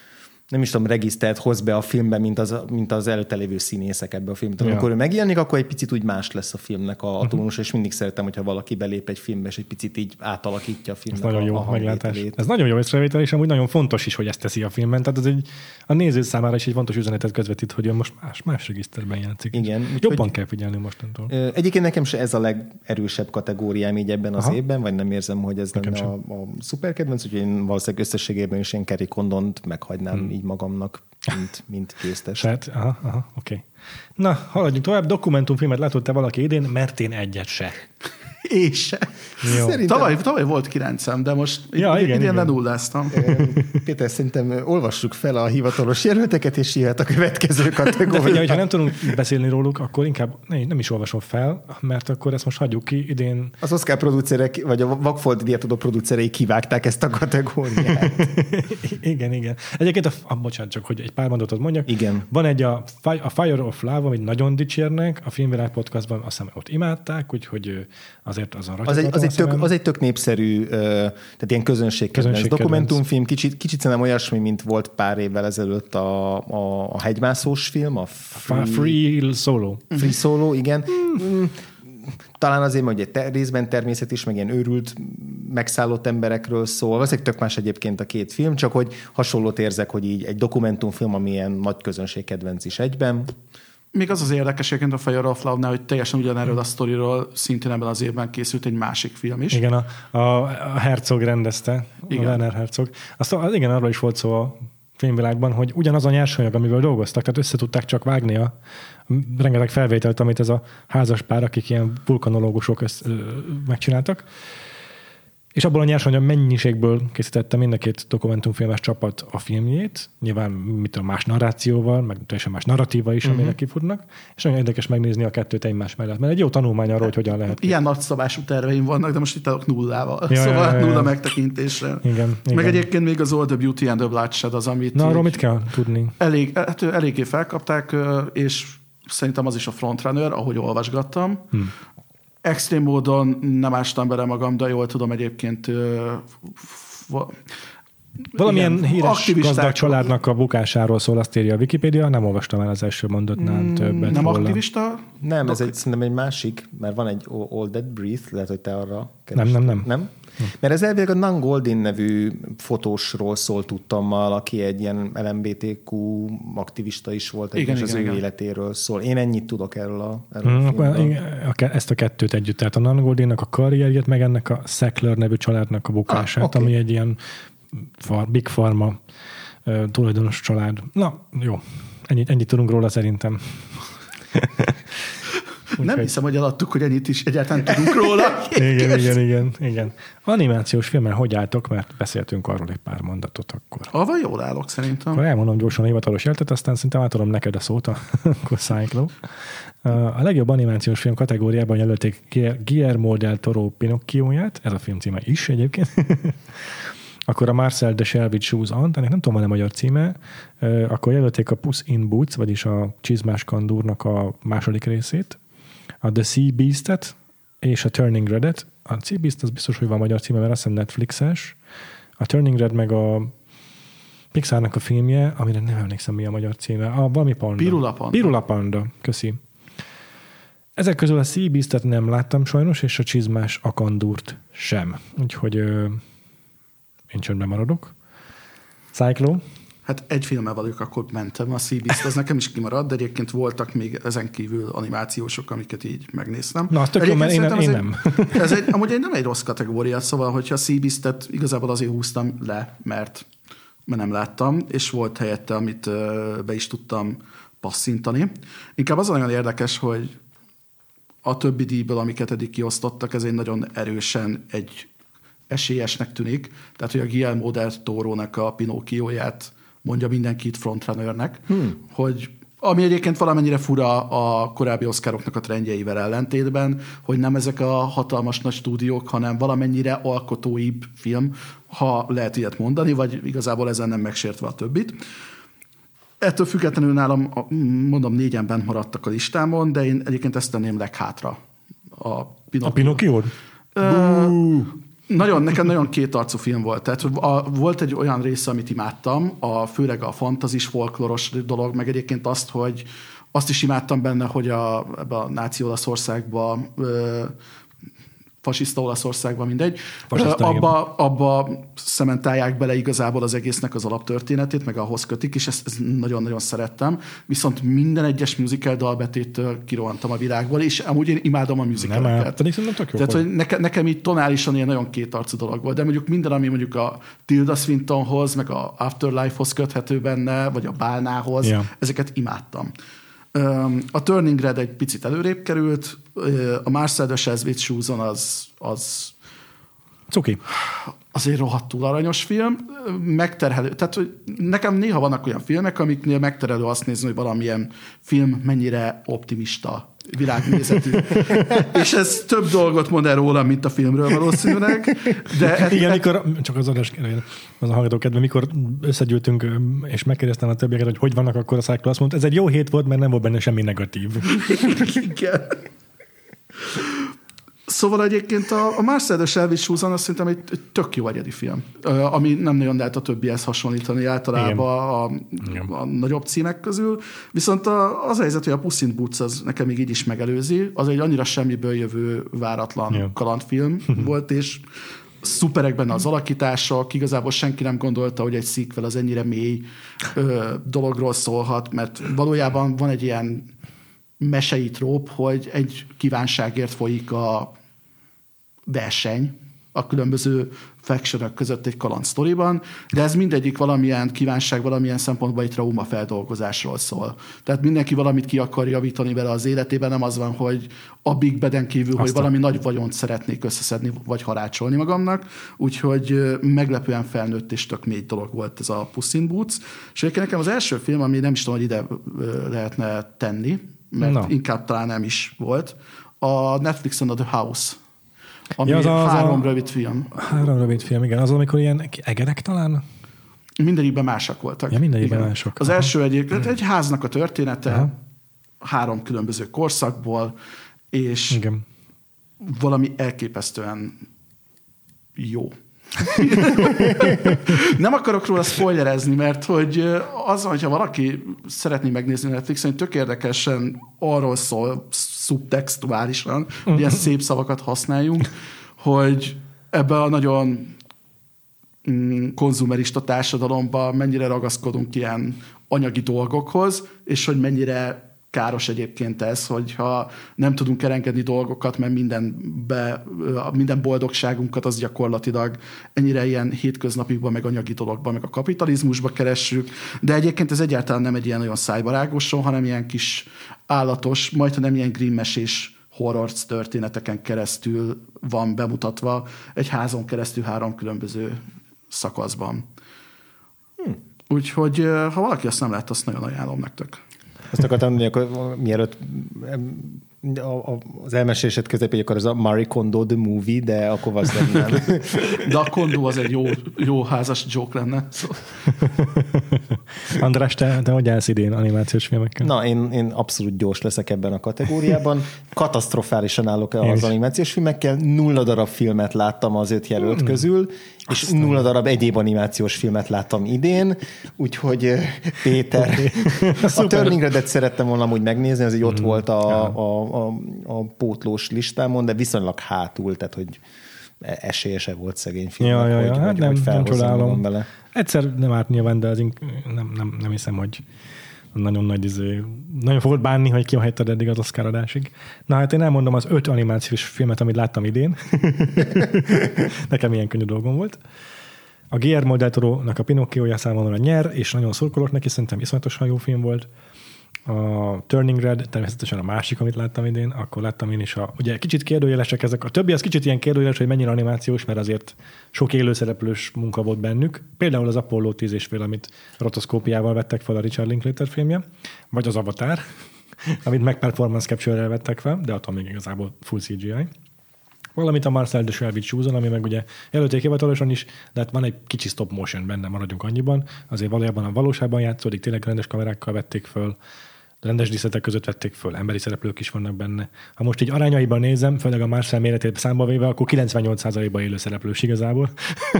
nem is tudom, regisztert hoz be a filmbe, mint az előtte lévő színészek ebbe a filmbe. Amikor ő megjelenik, akkor egy picit úgy más lesz a filmnek a tónus, és mindig szeretem, hogyha valaki belép egy filmbe, és egy picit így átalakítja a filmnek nagyon jó meglátás. Ez nagyon jó észrevétel, és amúgy nagyon fontos is, hogy ezt teszi a filmben. Tehát ez a néző számára is egy fontos üzenetet közvetít, hogy ő most más regiszterben játszik. Igen. Jobban kell figyelni mostantól. Egyébként nekem se ez a legerősebb kategóriám így ebben az évben, vagy nem érzem, hogy ez lenne a szuper kedvenc, úgyhogy én valószínűleg összességében is én Kerry Condont meghagynám így magamnak, mint győztes. Tehát, oké. Na, haladjunk tovább. Dokumentumfilmet látott te valaki idén, mert én egyet se. És se. Tavaly volt 9-em, de most idén lenulláztam. Péter, szerintem olvassuk fel a hivatalos jelölteket, és jöhet a következő kategória. De figyelj, ha nem tudunk beszélni róluk, akkor inkább nem is olvasom fel, mert akkor ezt most hagyjuk ki idén. Az Oscar producerek, vagy a Vagfolt díjátadó producerei kivágták ezt a kategóriát. Igen. Egyébként, bocsánat, csak hogy egy pár mondatot mondjak. Igen. Van egy a Fire of Love, amit nagyon dicsérnek, a Filmvilág podcastban azt hiszem ott imádták, úgyhogy azért azon az egy tök népszerű, tehát ilyen közönségkedvenc dokumentumfilm, kicsit szerintem olyasmi, mint volt pár évvel ezelőtt a hegymászós film, a Free Solo. Free Solo, igen. Talán azért, hogy egy részben természet is, meg ilyen őrült, megszállott emberekről szól. Ezek tök más egyébként a két film, csak hogy hasonlót érzek, hogy így egy dokumentumfilm, ami ilyen nagy közönségkedvenc is egyben. Még az érdekes egyébként a Fire of Love-nál, hogy teljesen ugyanerről a sztoriról szintén ebben az évben készült egy másik film is. Igen, a Herzog rendezte, igen. A Werner Herzog. Igen, arról is volt szó a filmvilágban, hogy ugyanaz a nyersanyag, amivel dolgoztak, tehát össze tudták csak vágni a rengeteg felvételt, amit ez a házas pár, akik ilyen vulkanológusok megcsináltak. És abból a nyersanyag mennyiségből készítette mind a két dokumentumfilmes csapat a filmjét, nyilván más narrációval, meg teljesen más narratíva is, amire kifutnak, és nagyon érdekes megnézni a kettőt egymás mellett, mert egy jó tanulmány arról, hogy hogyan lehet. Ilyen nagyszabású terveim vannak, de most itt adok nullával. Szóval nulla megtekintésre. Igen. Meg egyébként még az All the Beauty and the Bloodshed az, amit... Na, arról mit kell tudni? Eléggé felkapták, és szerintem az is a frontrunner, ahogy olvasgattam. Extrém módon nem ástam bele magam, de jól tudom egyébként valamilyen híres gazdag családnak a bukásáról szól, azt írja a Wikipédia, nem olvastam el az első mondatnál többet. Nem róla. Aktivista? Nem, ez szerintem egy másik, mert van egy All That Breathe, lehet, hogy te arra kerestél. Nem? Mert ez elvileg a Nan Goldin nevű fotósról szól tudtammal, aki egy ilyen LMBTQ aktivista is volt, és az ő életéről szól. Én ennyit tudok erről a filmről. Ezt a kettőt együtt, tehát a Nan Goldinnak a karrierjét, meg ennek a Sackler nevű családnak a bukását, ami egy ilyen Big Pharma tulajdonos család. Na, jó. Ennyit tudunk róla szerintem. Nem hiszem, hogy eladtuk, hogy ennyit is egyáltalán tudunk róla. Igen. Animációs filmen hogy álltok, mert beszéltünk arról egy pár mondatot akkor. Vagy jól állok szerintem. Akkor elmondom gyorsan a hivatalos jeltet, aztán szerintem átadom neked a szót, akkor Cyclo. A legjobb animációs film kategóriában jelölték Guillermo del Toro Pinocchióját, ez a film címe is egyébként. Akkor a Marcel de Shelby Choose On, ennek nem tudom, van-e magyar címe, akkor jelölték a Puss in Boots, vagyis a Csizmás Kandúrnak a második részét, a The Sea Beast-et és a Turning Red-et. A Sea Beast az biztos, hogy van magyar címe, mert azt hiszem Netflixes. A Turning Red meg a Pixarnak a filmje, amire nem emlékszem, mi a magyar címe. A valami panda. Pirula Panda, köszi. Ezek közül a Sea Beast-et nem láttam sajnos, és a Csizmás Kandúrt sem. Úgyhogy én csöndben maradok. Cyclo? Hát egy filmmel vagyok, akkor mentem. A Sea Beast, az nekem is kimaradt, de egyébként voltak még ezen kívül animációsok, amiket így megnéztem. Na, az tök jó, mert én nem. Amúgy nem egy rossz kategória, szóval, hogyha a Sea Beast-et igazából azért húztam le, mert nem láttam, és volt helyette, amit be is tudtam passzintani. Inkább az nagyon érdekes, hogy a többi díjból, amiket eddig kiosztottak, ez egy nagyon erősen egy esélyesnek tűnik. Tehát, hogy a Guillermo del Torónak a Pinocchióját mondja mindenki itt frontrunnernek, hogy ami egyébként valamennyire fura a korábbi Oscaroknak a trendjeivel ellentétben, hogy nem ezek a hatalmas nagy stúdiók, hanem valamennyire alkotóibb film, ha lehet ilyet mondani, vagy igazából ezen nem megsértve a többit. Ettől függetlenül nálam, mondom, 4-en bent maradtak a listámon, de én egyébként ezt tenném leghátra. A Pinocchio? Nekem nagyon kétarcú film volt. Tehát volt egy olyan része, amit imádtam, főleg a fantazis, folkloros dolog, meg egyébként azt is imádtam benne, hogy ebbe a náci Olaszországba, fasiszta Olaszországban, mindegy. Abba szementálják bele igazából az egésznek az alaptörténetét, meg ahhoz kötik, és ezt nagyon-nagyon szerettem. Viszont minden egyes musical dalbetéttől kirohantam a világból, és amúgy én imádom a musicaleket. Tehát, hogy nekem így tonálisan ilyen nagyon kétarcú dolog volt, de mondjuk minden, ami mondjuk a Tilda Swintonhoz, meg a Afterlife-hoz köthető benne, vagy a Bálnához, ezeket imádtam. A Turning Red egy picit előrébb került, a Marcel de Chazwitz Shoes-on az Cuki. Az egy rohadtul aranyos film, megterhelő. Tehát, hogy nekem néha vannak olyan filmek, amiknél megterhelő azt nézni, hogy valamilyen film mennyire optimista világnézetű. És ez több dolgot mond el róla, mint a filmről valószínűleg. De igen, mikor, csak az adás az a hallgató kedve, mikor összegyűltünk, és megkérdeztem a többieket, hogy vannak, akkor a Cycle azt mondta, ez egy jó hét volt, mert nem volt benne semmi negatív. Igen. Szóval egyébként a Marcel de Chazwitz Shoes-on azt szerintem egy tök jó egyedi film, ami nem nagyon lehet a többihez hasonlítani általában a nagyobb címek közül. Viszont az a helyzet, hogy a Puss in Boots az nekem még így is megelőzi, az egy annyira semmiből jövő váratlan kalandfilm volt, és szuperek benne az alakítások, igazából senki nem gondolta, hogy egy sequel az ennyire mély dologról szólhat, mert valójában van egy ilyen mesei tróp, hogy egy kívánságért folyik a verseny a különböző factionok között egy kalandsztoriban, de ez mindegyik valamilyen kívánság, valamilyen szempontból egy traumafeldolgozásról szól. Tehát mindenki valamit ki akar javítani vele az életében, nem az van, hogy a Big Beden kívül, hogy valami nagy vagyont szeretnék összeszedni, vagy harácsolni magamnak, úgyhogy meglepően felnőtt és tök mély dolog volt ez a Puss in Boots. És egyébként nekem az első film, ami nem is tudom, hogy ide lehetne tenni, mert inkább talán nem is volt, a Netflixon a The House, ami három rövid film. 3 rövid film, igen. Az, amikor ilyen egerek talán? Mindegyikben másak voltak. Ja, mindegyikben mások. Az első egy háznak a története, 3 különböző korszakból, és valami elképesztően jó. Nem akarok róla spoilerezni, mert hogy az, hogyha valaki szeretné megnézni Netflixen, tök érdekesen arról szól szubtextuálisan, hogy ilyen szép szavakat használjunk, hogy ebbe a nagyon konzumerista társadalomban mennyire ragaszkodunk ilyen anyagi dolgokhoz, és hogy mennyire káros egyébként ez, hogyha nem tudunk elengedni dolgokat, mert minden boldogságunkat az gyakorlatilag ennyire ilyen hétköznapikban, meg anyagi dologban, meg a kapitalizmusba keressük, de egyébként ez egyáltalán nem egy ilyen olyan szájbarágoson, hanem ilyen kis állatos, majdnem ilyen grimmesés horror történeteken keresztül van bemutatva egy házon keresztül 3 különböző szakaszban. Úgyhogy ha valaki azt nem látta, azt nagyon ajánlom nektek. Azt akartam mondani, akkor mielőtt az elmesélésed közepén, akkor ez a Marie Kondo the Movie, de akkor valószínűleg nem. De a Kondo az egy jó házas joke lenne. Szóval. András, te hogy állsz idén animációs filmekkel? Na, én abszolút gyors leszek ebben a kategóriában. Katasztrofálisan állok az animációs filmekkel. 0 darab filmet láttam az 5 jelölt közül, és 0 darab egyéb animációs filmet láttam idén, úgyhogy Péter, a Turning Red-et szerettem volna amúgy megnézni, az így ott volt a pótlós listámon, de viszonylag hátul, tehát hogy esélye se volt szegény filmnek, hogy nem csodálom. Bele. Egyszer nem árt nyilván, de az nem hiszem, hogy nagyon nagy nagyon fogod bánni, hogy kihagytad eddig az Oscar adásig. Na hát én elmondom az 5 animációs filmet, amit láttam idén. Nekem ilyen könnyű dolgom volt. A Guillermo del Toro-nak a Pinocchio-ja számomra nyer, és nagyon szurkolok neki, szerintem iszonyatosan jó film volt. A Turning Red, természetesen a másik, amit láttam idén, akkor láttam én is ugye kicsit kérdőjelesek ezek. A többi az kicsit ilyen kérdőjeles, hogy mennyire animációs, mert azért sok élőszereplős munka volt bennük. Például az Apollo 10,5, amit rotoszkópiával vettek fel a Richard Linklater filmje, vagy az Avatar, amit meg performance capture-rel vettek fel, de attól még igazából full CGI. Valamint a Marcel de Chazwitz Shoes-on, ami meg ugye jelölték hivatalosan is, de hát van egy kicsi stop motion benne, maradjunk annyiban. Azért valójában a valóságban játszódik, tényleg rendes kamerákkal vették föl. rendes díszletek között vették föl, emberi szereplők is vannak benne. Ha most így arányaiban nézem, főleg a Marcel méretét számba véve, akkor 98%-ban élő szereplős igazából.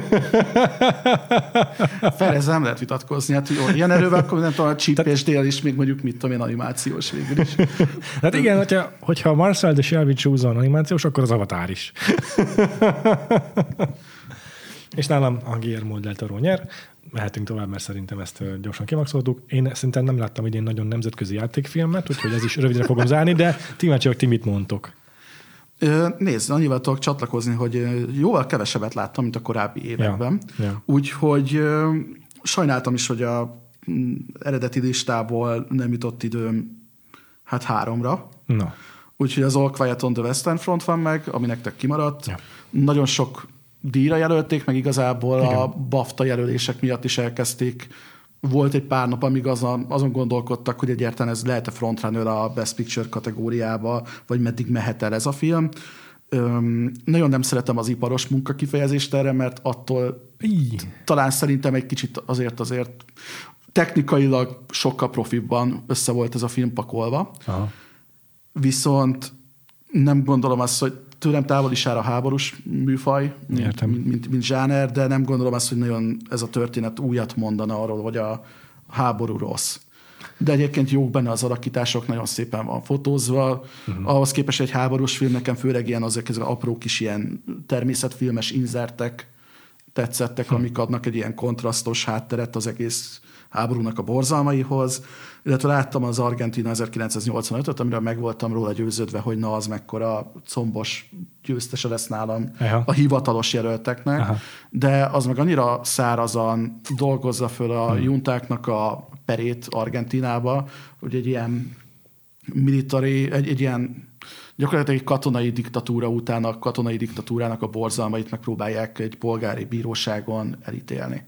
Fel ezzel nem lehet vitatkozni. Hát jó, ilyen erővel akkor nem tudom, a Chip és Dale is még mondjuk mit tudom én animációs végül is. Hát igen, hogyha Marcel de Shelby Chouzon animációs, akkor az Avatar is. És nálam a Guillermo del Toro nyer. Mehetünk tovább, mert szerintem ezt gyorsan kimaxoltuk. Én szerintem nem láttam idén nagyon nemzetközi játékfilmet, úgyhogy ez is rövidre fogom zárni, de ti mit mondtok? Nézd, annyival tudok csatlakozni, hogy jóval kevesebbet láttam, mint a korábbi években. Ja. Úgyhogy sajnáltam is, hogy a eredeti listából nem jutott időm 3-ra. Na. Úgyhogy az All Quiet on the Western Front van meg, ami nektek kimaradt. Ja. Nagyon sok díjra jelölték, meg igazából igen. A BAFTA jelölések miatt is elkezdték. Volt egy pár nap, amíg azon gondolkodtak, hogy egyáltalán ez lehet-e frontrunner a Best Picture kategóriába, vagy meddig mehet el ez a film. Nagyon nem szeretem az iparos munka kifejezést erre, mert attól talán szerintem egy kicsit azért technikailag sokkal profibban össze volt ez a film pakolva. Aha. Viszont nem gondolom azt, hogy tőlem távol is áll a háborús műfaj, mint zsáner, de nem gondolom azt, hogy nagyon ez a történet újat mondana arról, hogy a háború rossz. De egyébként jók benne az alakítások, nagyon szépen van fotózva. Ahhoz képest egy háborús film, nekem főleg ilyen azok az apró kis ilyen természetfilmes inzertek tetszettek, amik adnak egy ilyen kontrasztos hátteret az egész háborúnak a borzalmaihoz, illetve láttam az Argentina 1985-öt, amiről meg voltam róla győződve, hogy na az mekkora combos győztese lesz nálam a hivatalos jelölteknek, de az meg annyira szárazan dolgozza föl a juntáknak a perét Argentinába, hogy egy ilyen military, egy ilyen gyakorlatilag egy katonai diktatúra után a katonai diktatúrának a borzalmait megpróbálják egy polgári bíróságon elítélni.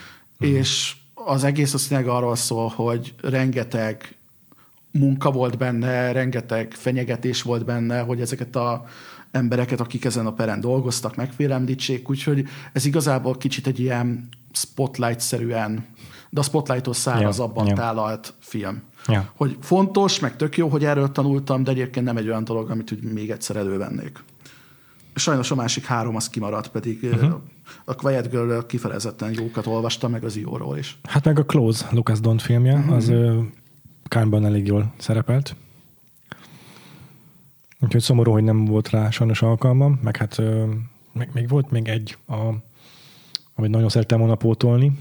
És az egész az tényleg arról szól, hogy rengeteg munka volt benne, rengeteg fenyegetés volt benne, hogy ezeket az embereket, akik ezen a peren dolgoztak, megfélemlítsék, úgyhogy ez igazából kicsit egy ilyen Spotlight-szerűen, de a Spotlight-hoz szárazabban tálalt film. Ja. Hogy fontos, meg tök jó, hogy erről tanultam, de egyébként nem egy olyan dolog, amit úgy még egyszer elővennék. Sajnos a másik 3 az kimaradt, pedig a Quiet Girl kifejezetten jókat olvastam, meg az Ióról is. Hát meg a Close, Lucas Dont filmje, az Cannes-ban elég jól szerepelt. Úgyhogy szomorú, hogy nem volt rá sajnos alkalmam, meg hát még volt még egy, amit nagyon szerettem volna pótolni.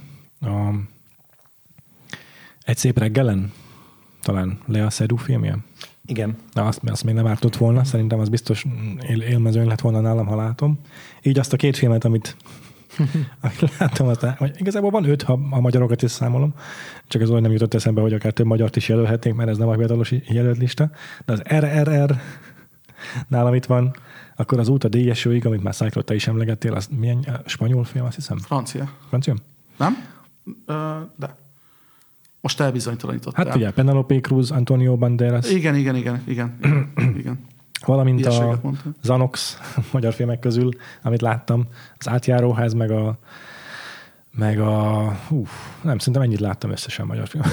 Egy szép reggelen, talán Lea Seydoux filmje. Igen. Na, azt még nem ártott volna, szerintem az biztos élmezőn lett volna nálam, ha látom. Így azt a 2 filmet, amit láttam, igazából van 5, ha a magyarokat is számolom, csak az olyan nem jutott eszembe, hogy akár több magyart is jelölhetnénk, mert ez nem a hivatalos jelölt lista, de az RRR nálam itt van, akkor az Út a díjesőig, amit már Cyclot, te is emlegettél, az milyen spanyol film, azt hiszem? Francia. Francia? Nem? De. Most elbizonytalanítottál. Hát ugye, Penelope Cruz, Antonio Banderas. Igen. Valamint a Zanox magyar filmek közül, amit láttam, az Átjáróház, meg a nem, szerintem ennyit láttam összesen magyar film.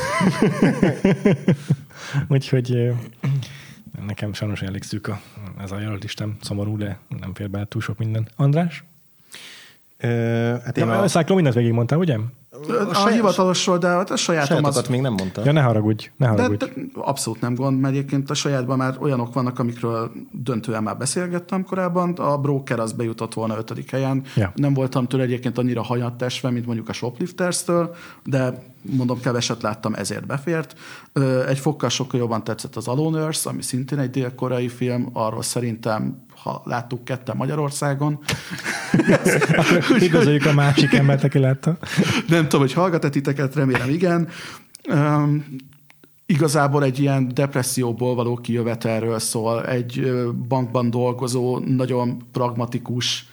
Úgyhogy nekem sajnos elég szűk ez a jelöltistám, szomorú, de nem fér be túl sok minden. András? Hát én Cyclo mindent végigmondtál, ugye? A hivatalosról, de a sajátom az... még nem mondta. Ja, ne haragudj. De abszolút nem gond, mert egyébként a sajátban már olyanok vannak, amikről döntően már beszélgettem korábban. A Broker az bejutott volna 5. helyen. Ja. Nem voltam tőle egyébként annyira hanyattesve, mint mondjuk a Shoplifters-től, de mondom, keveset láttam, ezért befért. Egy fokkal sokkal jobban tetszett az Alone Earth, ami szintén egy dél-koreai film, arról szerintem ha láttuk ketten Magyarországon. Akkor igazoljuk a másik embert, aki látta. Nem tudom, hogy hallgat-e titeket, remélem igen. Igazából egy ilyen depresszióból való kijövetelről szól. Egy bankban dolgozó, nagyon pragmatikus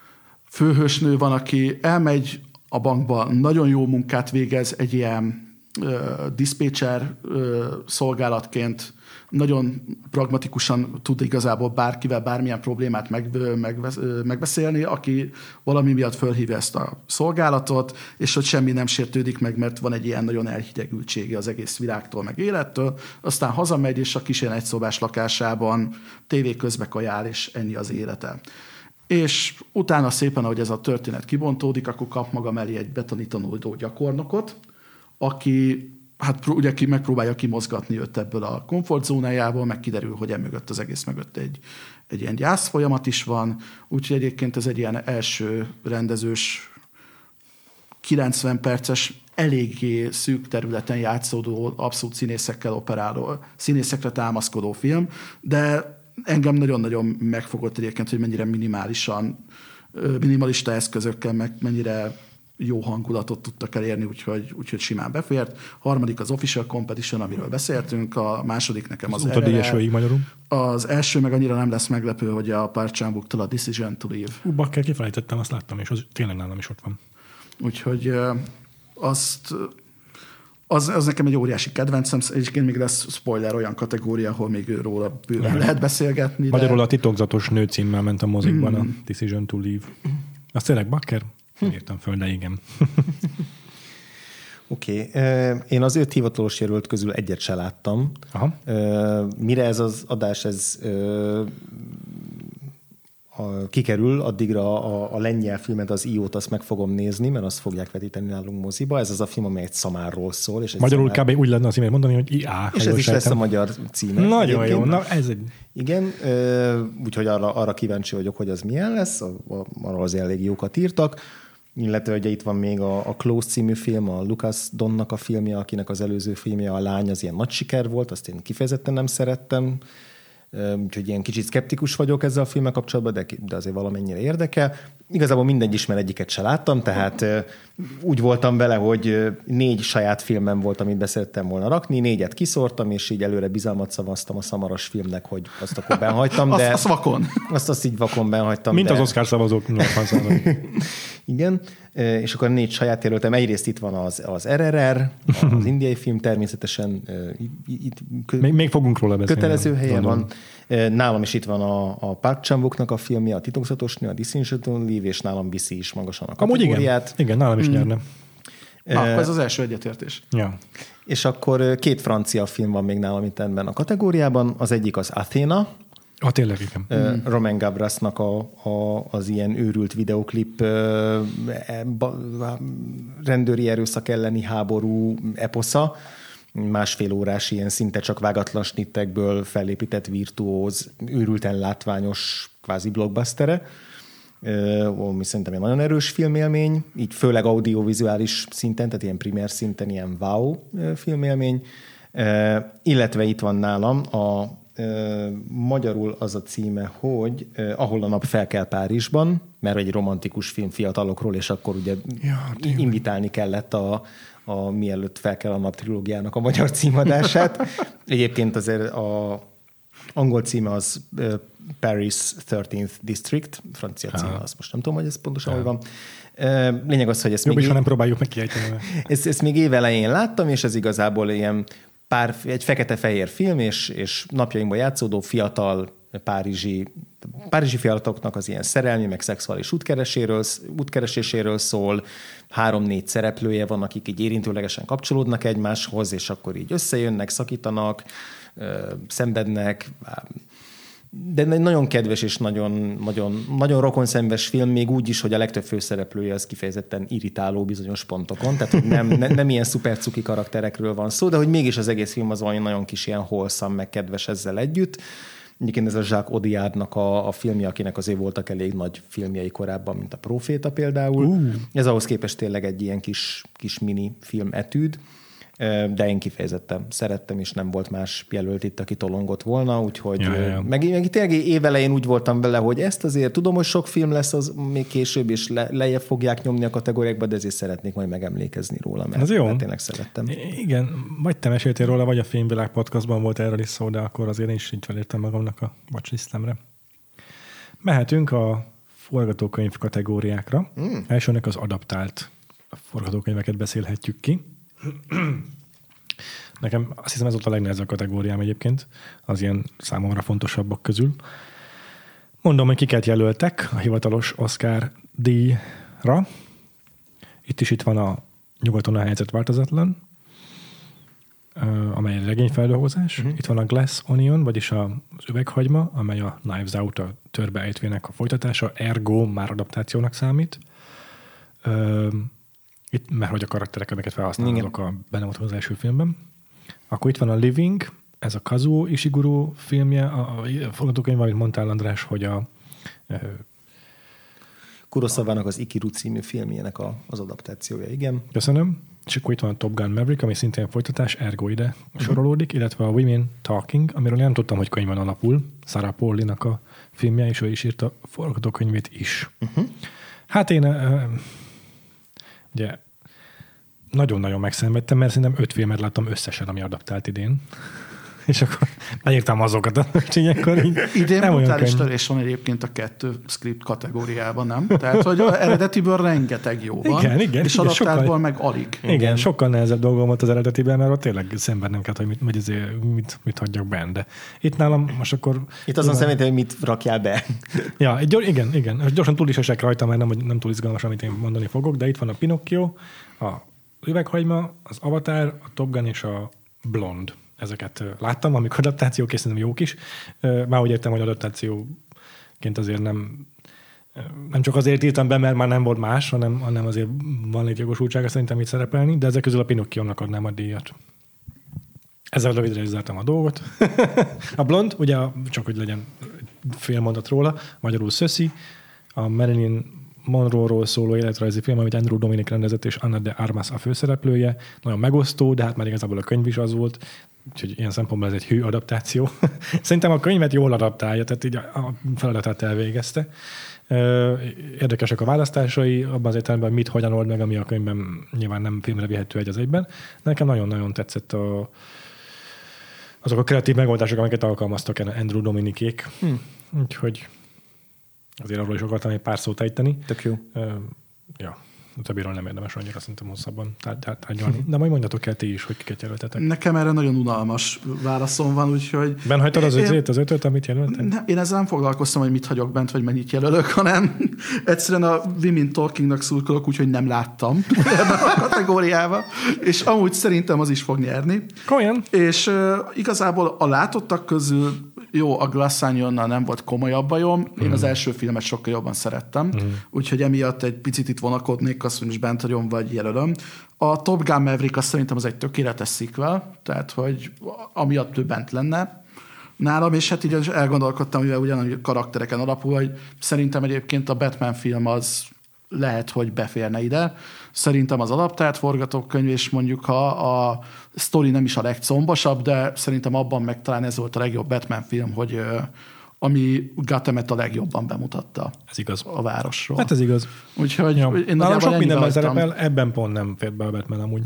főhősnő van, aki elmegy a bankba, nagyon jó munkát végez egy ilyen diszpécser szolgálatként nagyon pragmatikusan tud igazából bárkivel bármilyen problémát megbeszélni, aki valami miatt fölhívja ezt a szolgálatot, és hogy semmi nem sértődik meg, mert van egy ilyen nagyon elhidegültsége az egész világtól, meg élettől. Aztán hazamegy, és a kis ilyen egyszobás lakásában tévé közbe kajál, és ennyi az élete. És utána szépen, ahogy ez a történet kibontódik, akkor kap maga mellé egy betoni tanuló gyakornokot, aki hát ugye megpróbálja kimozgatni őt ebből a komfortzónájából, meg kiderül, hogy emögött az egész mögött egy ilyen gyász folyamat is van, úgyhogy egyébként ez egy ilyen első rendezős, 90 perces, eléggé szűk területen játszódó, abszolút színészekkel operáló, színészekre támaszkodó film, de engem nagyon-nagyon megfogott egyébként, hogy mennyire minimalista eszközökkel, meg mennyire jó hangulatot tudtak elérni, úgyhogy simán befért. A harmadik az Official Competition, amiről beszéltünk, a második nekem az RRR. Magyarul. Az első meg annyira nem lesz meglepő, hogy a Park Chan-wook-tól a Decision to Leave. Bakker, kifelejtettem, azt láttam, és az tényleg nálam is ott van. Úgyhogy az nekem egy óriási kedvencem, és még lesz spoiler olyan kategória, ahol még róla bőven lehet beszélgetni. Magyarul a titokzatos nő címmel ment a mozikban a Decision to Leave. Azt tényleg Bakker? Írtam föl, de igen. Oké. Én az 5 hivatalos jelölt közül egyet se láttam. Aha. Mire ez az adás kikerül, addigra a lengyel filmet, az IO-t, azt meg fogom nézni, mert azt fogják vetíteni nálunk moziba. Ez az a film, amely egy szamárról szól. És magyarul kb. Úgy lenne az mondani, hogy IA. És ez is lesz a magyar címe. Nagyon egyébként. Jó. Na, ez egy... Igen, úgyhogy arra kíváncsi vagyok, hogy az milyen lesz. Arra az elég jókat írtak. Illetve ugye itt van még a Close című film, a Lucas Donnak a filmje, akinek az előző filmje, a Lány, az ilyen nagy siker volt, azt én kifejezetten nem szerettem. Úgyhogy ilyen kicsit szkeptikus vagyok ezzel a filmmel kapcsolatban, de azért valamennyire érdekel. Igazából mindegy is, mert egyiket se láttam, tehát úgy voltam vele, hogy 4 saját filmem volt, amit beszerettem volna rakni, 4-et kiszórtam, és így előre bizalmat szavaztam a szamaras filmnek, hogy azt akkor benhagytam. De azt vakon. Azt így vakon benhagytam. Mint az Oscar szavazók. Igen, és akkor 4 saját jelöltem. Egyrészt itt van az RRR, az indiai film természetesen. Még fogunk róla beszélni. Kötelező helyen van. Nálam is itt van a Park Chan-wooknak a filmje, a titokzatos nő, a Decision to Leave, és nálam viszi is magasan a kategóriát. Igen, nálam is nyerne. Akkor ez az első egyetértés. Ja. És akkor 2 francia film van még nálam itt ebben a kategóriában. Az egyik az Athena. Tényleg, igen. Romain Gabrasnak az ilyen őrült videoklip rendőri erőszak elleni háború eposza. 1,5 órás ilyen szinte csak vágatlan snittekből fellépített virtuóz, őrülten látványos kvázi blockbustere, ami szerintem egy nagyon erős filmélmény, így főleg audiovizuális szinten, tehát ilyen primér szinten ilyen wow filmélmény, illetve itt van nálam magyarul az a címe, hogy Ahol a nap felkel Párizsban, mert egy romantikus film fiatalokról, és akkor ugye invitálni kellett a Mielőtt felkel a nap trilógiának a magyar címadását. Egyébként azért a angol címe az Paris 13th District, francia címe, azt most nem tudom, hogy ez pontosan hogy van. Lényeg az, hogy ezt jobb is, ha nem próbáljuk meg kiejteni. Ezt még évelején láttam, és ez igazából ilyen egy fekete-fehér film, és napjainkban játszódó fiatal párizsi fiataloknak az ilyen szerelmi, meg szexuális útkereséséről szól. 3-4 szereplője van, akik így érintőlegesen kapcsolódnak egymáshoz, és akkor így összejönnek, szakítanak, szenvednek. De nagyon kedves és nagyon rokonszenves film, még úgy is, hogy a legtöbb főszereplője az kifejezetten irritáló bizonyos pontokon, tehát hogy nem ilyen szuper cuki karakterekről van szó, de hogy mégis az egész film az valami nagyon kis ilyen wholesome, meg kedves ezzel együtt. Egyébként ez a Jacques Audiardnak a filmje, akinek azért voltak elég nagy filmjei korábban, mint a Proféta például. Ez ahhoz képest tényleg egy ilyen kis mini film etűd, de én kifejezetten szerettem, és nem volt más jelölt itt, aki tolongott volna, úgyhogy meg tényleg évelején úgy voltam vele, hogy ezt azért tudom, hogy sok film lesz az még később, és lejjebb fogják nyomni a kategóriákba, de ezért szeretnék majd megemlékezni róla, mert tényleg szerettem. Igen, vagy te meséltél róla, vagy a Filmvilág podcastban volt erről is szó, de akkor azért én is így felírtam magamnak a watchlistemre. Mehetünk a forgatókönyv kategóriákra. Elsőnek az adaptált forgatókönyveket beszélhetjük ki. Nekem azt hiszem ez volt a legnehezebb kategóriám egyébként, az ilyen számomra fontosabbak közül. Mondom, hogy kiket jelöltek a hivatalos Oscar díjra. Itt van a Nyugaton a helyzet változatlan, amely egy regényfeldolgozás. Itt van a Glass Onion, vagyis az üveghagyma, amely a Knives Out, a Törbeejtvének a folytatása, ergo már adaptációnak számít. Itt, mert hogy a karakterek, amiket felhasználnak a benne volt az első filmben. Akkor itt van a Living, ez a Kazuo Ishiguro filmje, a forgatókönyv, amit mondtál, András, hogy a Kurosavának az Ikiru című filmjének az adaptációja, igen. Köszönöm. És akkor itt van a Top Gun Maverick, ami szintén folytatás, ergo ide sorolódik, illetve a Women Talking, amiről nem tudtam, hogy könyvben alapul. Sarah Pauli-nak a filmje, és ő is írta a forgatókönyvét is. Hát én ugye nagyon-nagyon megszenvedtem, mert szerintem 5 filmet láttam összesen, ami adaptált idén. És akkor beírtam azokat a ilyenkor így. Idén brutális törés van egyébként a 2 script kategóriában, nem? Tehát, hogy eredetiből rengeteg jó van, igen, és adaptáltból meg alig. Igen, sokkal nehezebb dolgom volt az eredetiben, mert ott tényleg szenvednem kellett, hogy mit hagyjak benne. De itt nálam most akkor... Itt azon szerintem, hogy mit rakjál be. Ja, igen. Gyorsan túl is esek rajta, mert nem túl izgalmas, amit én mondani fogok, de itt van a Pinocchio, a Üveghagyma, az Avatar, a Top Gun és a Blond. Ezeket láttam, amikor adaptációk, és szerintem jók is. Már úgy értem, hogy adaptációként azért nem csak azért írtam be, mert már nem volt más, hanem azért van egy jogosultsága szerintem itt szerepelni, de ezek közül a Pinocchio-nak adnám a díjat. Ezzel rövidre is zártam a dolgot. A Blond, ugye csak hogy legyen fél mondat róla, magyarul Szöszi, a Marilyn Monroe-ról szóló életrajzi film, amit Andrew Dominik rendezett, és Anna de Armas a főszereplője. Nagyon megosztó, de hát már igazából a könyv is az volt, úgyhogy ilyen szempontból ez egy hű adaptáció. Szerintem a könyvet jól adaptálja, tehát így a feladatát elvégezte. Érdekesek a választásai, abban az értelemben, hogy mit hogyan old meg, ami a könyvben nyilván nem filmre vihető egy az egyben. Nekem nagyon-nagyon tetszett azok a kreatív megoldások, amiket alkalmaztak Andrew Dominikék. Úgyhogy azért arról is akartam egy pár szót ejteni. Tök jó. Ja, a többiről nem érdemes annyira szerintem hosszabban tárgyalni. De majd mondjatok el ti is, hogy kiket jelöltetek. Nekem erre nagyon unalmas válaszom van, úgyhogy... Ben hagytad az ötöt, amit jelöltem? Én ezzel nem foglalkoztam, hogy mit hagyok bent, vagy mennyit jelölök, hanem egyszerűen a Women Talkingnak szurkolok, úgyhogy nem láttam ebben a kategóriában, és amúgy szerintem az is fog nyerni. Komolyan? És igazából a látottak közül jó, a Glass Onionnal nem volt komolyabb bajom. Én az első filmet sokkal jobban szerettem, úgyhogy emiatt egy picit itt vonakodnék, azt is bent hagyom, vagy jelölöm. A Top Gun Maverick azt szerintem az egy tökéletes sequel, tehát hogy amiatt ő bent lenne nálam, és hát így elgondolkodtam, mivel ugyanúgy karaktereken alapul, hogy szerintem egyébként a Batman film az lehet, hogy beférne ide. Szerintem az adaptált forgatókönyv, és mondjuk ha a sztori nem is a legcombosabb, de szerintem abban meg talán ez volt a legjobb Batman film, hogy ami Gothamet a legjobban bemutatta. Ez igaz. A városról. Hát ez igaz. Úgyhogy én nagyjából sok mindenben szerepel, ebben pont nem fért be a Batman amúgy.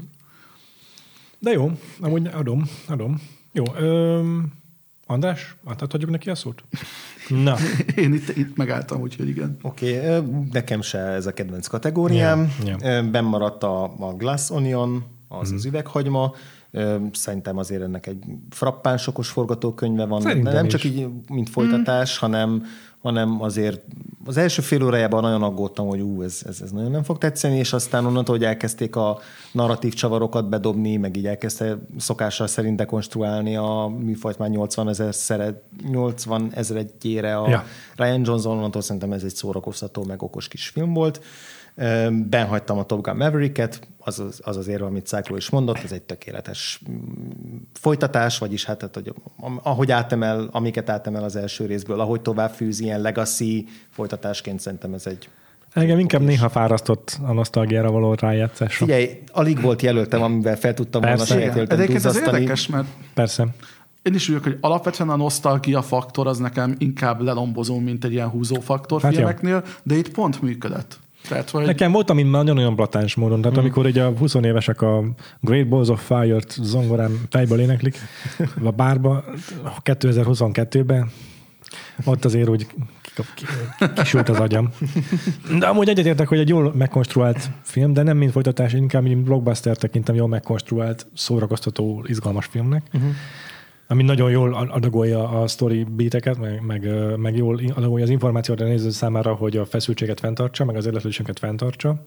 De jó, amúgy adom. Jó, András, átadhatjuk neki a szót? Na. Én itt megálltam, úgyhogy igen. Oké, nekem se ez a kedvenc kategóriám. Benn maradt a Glass Onion, az üveghagyma. Szerintem azért ennek egy frappáns okos forgatókönyve van. Szerintem nem is. csak így, mint folytatás, hanem azért az első fél órájában nagyon aggódtam, hogy ez nagyon nem fog tetszeni, és aztán onnantól, hogy elkezdték a narratív csavarokat bedobni, meg így elkezdte szokással szerint dekonstruálni a műfajt már 80 ezeregyére a Ryan Johnson, onnantól szerintem ez egy szórakoztató, meg okos kis film volt. Benhagytam a Top Gun Mavericket, az érve, amit Cyclo is mondott, ez egy tökéletes folytatás, vagyis hát hogy ahogy amiket átemel az első részből, ahogy tovább fűz ilyen legacy folytatásként, szerintem ez egy... Engem inkább néha fárasztott a nosztalgiára való rájátszásra. Figyelj, alig volt jelöltem, amivel fel tudtam volna saját jelöltem duzzasztani. Ez érdekes, mert... Persze. Én is úgy, hogy alapvetően a nosztalgia faktor az nekem inkább lelombozó, mint egy ilyen húzó faktor filmeknél, de itt pont működött. Tehát, hogy... Nekem volt, ami nagyon-nagyon blatáns módon. Tehát amikor ugye a 20 évesek a Great Balls of Fire-t zongorán fejből éneklik a bárba 2022-ben, Ott azért úgy kisült az agyam. De amúgy egyetértek, hogy egy jól megkonstruált film, de nem mint folytatás, inkább mint blockbuster tekintem jól megkonstruált, szórakoztató, izgalmas filmnek. Ami nagyon jól adagolja a story beateket, meg jól adagolja az információt a néző számára, hogy a feszültséget fenntartsa, meg az érdeklődésünket fenntartsa.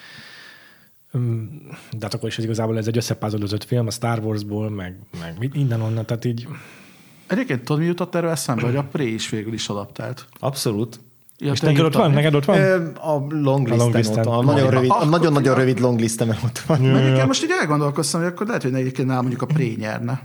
De hát akkor is igazából ez egy összepázolózott film, a Star Warsból, meg innen-onnan, tehát így... Egyébként tudod, mi jutott erről eszembe, hogy a Prey is végül is adaptált. Abszolút. Ja, és neked ott van? Neked ott van? A longlisten. A nagyon-nagyon rövid longlistem ott van. Meg most így elgondolkoztam, hogy akkor lehet, hogy egyébként nálam mondjuk a Prey nyerne.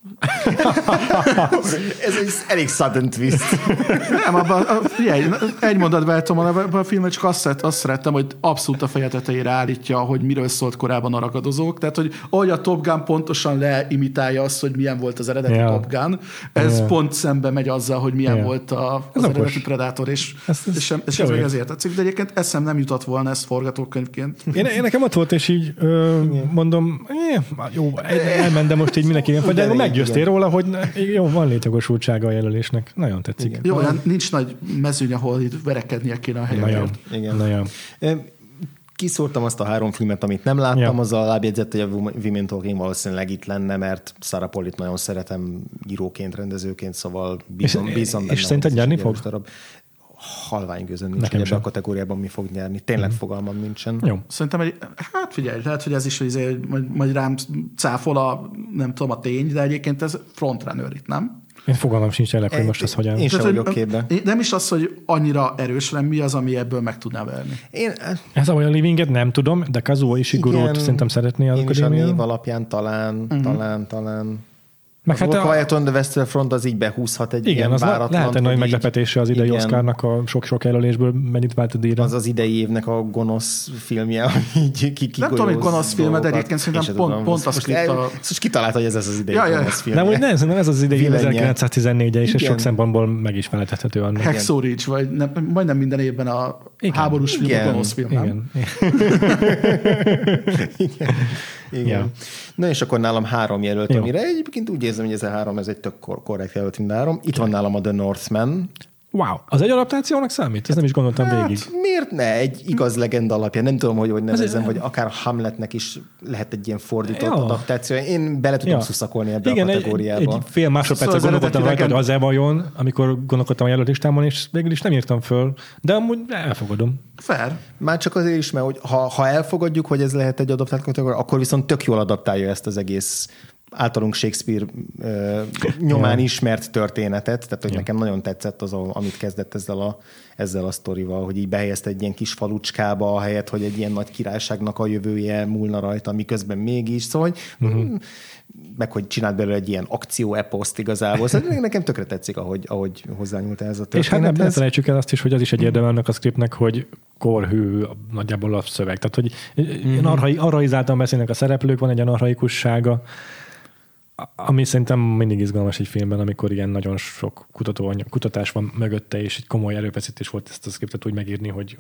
Ez egy elég sudden twist. Nem, egy mondatban eltom, a filmet csak azt szerettem, hogy abszolút a feje tetejére állítja, hogy miről szólt korábban a ragadozók. Tehát, hogy ahogy a Top Gun pontosan leimitálja azt, hogy milyen volt az eredeti Top Gun, ez pont szembe megy azzal, hogy milyen volt az eredeti Predator, és ez meg ezért tetszik. De egyébként eszem nem jutott volna ezt forgatókönyvként. Én nekem ott volt, és így mondom, jó, elment, de most így mindenki de meggyőztél róla, hogy jó, van létjogosultsága a jelölésnek. Nagyon tetszik. Igen. Jó, nincs nagy mezőny, ahol itt verekednie kéne a helyekért. Igen. Kiszórtam azt a 3 filmet, amit nem láttam, azzal lábjegyzett, hogy a Women Talking valószínűleg itt lenne, mert Sarah Paulit nagyon szeretem íróként, rendezőként, szóval bízom benne. És szerinted nyerni fog? Halvány közön nincs, hogy ebben a kategóriában mi fog nyerni. Tényleg fogalmam nincsen. Jó. Szerintem, hát figyelj, lehet, hogy ez is majd rám cáfol nem tudom, a tény, de egyébként ez frontrunner itt, nem? Én fogalmam sincs tényleg, hogy most ez hogyan. Én sem vagyok képben. Nem is az, hogy annyira erős, nem mi az, ami ebből meg tudná verni. Ez a Livinget nem tudom, de Kazuo Ishigurót szerintem szeretné az akadémia. Én is a név alapján talán. Meg hát a Quiet on the Western Front az így behúzhat egy ilyen váratlan. Lehet egy nagy meglepetése az idei Oscarnak a sok jelölésből mennyit vált a díjra. Az idei évnek a gonosz filmje, ami így nem tudom, hogy gonosz filme, de egyébként szerintem pont a script most kitalálta, hogy ez az idei gonosz film. Nem, szerintem ez az idei 1914-e, és sok szempontból meg is felejthethető annak. Hacksaw Ridge, vagy majdnem minden évben a háborús film, a gonosz film, nem? Igen. Na és akkor nálam 3 jelölt, amire egyébként úgy érzem, hogy ez a 3, ez egy tök korrekt jelölt mind 3. Itt van nálam a The Northman. Wow, az egy adaptációnak számít? Ezt nem is gondoltam végig. Miért ne? Egy igaz legenda alapján. Nem tudom, hogy nevezzem, vagy akár Hamletnek is lehet egy ilyen fordított adaptáció. Én bele tudom szuszakolni ebbe a kategóriába. Egy fél másodpercet gondolkodtam rajta, hogy az-e vajon, amikor gondolkodtam a jelölistámon, és végül is nem írtam föl, de amúgy elfogadom. Fair. Már csak azért is, mert hogy ha elfogadjuk, hogy ez lehet egy adaptált kategória, akkor viszont tök jól adaptálja ezt az egész általunk Shakespeare nyomán ismert történetet, tehát hogy nekem nagyon tetszett az, amit kezdett ezzel a sztorival, hogy így behelyezte egy ilyen kis falucskába, ahelyett, hogy egy ilyen nagy királyságnak a jövője múlna rajta, miközben mégis, szóval meg hogy csinált belőle egy ilyen akcióeposzt igazából. Szóval nekem tökre tetszik, ahogy hozzányúlt ez a történethez. És hát nem felejtsük el azt is, hogy az is egy érdeme annak a scriptnek, hogy korhű nagyjából a szöveg. Tehát, hogy arraizáltan beszélnek a szereplők, van egy ilyen arraikussága, ami szerintem mindig izgalmas egy filmben, amikor ilyen nagyon sok kutatás van mögötte, és egy komoly erőfeszítés volt ezt a scriptet úgy megírni, hogy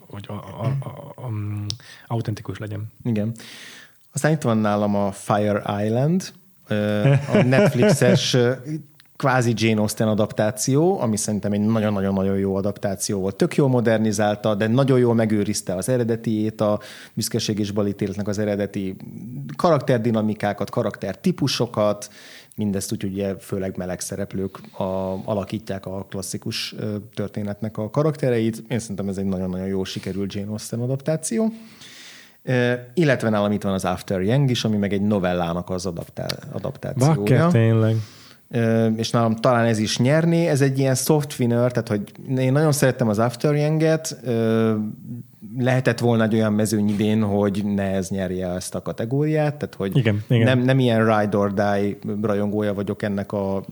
autentikus legyen. Igen. Aztán itt van nálam a Fire Island, a Netflixes kvázi Jane Austen adaptáció, ami szerintem egy nagyon-nagyon-nagyon jó adaptáció volt. Tök jól modernizálta, de nagyon jól megőrizte az eredetiét, a Büszkeség és Balítéletnek az eredeti karakterdinamikákat, karaktertípusokat, mindezt úgy, ugye főleg meleg szereplők alakítják a klasszikus történetnek a karaktereit. Én szerintem ez egy nagyon-nagyon jó sikerült Jane Austen adaptáció. Illetve nálam itt van az After Yang is, ami meg egy novellának az adaptációja. Bakker, tényleg. És nálam talán ez is nyerné. Ez egy ilyen soft thinner, tehát hogy én nagyon szerettem az After Yang-et, lehetett volna egy olyan mezőny idén, hogy ne ez nyerje ezt a kategóriát, tehát hogy igen. Nem ilyen ride or die rajongója vagyok ennek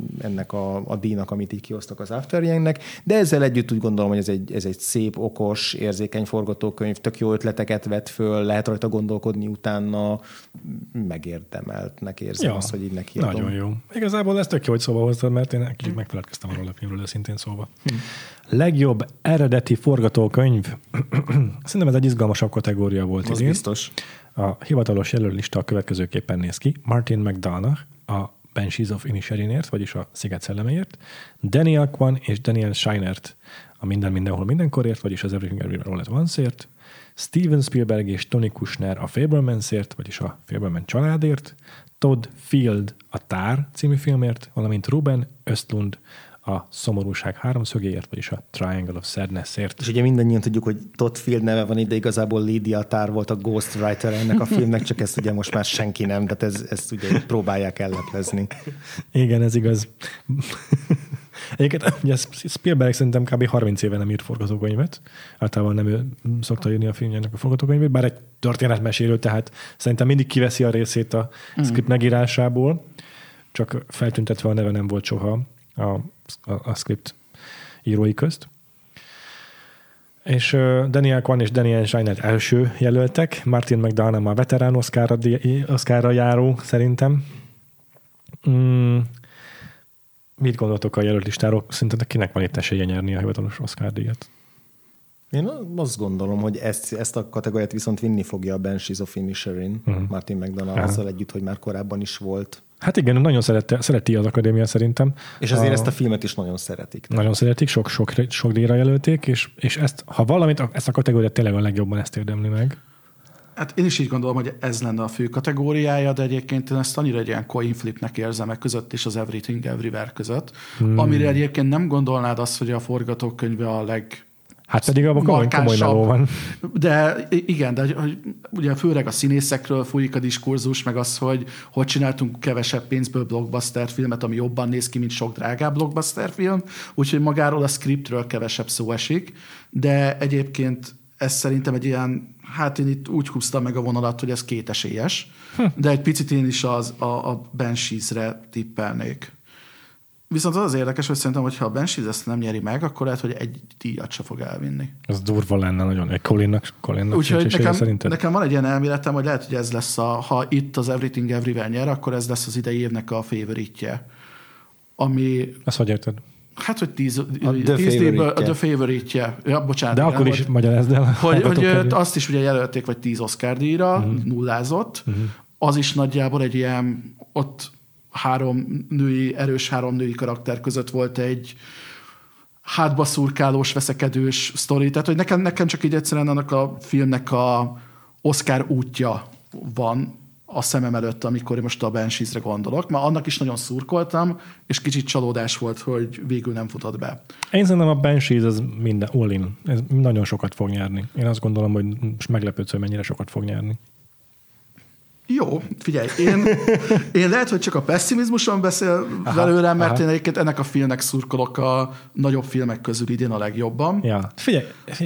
a díjnak, amit így kihoztak az After Yang-nek, de ezzel együtt úgy gondolom, hogy ez egy szép, okos, érzékeny forgatókönyv, tök jó ötleteket vett föl, lehet rajta gondolkodni utána, megérdemeltnek érzem azt, hogy így neki adom. Nagyon jó. Igazából ez tök jó, hogy szóba hoztad, mert én kicsit megfeledkeztem arról a filmről, de szintén szóba. Legjobb eredeti forgatókönyv. Szerintem ez egy izgalmasabb kategória volt idén. Biztos. A hivatalos jelöllista a következőképpen néz ki. Martin McDonagh a Banshees of Inisherinért, vagyis a Sziget szellemeért, Daniel Kwan és Daniel Scheinert a Minden mindenhol mindenkorért, vagyis az Everything Everywhere All at Once-ért, Steven Spielberg és Tony Kushner a Fabelmansért, vagyis a Fabelman családért, Todd Field a Tár című filmért, valamint Ruben Östlund a Szomorúság háromszögéért, vagyis a Triangle of Sadnessért. És ugye mindannyian tudjuk, hogy Todd Field neve van ide, igazából Lydia Tarr volt a ghostwriter ennek a filmnek, csak ezt ugye most már senki nem, tehát ezt ugye próbálják elleplezni. Igen, ez igaz. Egyébként ugye Spielberg szerintem kb. 30 éve nem írt forgatókönyvet. Általában nem ő szokta írni a filmjének a forgatókönyvét, bár egy történetmesélő, tehát szerintem mindig kiveszi a részét a script megírásából, csak feltüntetve a neve nem volt soha a script írói közt. És Daniel Kwan és Daniel Scheinert első jelöltek, Martin McDonagh már veterán Oscarra járó szerintem. Mit gondoltok a jelölt listáról? Szerintetek kinek van itt esélye nyerni a hivatalos Oscar-díjat? Én azt gondolom, hogy ezt a kategóriát viszont vinni fogja a Banshees of Inisherin, Martin McDonagh, azzal együtt, hogy már korábban is volt. Hát igen, nagyon szereti az akadémia szerintem. És azért ezt a filmet is nagyon szeretik. Nagyon szeretik, sok díjra jelölték, és ezt, ha valamit, ezt a kategóriát tényleg a legjobban ezt érdemli meg. Hát én is így gondolom, hogy ez lenne a fő kategóriája, de egyébként én ezt annyira egy ilyen coin flipnek érzem meg között és az Everything Everywhere között, amire egyébként nem gondolnád azt, hogy a forgatókönyve a Hát pedig abban komoly meló van. De igen, de ugye főleg a színészekről fújik a diskurzus, meg az, hogy csináltunk kevesebb pénzből blockbuster filmet, ami jobban néz ki, mint sok drágább blockbuster film, úgyhogy magáról a scriptről kevesebb szó esik, de egyébként ez szerintem egy ilyen, hát én itt úgy húztam meg a vonalat, hogy ez kétesélyes, de egy picit én is a Banshees-re tippelnék. Viszont az érdekes, hogy szerintem, hogyha a Banshees ezt nem nyeri meg, akkor lehet, hogy egy díjat se fog elvinni. Ez durva lenne nagyon. Egy Colinnak úgyhogy nekem van egy ilyen elméletem, hogy lehet, hogy ez lesz ha itt az Everything Everywhere nyer, akkor ez lesz az idei évnek a favoritje. Ami... Ezt hogy érted? Hát, hogy 10 díjből a The Favorite-je. Ja, bocsánat. De akkor is magyarázd el. Hogy azt is ugye jelölték, vagy 10 Oscar díjra, nullázott. Az is nagyjából egy ilyen, ott erős három női karakter között volt egy hátba szurkálós, veszekedős sztori. Tehát, hogy nekem csak így egyszerűen annak a filmnek a Oscar útja van a szemem előtt, amikor most a Banshees-re gondolok, mert annak is nagyon szurkoltam, és kicsit csalódás volt, hogy végül nem futott be. Én szerintem a Banshees az minden all-in. Ez nagyon sokat fog nyerni. Én azt gondolom, hogy most meglepődsz, hogy mennyire sokat fog nyerni. Jó, figyelj, én lehet, hogy csak a pessimizmuson beszél velőre, mert én egyébként ennek a filmnek szurkolok a nagyobb filmek közül idén a legjobban. Ja, figyelj.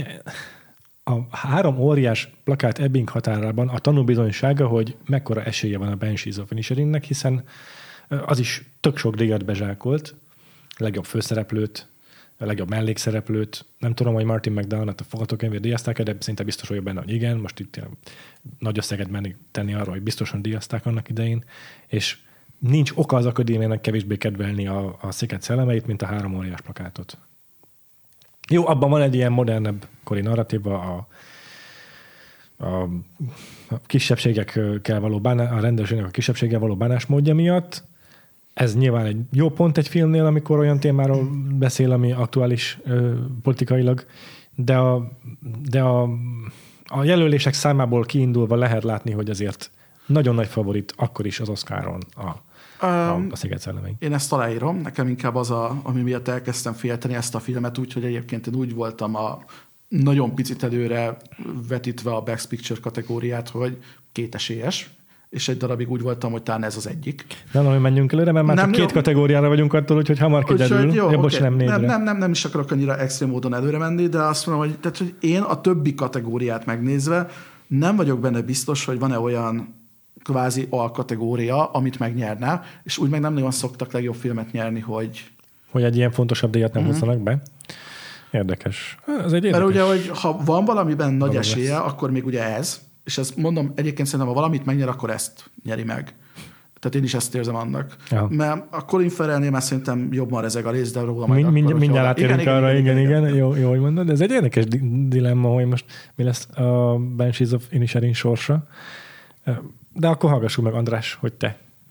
A 3 óriás plakát Ebbing határában a tanúbizonysága, hogy mekkora esélye van a Banshees of Inisherinnek, hiszen az is tök sok díjat bezsákolt, a legjobb főszereplőt, a legjobb mellékszereplőt. Nem tudom, hogy Martin McDonagh-t a forgatókönyvét díjazták, de szinte biztos vagyok benne, hogy igen. Most itt nagy összeget menni tenni arra, hogy biztosan díjazták annak idején, és nincs oka az akadémiának kevésbé kedvelni a Sziget szellemeit, mint a 3 óriás plakátot. Jó, abban van egy ilyen modernebb kori narratíva, a kisebbségekkel való a rendőrségnek a kisebbséggel való bánásmódja miatt. Ez nyilván egy jó pont egy filmnél, amikor olyan témáról beszél, ami aktuális politikailag, de a jelölések számából kiindulva lehet látni, hogy azért nagyon nagy favorit akkor is az Oscaron a Sziget szellemei. Én ezt aláírom, nekem inkább az, ami miatt elkezdtem félteni ezt a filmet, úgyhogy egyébként én úgy voltam a nagyon picit előre vetítve a Best Picture kategóriát, hogy kétesélyes, és egy darabig úgy voltam, hogy talán ez az egyik. Nem, menjünk előre, mert már csak 2 kategóriára vagyunk attól, úgyhogy hamar kiderül. Nem is akarok annyira extrém módon előre menni, de azt mondom, hogy én a többi kategóriát megnézve nem vagyok benne biztos, hogy van-e olyan kvázi alkategória, amit megnyerne, és úgy meg nem nagyon szoktak legjobb filmet nyerni, hogy egy ilyen fontosabb díjat nem hozzanak be. Érdekes. Ez egy érdekes. Mert ugye, hogy ha van valamiben nagy esélye, akkor még ugye ez, és ezt mondom, egyébként szerintem, ha valamit megnyer, akkor ezt nyeri meg. Tehát én is ezt érzem annak. Ja. Mert a Colin Farrellnél már szerintem jobban rezeg a rész, de róla majd mindjárt átérünk arra, igen. Jó, hogy mondod. Ez egy érdekes dilemma, hogy most mi lesz a Banshees of Inisherin sorsa. De akkor hallgassuk meg, András, hogy te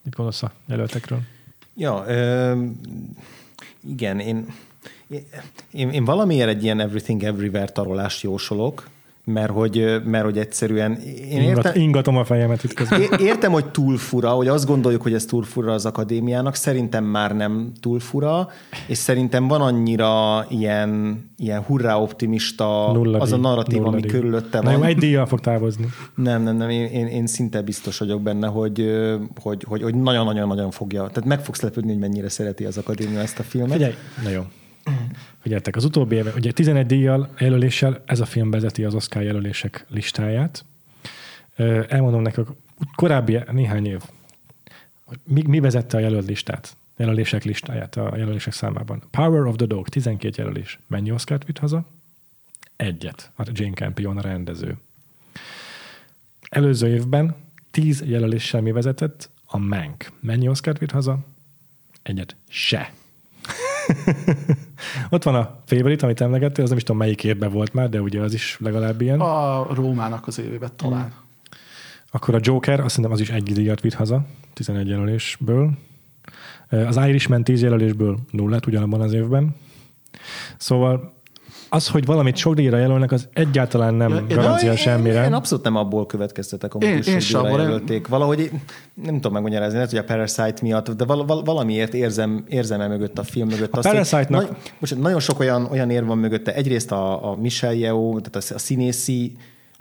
Mit gondolsz a jelöltekről? Ja, igen, én valamiért egy ilyen Everything Everywhere tarolást jósolok, mert hogy egyszerűen... Ingatom a fejemet itt közben. Értem, hogy túl fura, hogy azt gondoljuk, hogy ez túl fura az akadémiának, szerintem már nem túl fura, és szerintem van annyira ilyen hurrá optimista az a narratív, ami körülötte van. Nem, egy díjjal fog távozni. Nem, én szinte biztos vagyok benne, hogy nagyon-nagyon-nagyon fogja. Tehát meg fogsz lepődni, hogy mennyire szereti az akadémia ezt a filmet. Figyelj, na jó. Figyeljetek, az utóbbi éve, ugye 11 díjjal, jelöléssel ez a film vezeti az Oscar jelölések listáját. Elmondom nektek, korábbi néhány év, mi vezette a jelölések listáját a jelölések számában. Power of the Dog, 12 jelölés. Mennyi Oscart vitt haza? Egyet. A Jane Campion, a rendező. Előző évben 10 jelöléssel mi vezetett? A Mank. Mennyi Oscart vitt haza? Egyet. Se. Ott van a Favorite, amit emlegettél, az nem is tudom melyik évben volt már, de ugye az is legalább ilyen. A Rómának az évében talán. Akkor a Joker, azt hiszem az is egy díjat vitt haza, 11 jelölésből. Az Irishman 10 jelölésből 0 ugyanabban az évben. Szóval az, hogy valamit sok díjra jelölnek, az egyáltalán nem garancia semmire. Én abszolút nem abból következtetek, hogy sok díjra jelölték. Valahogy nem tudom megmagyarázni, lehet, hogy a Parasite miatt, de valamiért érzem mögött a film mögött. A Parasite-nak... Nagyon sok olyan érv van mögötte. Egyrészt a Michelle Yeoh, tehát a színészi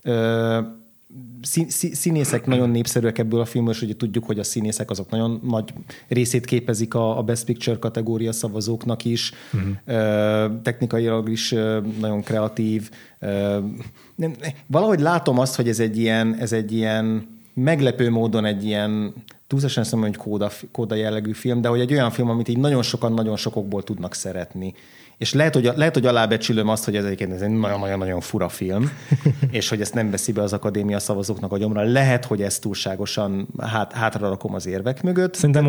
színészek nagyon népszerűek ebből a filmből, és ugye tudjuk, hogy a színészek azok nagyon nagy részét képezik a Best Picture kategória szavazóknak is. Technikailag is nagyon kreatív. Valahogy látom azt, hogy ez egy ilyen meglepő módon egy ilyen túlságosan azt mondom, hogy kóda jellegű film, de hogy egy olyan film, amit így nagyon sokan, nagyon sokokból tudnak szeretni. És lehet, hogy alábecsülöm azt, hogy ez egy nagyon-nagyon fura film, és hogy ezt nem veszi be az akadémia szavazóknak a gyomra. Lehet, hogy ezt túlságosan hátra rakom az érvek mögött. Szerintem,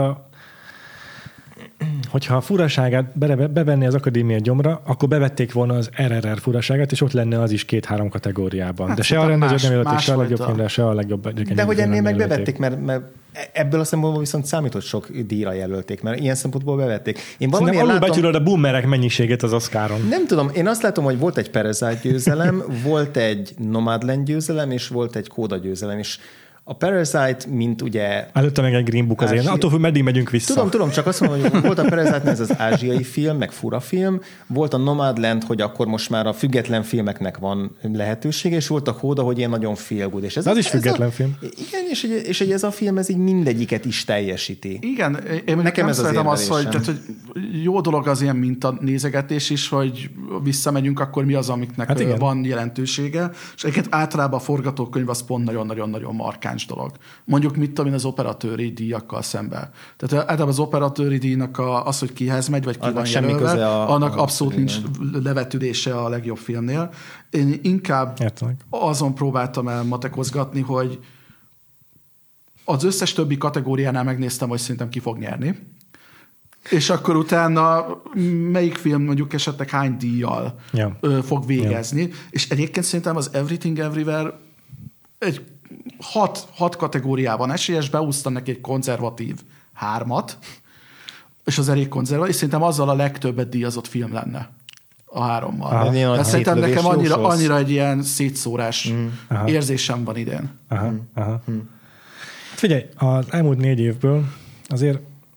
hogyha a furaságát bevenné az akadémia gyomra, akkor bevették volna az RRR furaságát, és ott lenne az is 2-3 kategóriában. Hát de se a rendezőt nem jelölték, se a legjobb filmre, se a legjobb. De hogy ennél meg bevették, mert ebből a szempontból viszont számított sok díjra jelölték, mert ilyen szempontból bevették. Szerintem alulbecsülöd a boomerek mennyiségét az Oscaron. Nem tudom, én azt látom, hogy volt egy Parasite győzelem, volt egy Nomadland győzelem, és volt egy Kóda győzelem, és a Parasite, mint ugye... Előtte meg egy Green Book azért. Attól, hogy meddig megyünk vissza. Tudom, csak azt mondom, hogy volt a Parasite, ez az ázsiai film, meg fura film, volt a Nomadland, hogy akkor most már a független filmeknek van lehetősége, és volt a Kóda, hogy ilyen nagyon feel good. És az is független film. Igen, és ez a film, ez így mindegyiket is teljesíti. Igen, én nekem nem szeretem azt, hogy jó dolog az ilyen mintanézegetés is, hogy visszamegyünk, akkor mi az, amiknek van jelentősége, és egyébként általában a forgatókönyv az pont nagyon-nagyon-nagyon markáns dolog. Mondjuk mit tudom én az operatőri díjakkal szemben. Tehát általában az operatőri díjnak az, hogy kihez megy, vagy ki van jelölve, annak abszolút nincs levetülése a legjobb filmnél. Én inkább azon próbáltam el matekozgatni, hogy az összes többi kategóriánál megnéztem, hogy szerintem ki fog nyerni. És akkor utána melyik film mondjuk esetleg hány díjjal fog végezni. És egyébként szerintem az Everything Everywhere egy 6 kategóriában esélyes, beúsztam neki egy konzervatív 3-at, és az elég konzervatív, és szerintem azzal a legtöbbet díjazott film lenne a 3-mal. Hát szerintem nekem annyira egy ilyen szétszórás érzésem van idén. Figyelj, az elmúlt 4 évből azért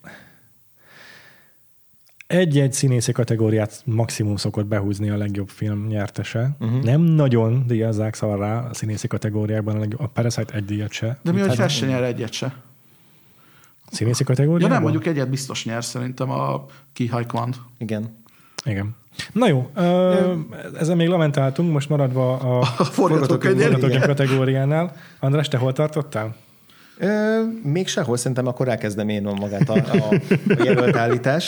egy-egy színészi kategóriát maximum szokott behúzni a legjobb film nyertese. Nem nagyon díjazzák szar rá a színészi kategóriákban, a Parasite egy díjat se. De mi, hogy fel se nyer egyet se? Színészi kategóriában? Ja nem, mondjuk egyet biztos nyer szerintem a Ki Hai Kwan. Igen. Na jó, ezzel még lamentáltunk, most maradva a forgatókönyv kategóriánál. András, te hol tartottál? Még sehol, szerintem akkor elkezdem én magát a jelölt állítást.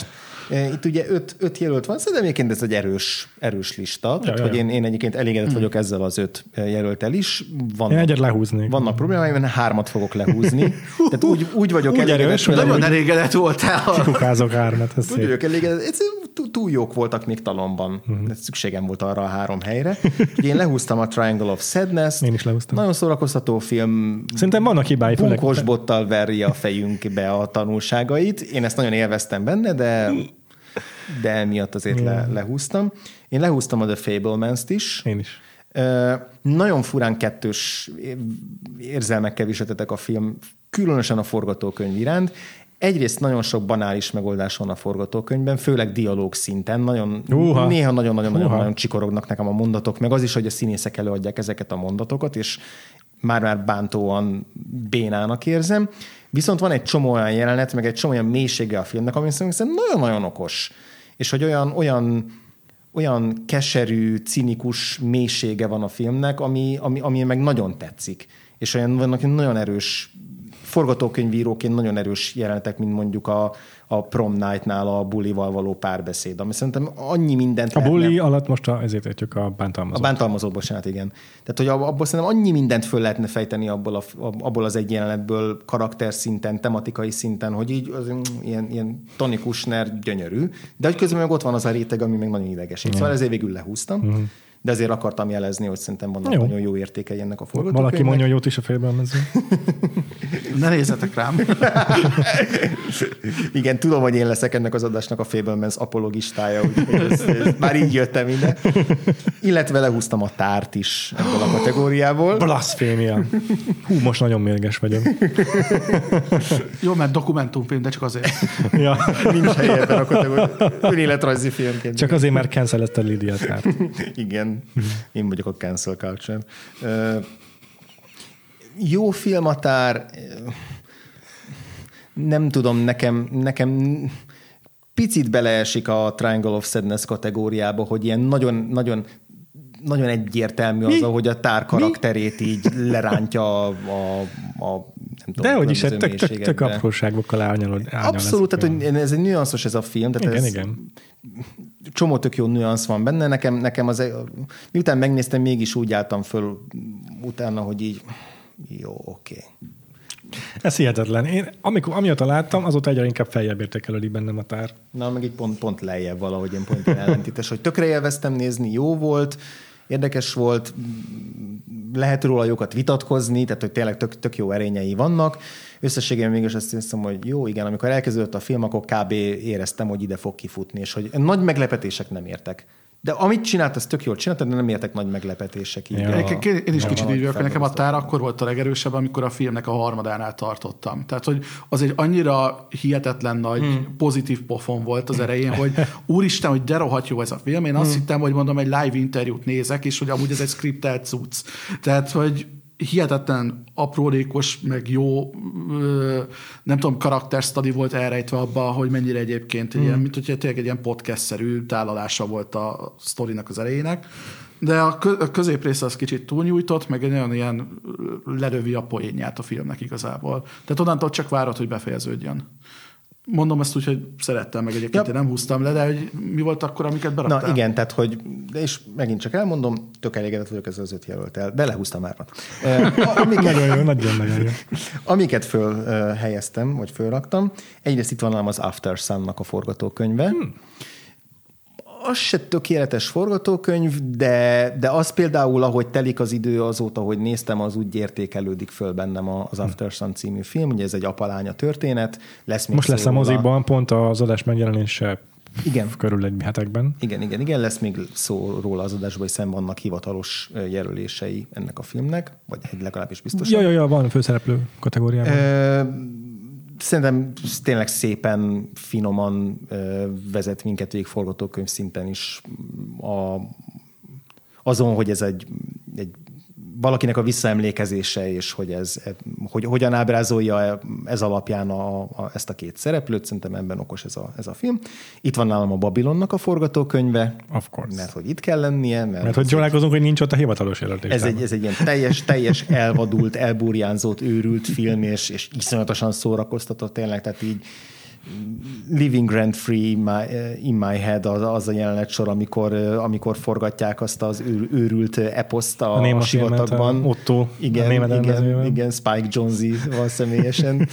Itt ugye 5 jelölt van, szerintem egyébként ez egy erős lista, tehát hogy én egyébként elégedett vagyok ezzel az 5 jelöltel is. Én egyet lehúznék. Vannak problémáim, 3-at fogok lehúzni. Tehát úgy vagyok elégedett. Nagyon elégedett voltál. Kukázok 3-at, ez úgy vagyok elégedett. Túl jók voltak még talomban. Szükségem volt arra a 3 helyre. Én lehúztam a Triangle of Sadness. Én is lehúztam. Nagyon szórakoztató film. Szerintem vannak hibái. Bunkosbottal verje a fejünkbe a tanulságait. Én ezt nagyon élveztem benne, de emiatt azért lehúztam. Én lehúztam a The Fablemans-t is. Én is. Nagyon furán kettős érzelmekkel viseltetek a film, különösen a forgatókönyv iránt. Egyrészt nagyon sok banális megoldás van a forgatókönyvben, főleg dialóg szinten. Néha nagyon csikorognak nekem a mondatok, meg az is, hogy a színészek előadják ezeket a mondatokat, és már olyan bénának érzem. Viszont van egy csomó olyan jelenet, meg egy csomó olyan mélysége a filmnek, ami szerintem nagyon-nagyon okos. És hogy olyan keserű, cinikus mélysége van a filmnek, ami meg nagyon tetszik. És olyan vannak nagyon erős forgatókönyvíróként nagyon erős jelenetek, mint mondjuk a Prom Night-nál a bulival való párbeszéd, ami szerintem annyi mindent lehetne. A buli alatt most ezért értjük a bántalmazót. A bántalmazót, bocsánat, igen. Tehát, hogy abból szerintem annyi mindent föl lehetne fejteni abból az egy jelenetből karakterszinten, tematikai szinten, hogy így az ilyen Tony Kushner gyönyörű, de hogy közben meg ott van az a réteg, ami meg nagyon idegesít. Szóval ezért végül lehúztam. De azért akartam jelezni, hogy szerintem vannak nagyon jó értékei ennek a forgatókönyvnek. Valaki mondja jót is a Fablemans-ről. Ne nézzetek rám. Igen, tudom, hogy én leszek ennek az adásnak a Fablemans apologistája, úgyhogy már így jöttem ide. Illetve lehúztam a Tárt is ebből a kategóriából. Blasfémia. Hú, most nagyon mérges vagyok. Jó, mert dokumentumfilm, de csak azért. Ja. Nincs helye ebben a kategóriában. Önéletrajzi filmként. Csak azért, mert cancel-ezted Lydia Tárt. Igen. Én vagyok a cancel culture. Jó film a Tár. Nem tudom, nekem picit beleesik a Triangle of Sadness kategóriába, hogy ilyen nagyon egyértelmű az, ahogy a Tár karakterét így lerántja a nem tudom. Dehogy is, tök apróságokkal árnyalod. Abszolút, tehát hogy ez egy nüanszos ez a film. Tehát igen. Csomó tök jó nüansz van benne. Nekem miután megnéztem, mégis úgy álltam föl utána, hogy így jó, oké. Ez hihetetlen. Én amióta láttam, azóta egyre inkább feljebb értékelődik bennem a Tár. Na, meg így pont lejjebb valahogy, én pont ellentétes, hogy tökre élveztem nézni, jó volt, érdekes volt, lehet róla jókat vitatkozni, tehát hogy tényleg tök jó erényei vannak. Összességében mégis azt hiszem, hogy jó, igen, amikor elkezdődött a film, akkor kb. Éreztem, hogy ide fog kifutni, és hogy nagy meglepetések nem értek. De amit csinált, az tök jól csinált, de nem értek nagy meglepetések. Így én is kicsit így vagyok, nekem a Tár akkor volt a legerősebb, amikor a filmnek a harmadánál tartottam. Tehát, hogy az egy annyira hihetetlen nagy pozitív pofon volt az elején, hogy úristen, hogy de rohadt jó ez a film. Én azt hittem, hogy mondom, egy live interjút nézek, és hogy amúgy ez egy scriptelt cucc. Tehát, hogy hihetetlen aprólékos, meg jó, nem tudom, karakterstudy volt elrejtve abba, hogy mennyire egyébként ilyen, mint hogyha tényleg egy ilyen podcast-szerű tálalása volt a sztorinak az elejének. De a középrésze az kicsit túlnyújtott, meg egy olyan ilyen lerövi a poénját a filmnek igazából. Tehát onnantól csak várod, hogy befejeződjön. Mondom ezt úgy, hogy szerettem meg egyébként, én nem húztam le, de hogy mi volt akkor, amiket beraktál? Na igen, tehát hogy, és megint csak elmondom, tök elégedett vagyok ezzel az 5 jelöltel, de lehúztam már. Nagyon jó. Amiket fölhelyeztem, vagy fölraktam, egyrészt itt van az After Sun-nak a forgatókönyve. Az se tökéletes forgatókönyv, de az például, ahogy telik az idő azóta, hogy néztem, az úgy értékelődik föl bennem az After Sun című film. Ugye ez egy apa-lánya történet. Most lesz a moziban, pont az adás megjelenése körül egy hetekben. Igen, lesz még szó róla az adásban, hiszen vannak hivatalos jelölései ennek a filmnek, vagy legalábbis biztosan. Ja, van főszereplő kategóriában. Szerintem tényleg szépen, finoman vezet minket végig forgatókönyv szinten is azon, hogy ez egy valakinek a visszaemlékezése, és hogy hogyan ábrázolja ez alapján ezt a két szereplőt. Szerintem ebben okos ez a film. Itt van nálam a Babylonnak a forgatókönyve. Of course. Mert hogy itt kell lennie. Mert hogy csodálkozunk, hogy nincs ott a hivatalos jelentés. Ez egy ilyen teljes elvadult, elburjánzott, őrült film, és iszonyatosan szórakoztatott tényleg, tehát így living rent free in my head az a jelenet sor, amikor forgatják azt az őrült eposzt a sivatagban. Otto. Igen, Spike Jonze-val személyesen.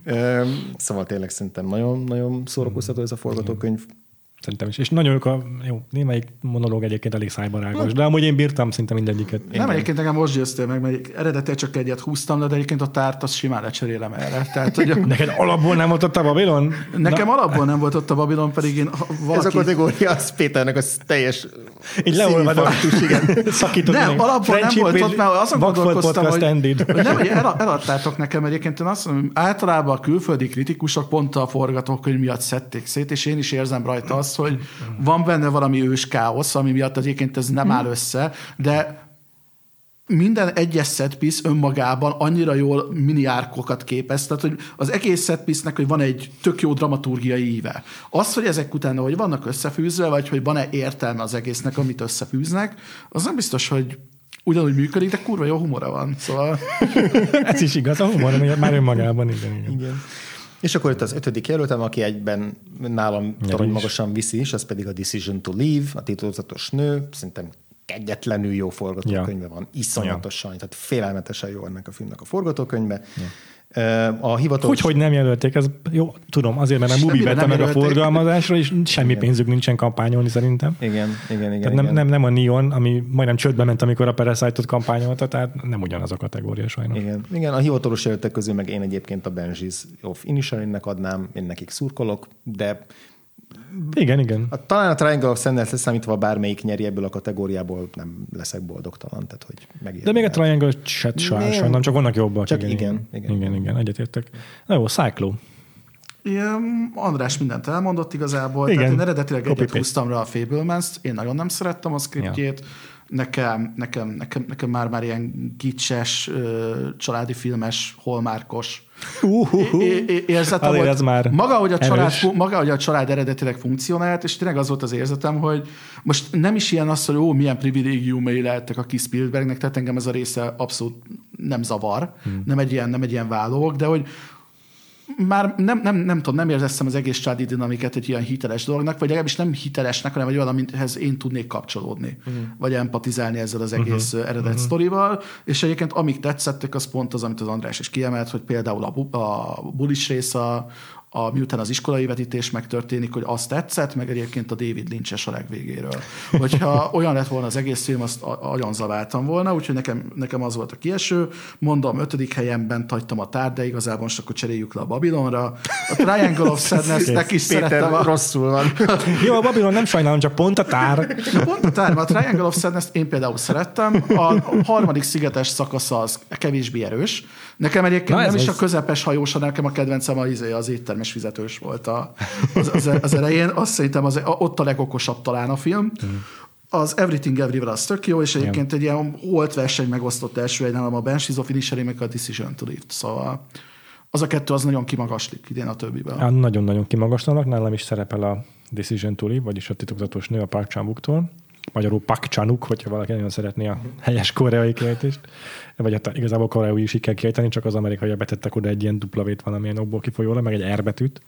Szóval tényleg szerintem nagyon, nagyon szórakoztató ez a forgatókönyv. Szerintem is. És nagyon jó, némelyik monológ egyébként elég szájbarágos, de amúgy én bírtam szinte mindegyiket. Nem, egyébként nekem most győztél meg, mert eredetileg csak egyet húztam, de egyébként a tárt azt simán lecserélem erre. Tehát, hogy neked alapból nem volt ott a Babilon? Nekem alapból nem volt ott a Babilon, pedig én valaki... Ez a kategória, az Péternek az teljes így leolvadom. Nem, alapból nem volt ott, mert azon gondolkoztam, hogy nem, eladtátok nekem egyébként. Én azt mondom, általában a külföldi kritikusok pont a forgatókönyv miatt szedték szét, és én is érzem rajta azt, hogy van benne valami ős káosz, ami miatt egyébként ez nem áll össze, de minden egyes setpiece önmagában annyira jól mini árkokat képez, tehát hogy az egész setpiece-nek, hogy van egy tök jó dramaturgiai íve. Az, hogy ezek utána, hogy vannak összefűzve, vagy hogy van-e értelme az egésznek, amit összefűznek, az nem biztos, hogy ugyanúgy működik, de kurva jó humora van. Szóval... Ez is igaz, a humor már önmagában, igen. És akkor itt az 5. jelöltem, aki egyben nálam torony magasan viszi is, az pedig a Decision to Leave, a titokzatos nő. Szerintem kegyetlenül jó forgatókönyve van, iszonyatosan, tehát félelmetesen jó ennek a filmnek a forgatókönyve. A hivatalos... Hogy nem jelölték? Ez jó, tudom, azért, mert nem Mubi vette meg a forgalmazásra, és semmi pénzzük nincsen kampányolni szerintem. Igen. Tehát nem a Neon, ami majdnem csődbe ment, amikor a Parasite-ot kampányolta, tehát nem ugyanaz a kategória sajnos. Igen, a hivatalos jelöltek közül meg én egyébként a Banshees of Inisherin-nek adnám, én nekik szurkolok, de igen. Talán a Triangle of Sadness leszámítva bármelyik nyeri ebből a kategóriából, nem leszek boldogtalan, tehát hogy megérni. De még a Triangle sajnos, csak vannak jobbak. Csak igen, egyetértek. Na jó, Cyclo. Igen, András mindent elmondott igazából. Igen. Tehát én eredetileg egyet húztam rá a Fablemans-t, én nagyon nem szerettem a szkriptjét. Nekem már ilyen gicses, családi filmes, holmárkos érzete volt. Maga, hogy a család eredetileg funkcionált, és tényleg az volt az érzetem, hogy most nem is ilyen az, hogy milyen privilégiumai lehettek a kis Spielbergnek, tehát engem ez a része abszolút nem zavar, nem egy ilyen vállók, de hogy már nem tudom, nem érzeztem az egész családi dinamikát egy ilyen hiteles dolognak, vagy legalábbis nem hitelesnek, hanem olyan, amihez én tudnék kapcsolódni, vagy empatizálni ezzel az egész eredet sztorival, és egyébként amik tetszettek, az pont az, amit az András is kiemelt, hogy például a bulis rész, miután az iskolai vetítés megtörténik, hogy azt tetszett, meg egyébként a David Lynch-es a legvégéről. Hogyha olyan lett volna az egész film, azt agyon zaváltam volna, úgyhogy nekem az volt a kieső. Mondom, 5. helyemben hagytam a Tár, de igazából most akkor cseréljük le a Babylonra. A Triangle of Sadness-nek is szerettem. Rosszul van. Jó, a Babylon nem sajnálom, csak pont a Tár. Pont a Tár, mert a Triangle of Sadness-t én például szerettem. A 3. szigetes szakasza az kevésbé erős. Nekem egyébként nem is a közepes hajós, hanem nekem a kedvencem az éttermes fizetős volt az elején. Azt szerintem ott a legokosabb talán a film. Az Everything Everywhere az tök jó, és egyébként egy ilyen holt verseny megosztott első egy nálam a Banshees of Inisherin, meg a Decision to Leave. Szóval az a kettő az nagyon kimagaslik idén a többiben. Nagyon-nagyon kimagaslanak. Nálam is szerepel a Decision to Leave, vagyis a titokzatos nő a Park Chan-wooktól. Magyarul Pak Chan-wook, hogyha valaki nagyon szeretné a helyes koreai kiejtést. Vagy hát igazából koreai is így kell kiejteni, csak az amerikai betettek oda egy ilyen duplavét valamilyen okból kifolyólag, meg egy R betűt.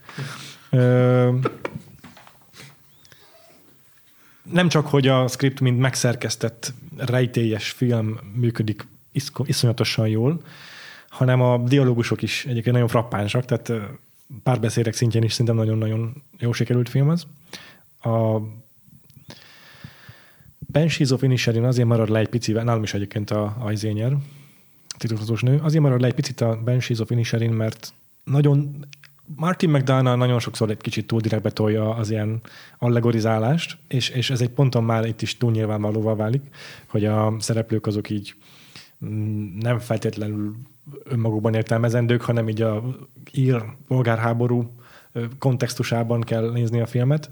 Nem csak, hogy a script mint megszerkesztett rejtélyes film működik iszonyatosan jól, hanem a dialógusok is egyébként nagyon frappánsak, tehát párbeszédek szintjén is szerintem nagyon-nagyon jó sikerült film az. A Banshees of Inisherin azért marad le egy picivel, nálam is egyébként a Izényer, titokzatos nő, azért marad le egy picit a Banshees of Inisherin, mert Martin McDonagh nagyon sokszor egy kicsit túl direktbe tolja az ilyen allegorizálást, és ez egy ponton már itt is túl nyilvánvalóvá válik, hogy a szereplők azok így nem feltétlenül önmagukban értelmezendők, hanem így a ír polgárháború kontextusában kell nézni a filmet.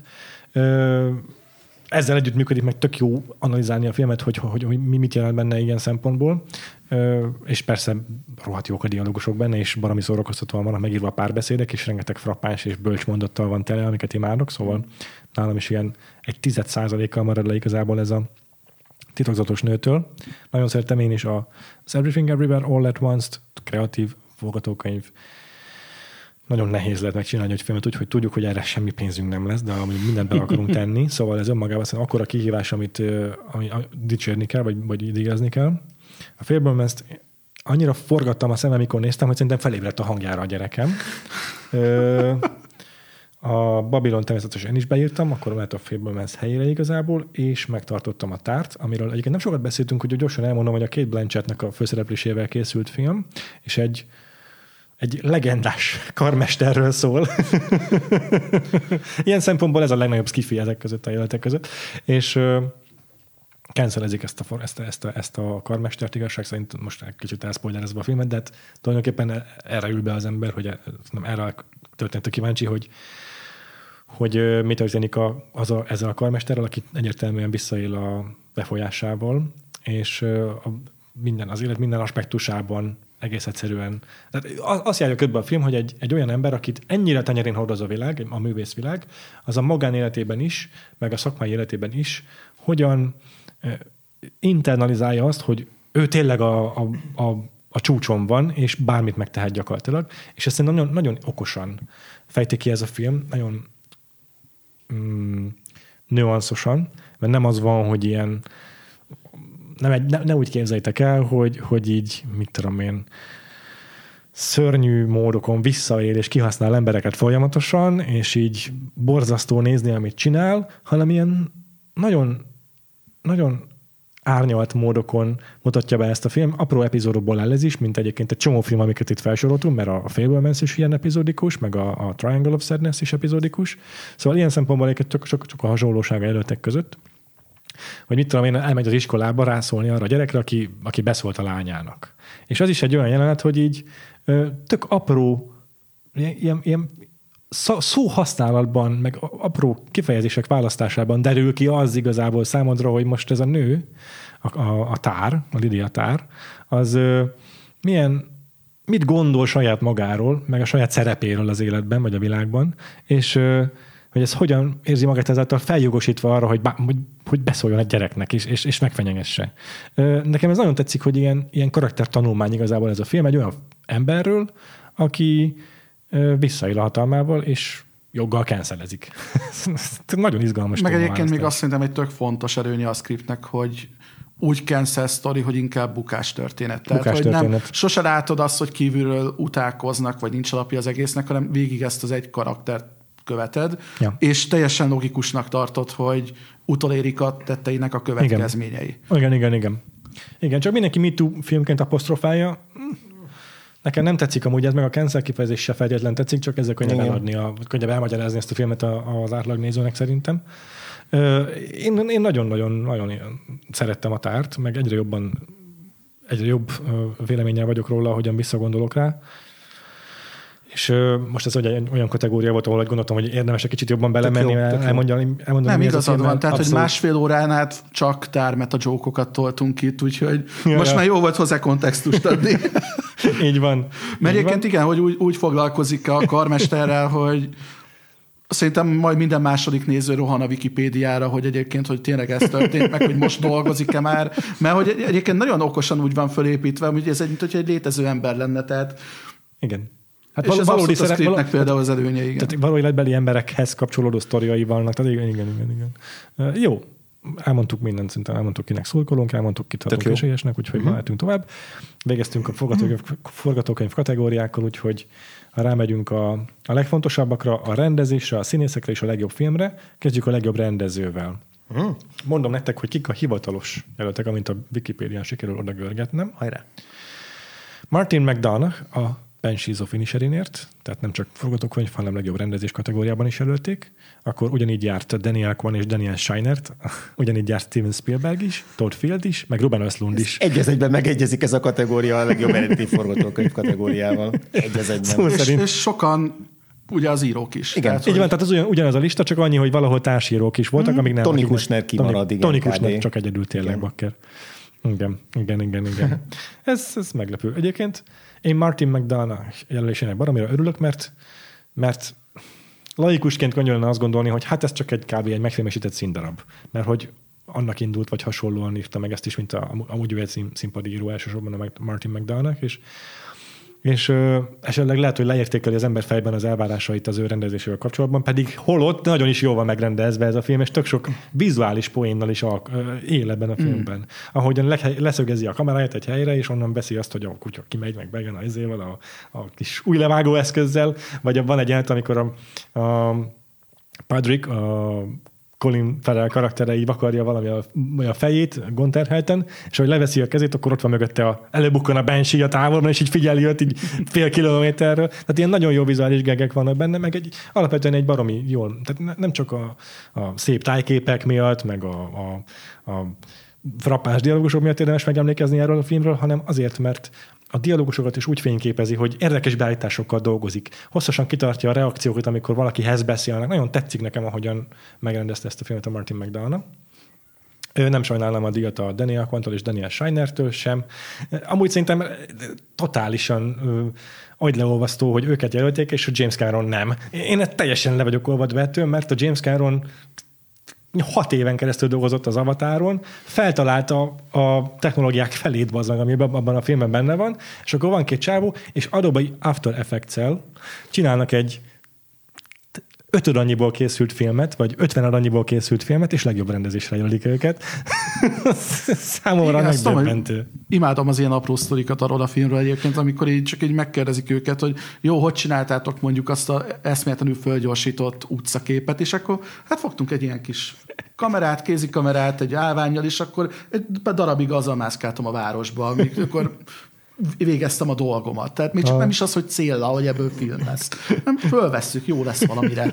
Ezzel együtt működik, meg tök jó analizálni a filmet, hogy mi mit jelent benne ilyen szempontból. És persze rohadt jók a dialógusok benne, és baromi szórakoztatóan vannak megírva a párbeszédek, és rengeteg frappáns és bölcs mondattal van tele, amiket imádok, szóval nálam is ilyen egy 10%-kal marad le igazából ez a titokzatos nőtől. Nagyon szeretem én is az Everything Everywhere All at Once-t, kreatív forgatókönyv. nagyon nehéz lehet megcsinálni egy filmet úgy, hogy tudjuk, hogy erre semmi pénzünk nem lesz, de amúgy mindent be akarunk tenni, szóval ez önmagában szerintem akkora kihívás, amit dicsérni kell, vagy díjazni kell. A Fabelmans-t annyira forgattam a szemem, amikor néztem, hogy szerintem felébredt a hangjára a gyerekem. A Babylon természetesen én is beírtam, akkor lehet a Fabelmans helyére igazából, és megtartottam a Tárt, amiről egyébként nem sokat beszéltünk, hogy gyorsan elmondom, hogy a Cate Blanchettnek a főszereplésével készült film, és egy legendás karmesterről szól. Ilyen szempontból ez a legnagyobb skifi ezek között a jelenetek között. És cancelezik ezt a karmestert, igazság szerint most egy kicsit elszpoilerezve a filmet, de hát tulajdonképpen erre ül be az ember, hogy nem erre történt kíváncsi, hogy mi történik ezzel a karmesterrel, aki egyértelműen visszaél a befolyásával, és az élet minden aspektusában egész egyszerűen. Tehát azt járja ködbe a film, hogy egy olyan ember, akit ennyire tenyerén hordoz a világ, a művészvilág, az a magánéletében is, meg a szakmai életében is, hogyan internalizálja azt, hogy ő tényleg a csúcson van, és bármit megtehet gyakorlatilag. És ezt nagyon, nagyon okosan fejti ki ez a film, nagyon nüanszosan, mert nem az van, hogy ilyen nem úgy képzeljétek el, hogy így, mit tudom én, szörnyű módokon visszaél és kihasznál embereket folyamatosan, és így borzasztó nézni, amit csinál, hanem ilyen nagyon, nagyon árnyalt módokon mutatja be ezt a film. Apró epizódokból áll ez is, mint egyébként egy csomó film, amiket itt felsoroltunk, mert a Fabelmans is ilyen epizódikus, meg a Triangle of Sadness is epizódikus. Szóval ilyen szempontból csak a hasonlósága előttek között. Hogy mit tudom én, elmegy az iskolába rászólni arra a gyerekre, aki beszólt a lányának. És az is egy olyan jelenet, hogy így tök apró, ilyen szóhasználatban, meg apró kifejezések választásában derül ki az igazából számodra, hogy most ez a nő, a Lydia Tarr, az mit gondol saját magáról, meg a saját szerepéről az életben, vagy a világban, és hogy ez hogyan érzi magát ezáltal feljogosítva arra, hogy beszóljon egy gyereknek is, és megfenyegesse. Nekem ez nagyon tetszik, hogy ilyen karaktertanulmány igazából ez a film egy olyan emberről, aki visszaél a hatalmával, és joggal cancelezik. Nagyon izgalmas. Meg egyébként még azt szerintem egy tök fontos erőnye a scriptnek, hogy úgy cancel sztori, hogy inkább bukás történet. Tehát, hogy nem, sose látod azt, hogy kívülről utálkoznak, vagy nincs alapja az egésznek, hanem végig ezt az egy karaktert követed, és teljesen logikusnak tartod, hogy utolérik a tetteinek a következményei. Igen, csak mindenki Me Too filmként apostrofálja. Nekem nem tetszik amúgy ez, meg a cancel kifejezés se feltétlen tetszik, csak ezzel könnyebb elmagyarázni ezt a filmet az átlagnézőnek szerintem. Én nagyon-nagyon szerettem a Tárt, meg egyre jobb véleménnyel vagyok róla, ahogyan visszagondolok rá. És most ez olyan kategória volt, ahol gondoltam, hogy érdemes egy kicsit jobban belemenni, elmondani. Nem igazad van, tehát abszolút. Hogy másfél órán át csak tármeta jókokat toltunk itt, úgyhogy most már jó volt hozzá kontextust adni. Így van. Mert egyébként igen, hogy úgy foglalkozik a karmesterrel, hogy szerintem majd minden második néző rohan a Wikipédiára, hogy egyébként, hogy tényleg ez történt, meg hogy most dolgozik-e már. Mert hogy egyébként nagyon okosan úgy van fölépítve, hogy ez mint hogy egy létező ember lenne, tehát... Igen. Hát és valódi a scriptnek például az előnye, igen. Tehát való életbeli emberekhez kapcsolódó sztoriai vannak. Tehát igen. Jó, elmondtuk mindent, szerintem elmondtuk, kinek szurkolunk, elmondtuk, kit adunk esélyesnek, úgyhogy ma mehetünk tovább. Végeztünk a forgatókönyv kategóriákkal, úgyhogy ha rámegyünk a legfontosabbakra, a rendezésre, a színészekre és a legjobb filmre, kezdjük a legjobb rendezővel. Mondom nektek, hogy kik a hivatalos jelöltek, amint a Wikipédián sikerül oda görgetnem. Hajrá! Martin McDonagh a Banshees of Inisherinért, tehát nem csak forgatókönyv, hanem legjobb rendezés kategóriában is jelölték. Akkor ugyanígy járt Daniel Kwan és Daniel Scheinert, ugyanígy járt Steven Spielberg is, Todd Field is, meg Ruben Östlund is. Egy az egyben megegyezik ez a kategória a legjobb eredeti forgatókönyv kategóriával. Egy az egyben. És sokan ugye az írók is. Igen, tehát, így van, tehát az ugyanaz a lista, csak annyi, hogy valahol társírók is voltak, amik nem... Tony Kushner kimarad, igen. Tony Kushner csak egyedül tényleg, bakker. Igen. Ez meglepő. Egyébként én Martin McDonagh jelölésének baromira örülök, mert laikusként könnyűlne azt gondolni, hogy hát ez csak egy megfilmesített színdarab. Mert hogy annak indult, vagy hasonlóan írta meg ezt is, mint amúgy ő egy színpadi író elsősorban a Martin McDonagh, és és esetleg lehet, hogy leértékeli az ember fejben az elvárásait az ő rendezésével kapcsolatban, pedig holott nagyon is jól van megrendezve ez a film, és tök sok vizuális poénnal is él ebben a filmben. Ahogyan leszögezi a kameráját egy helyre, és onnan veszi azt, hogy a kutya kimegy, meg bejön a izével, a kis új levágó eszközzel, vagy van egy jelent, amikor a Patrick, a Colin Farrell karaktere így vakarja valami a fejét gonterhelten, és ahogy leveszi a kezét, akkor ott van mögötte előbukkan a Banshee a távolban, és így figyeli őt így fél kilométerről. Tehát ilyen nagyon jó vizuális gegek vannak benne, meg alapvetően egy baromi jól, tehát nem csak a szép tájképek miatt, meg a frappáns dialógusok miatt érdemes megemlékezni erről a filmről, hanem azért, mert a dialógusokat is úgy fényképezi, hogy érdekes beállításokkal dolgozik. Hosszasan kitartja a reakciókat, amikor valakihez beszélnek. Nagyon tetszik nekem, ahogyan megrendezte ezt a filmet a Martin McDonagh. Nem sajnálom a díjat a Daniel Kwan-tól és Daniel Scheinertől sem. Amúgy szerintem totálisan agyleolvasztó, hogy őket jelölték, és a James Cameron nem. Én teljesen le vagyok olvadva ettől, mert a James Cameron 6 éven keresztül dolgozott az Avatáron, feltalálta a technológiák felét, ami abban a filmben benne van, és akkor van 2 csávó, és Adobe After Effects-el csinálnak egy 5 annyiból készült filmet, vagy 50 annyiból készült filmet, és legjobb rendezésre jelölik őket. Számomra megdöbbentő. Imádom az ilyen apró sztorikat arról a filmről egyébként, amikor így csak így megkérdezik őket, hogy jó, hogy csináltátok mondjuk azt a eszméletlenül fölgyorsított utcaképet, és akkor hát fogtunk egy ilyen kis kamerát, kézikamerát, egy állvánnyal, és akkor egy darabig azzal mászkáltam a városba, amikor végeztem a dolgomat. Tehát még csak nem is az, hogy célla, hogy ebből film lesz. Nem, fölvesszük, jó lesz valamire.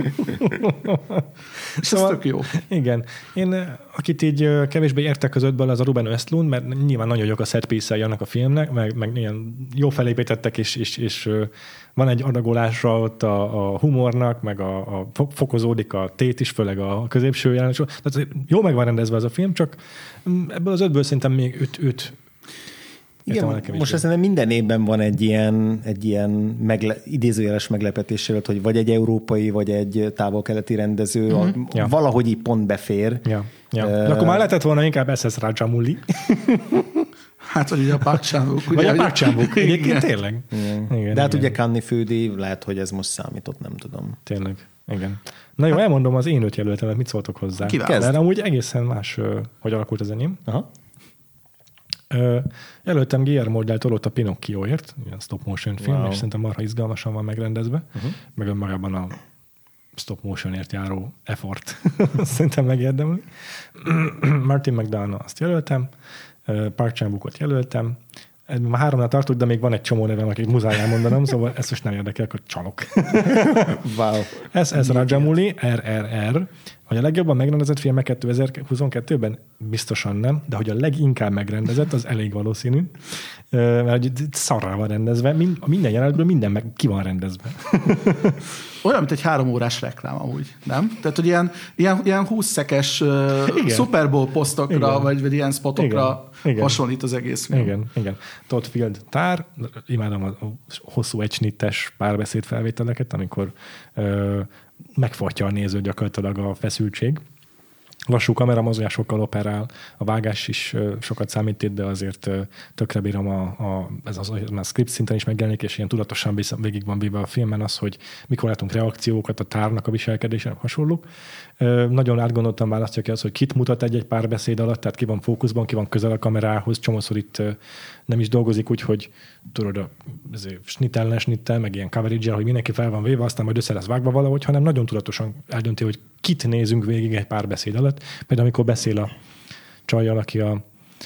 És ez tök jó. Igen. Én, akit így kevésbé értek közöttből, az a Ruben Östlund, mert nyilván nagyon jók a set piece-ei annak a filmnek, meg ilyen jó felépítettek, és van egy adagolásra ott a humornak, meg fokozódik a tét is, főleg a középső jelenés. Tehát jó meg van rendezve ez a film, csak ebből az 5-ből szerintem még 5 igen, most azt minden évben van egy ilyen idézőjeles meglepetéssel, hogy vagy egy európai, vagy egy távol-keleti rendező valahogy így pont befér. Ja. De akkor már lehetett volna inkább SS Rajamouli. Hát, hogy ugye a Park Chan-wook. Vagy a Park Chan-wook, egyébként tényleg. Igen. De hát ugye Cannes-i fődíj, lehet, hogy ez most számított, nem tudom. Tényleg, igen. Na jó, elmondom az én 5 jelöltemet, mit szóltok hozzá. Mert amúgy egészen más, hogy alakult az enyém. Aha. Jelöltem Guillermo del Torot a Pinocchioért, ilyen stop motion film, és szerintem marha izgalmasan van megrendezve, meg önmagában a stop motionért járó effort szerintem megérdemli. Martin McDonagh azt jelöltem, Park Chan-wookot jelöltem, már 3-nál tartok, de még van egy csomó nevem, akik muszáj elmondanom, szóval ezt most nem érdekel, akkor csalok. Wow. S.S. Rajamouli, RRR, hogy a legjobban megrendezett filmek 2022-ben? Biztosan nem, de hogy a leginkább megrendezett, az elég valószínű, mert szarrá van rendezve, minden jelenetből minden ki van rendezve. Olyan, mint egy 3 órás reklám amúgy, nem? Tehát, hogy ilyen 20 szekes Super Bowl posztokra, vagy ilyen spotokra hasonlít az egész film. Igen. Todd Field tár, imádom a hosszú egysnittes párbeszéd felvételeket, amikor megfortja a néző gyakorlatilag a feszültség. Lassú kameramozgásokkal operál, a vágás is sokat számít itt, de azért tökre bírom a script szinten is megjelenik, és ilyen tudatosan végig van véve a filmen az, hogy mikor látunk reakciókat, a tárnak a viselkedésen hasonlók. Nagyon átgondoltan választja ki az, hogy kit mutat egy párbeszéd alatt, tehát ki van fókuszban, ki van közel a kamerához, csomószor itt nem is dolgozik úgy, hogy tudod, snittel, meg ilyen coverage-el, hogy mindenki fel van véve, aztán majd össze lesz vágva valahogy, hanem nagyon tudatosan eldönti, hogy kit nézünk végig egy párbeszéd alatt. Például amikor beszél a csajjal, aki a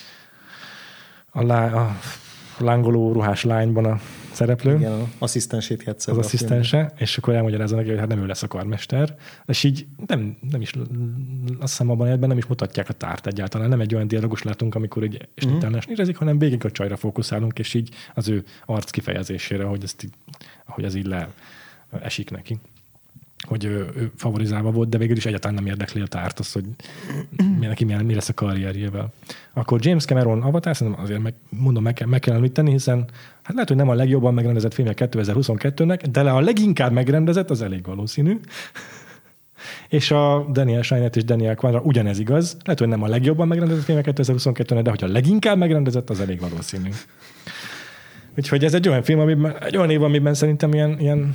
lángoló ruhás lányban a szereplő. Igen, az asszisztensét játsza. Az asszisztense, és akkor elmagyarázza neki, hogy hát nem ő lesz a karmester. És így nem is, azt hiszem abban nem is mutatják a tárt egyáltalán. Nem egy olyan dialógus látunk, amikor egy snittelnes nérezik, hanem végig a csajra fókuszálunk, és így az ő arc kifejezésére, hogy ez így esik neki. Hogy ő favorizálva volt, de végül is egyáltalán nem érdekli a tárt az, hogy mi lesz a karrierjével. Akkor James Cameron Avatar, szerintem azért meg kell említeni, hiszen hát lehet, hogy nem a legjobban megrendezett filmje 2022-nek, de a leginkább megrendezett, az elég valószínű. És a Daniel Scheinert és Daniel Kwanra ugyanez igaz. Lehet, hogy nem a legjobban megrendezett filmje 2022-nek, de hogy a leginkább megrendezett, az elég valószínű. Úgyhogy ez egy olyan film, egy olyan év, amiben szerintem ilyen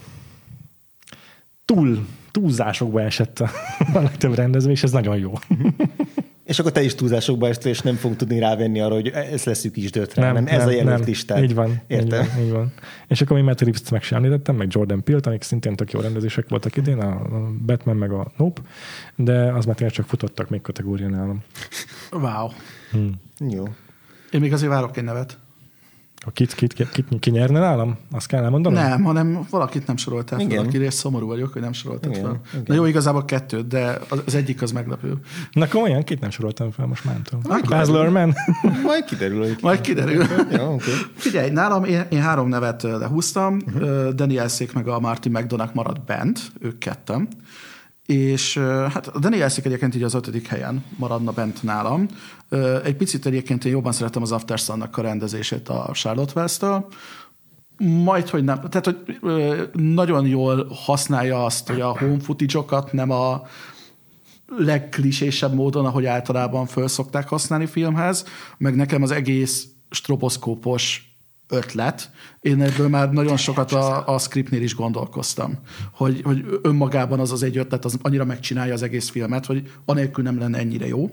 túlzásokba esett a legtöbb rendező, és ez nagyon jó. És akkor te is túlzásokba estél, és nem fogunk tudni rávenni arra, hogy ezt leszűkítsd rá, hanem ez a jelölt listát. Így van. Értem? Így van. És akkor még Matt Reeves-t meg sem említettem, meg Jordan Peele-t, amik szintén tök jó rendezések voltak idén, a Batman meg a Nope, de az már tényleg csak futottak még kategória nálam. Wow. Jó. Én még azért várok egy nevet. Ki nyerne nálam? Azt kell elmondanom? Nem, hanem valakit nem soroltál fel, akire és szomorú vagyok, hogy nem soroltad fel. Na jó, igazából 2, de az egyik az meglepő. Na komolyan, kit nem soroltam fel, most már nem tudom. Baz Luhrmann? Majd kiderül. Majd kiderül. Jó, okay. Figyelj, nálam én 3 nevet lehúztam, Danny Elszék meg a Martin McDonagh maradt bent, ők ketten. És hát a Danny Elszék egyébként így az 5. helyen maradna bent nálam. Egy picit egyébként én jobban szeretem az Aftersun-nak a rendezését a Charlotte Wells-től. Majd, hogy nem. Tehát, hogy nagyon jól használja azt, hogy a home footage-okat nem a legklisésebb módon, ahogy általában föl szokták használni filmhez, meg nekem az egész stroboszkópos ötlet. Én ebből már nagyon sokat a scriptnél is gondolkoztam, hogy önmagában az egy ötlet, az annyira megcsinálja az egész filmet, hogy anélkül nem lenne ennyire jó.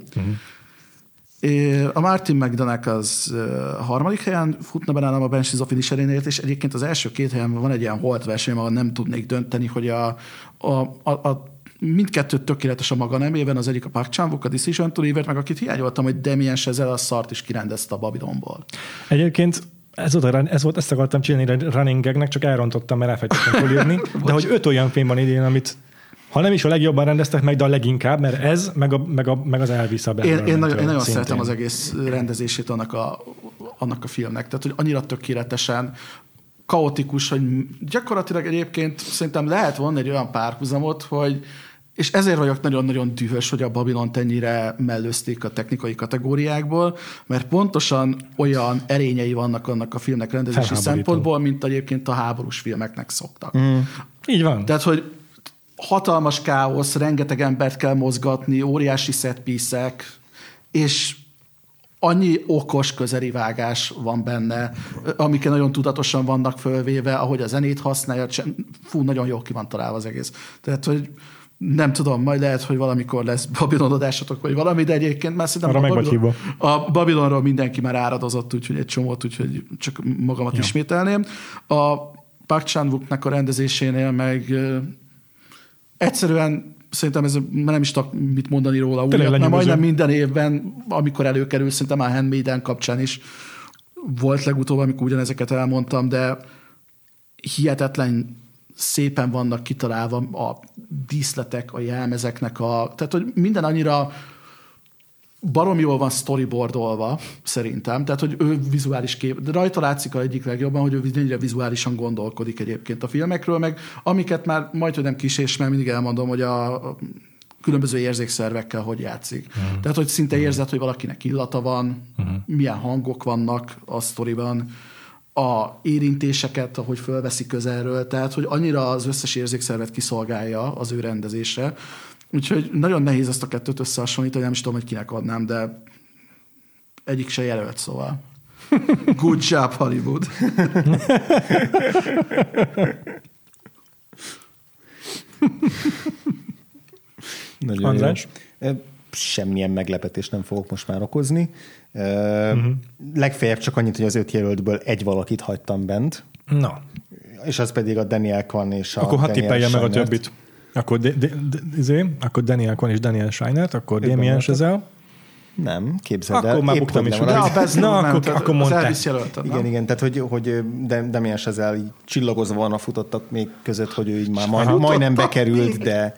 A Martin McDonagh az 3. helyen futna be nálam a Banshees of Inisherinért, és egyébként az első 2 helyen van egy ilyen holt verseny, ahol nem tudnék dönteni, hogy a mindkettőt tökéletes a maga nemében, az egyik a Park Chan-wook, a Decision to Leave-et, meg akit hiányoltam, hogy Damien Chazelle a szart is kirendezte a Babylonból. Egyébként ezt akartam csinálni running gagnek, csak elrontottam, mert elfelejtettem fölírni, de hogy 5 olyan film van idén, amit ha nem is a legjobban rendeztek meg, de a leginkább, mert ez, meg az Elvis a Én nagyon szeretem az egész rendezését annak a filmnek. Tehát, hogy annyira tökéletesen kaotikus, hogy gyakorlatilag egyébként szerintem lehet volna egy olyan párhuzamot, hogy és ezért vagyok nagyon-nagyon dühös, hogy a Babylont ennyire mellőzték a technikai kategóriákból, mert pontosan olyan erényei vannak annak a filmnek rendezési szempontból, mint egyébként a háborús filmeknek szoktak. Így van. Tehát, hogy hatalmas káosz, rengeteg embert kell mozgatni, óriási setpiece-ek, és annyi okos közeli vágás van benne, amiket nagyon tudatosan vannak fölvéve, ahogy a zenét használja, nagyon jól ki van találva az egész. Tehát, hogy nem tudom, majd lehet, hogy valamikor lesz Babylon adásatok, vagy valami, de egyébként már szerintem a Babylonról mindenki már áradozott, úgyhogy egy csomót, úgyhogy csak magamat ismételném. A Park Chan-wooknak a rendezésénél meg egyszerűen szerintem ez nem is tudok mit mondani róla, mert majdnem minden évben, amikor előkerül, szerintem a Handmaiden kapcsán is volt legutóbb, amikor ugyanezeket elmondtam, de hihetetlen szépen vannak kitalálva a díszletek, a jelmezeknek tehát, hogy minden annyira baromi jól van storyboardolva, szerintem. Tehát, hogy ő vizuális de rajta látszik egyik legjobban, hogy ő mennyire vizuálisan gondolkodik egyébként a filmekről, meg amiket már majdnem nem kis, mert mindig elmondom, hogy a különböző érzékszervekkel hogy játszik. Tehát, hogy szinte érzed, hogy valakinek illata van, milyen hangok vannak a sztoriban, a érintéseket, ahogy fölveszi közelről, tehát, hogy annyira az összes érzékszervet kiszolgálja az ő rendezése. Úgyhogy nagyon nehéz ezt a kettőt összehasonlítani, nem is tudom, hogy kinek adnám, de egyik se jelölt, szóval. Good job, Hollywood. Nagyon András? Semmilyen meglepetést nem fogok most már okozni. Legfeljebb csak annyit, hogy az 5 jelöltből egy valakit hagytam bent. Na. És az pedig a Daniel Kwan és akkor ha tippelje meg a többit. Akkor Daniel Kwan és Daniel Scheinert, akkor Damien Chazelle. Nem, képzeld el. Akkor már buktam is. Akkor mondták. Igen, tehát hogy Damien Chazelle így csillagozva van a futottak még között, hogy ő így már majdnem bekerült, de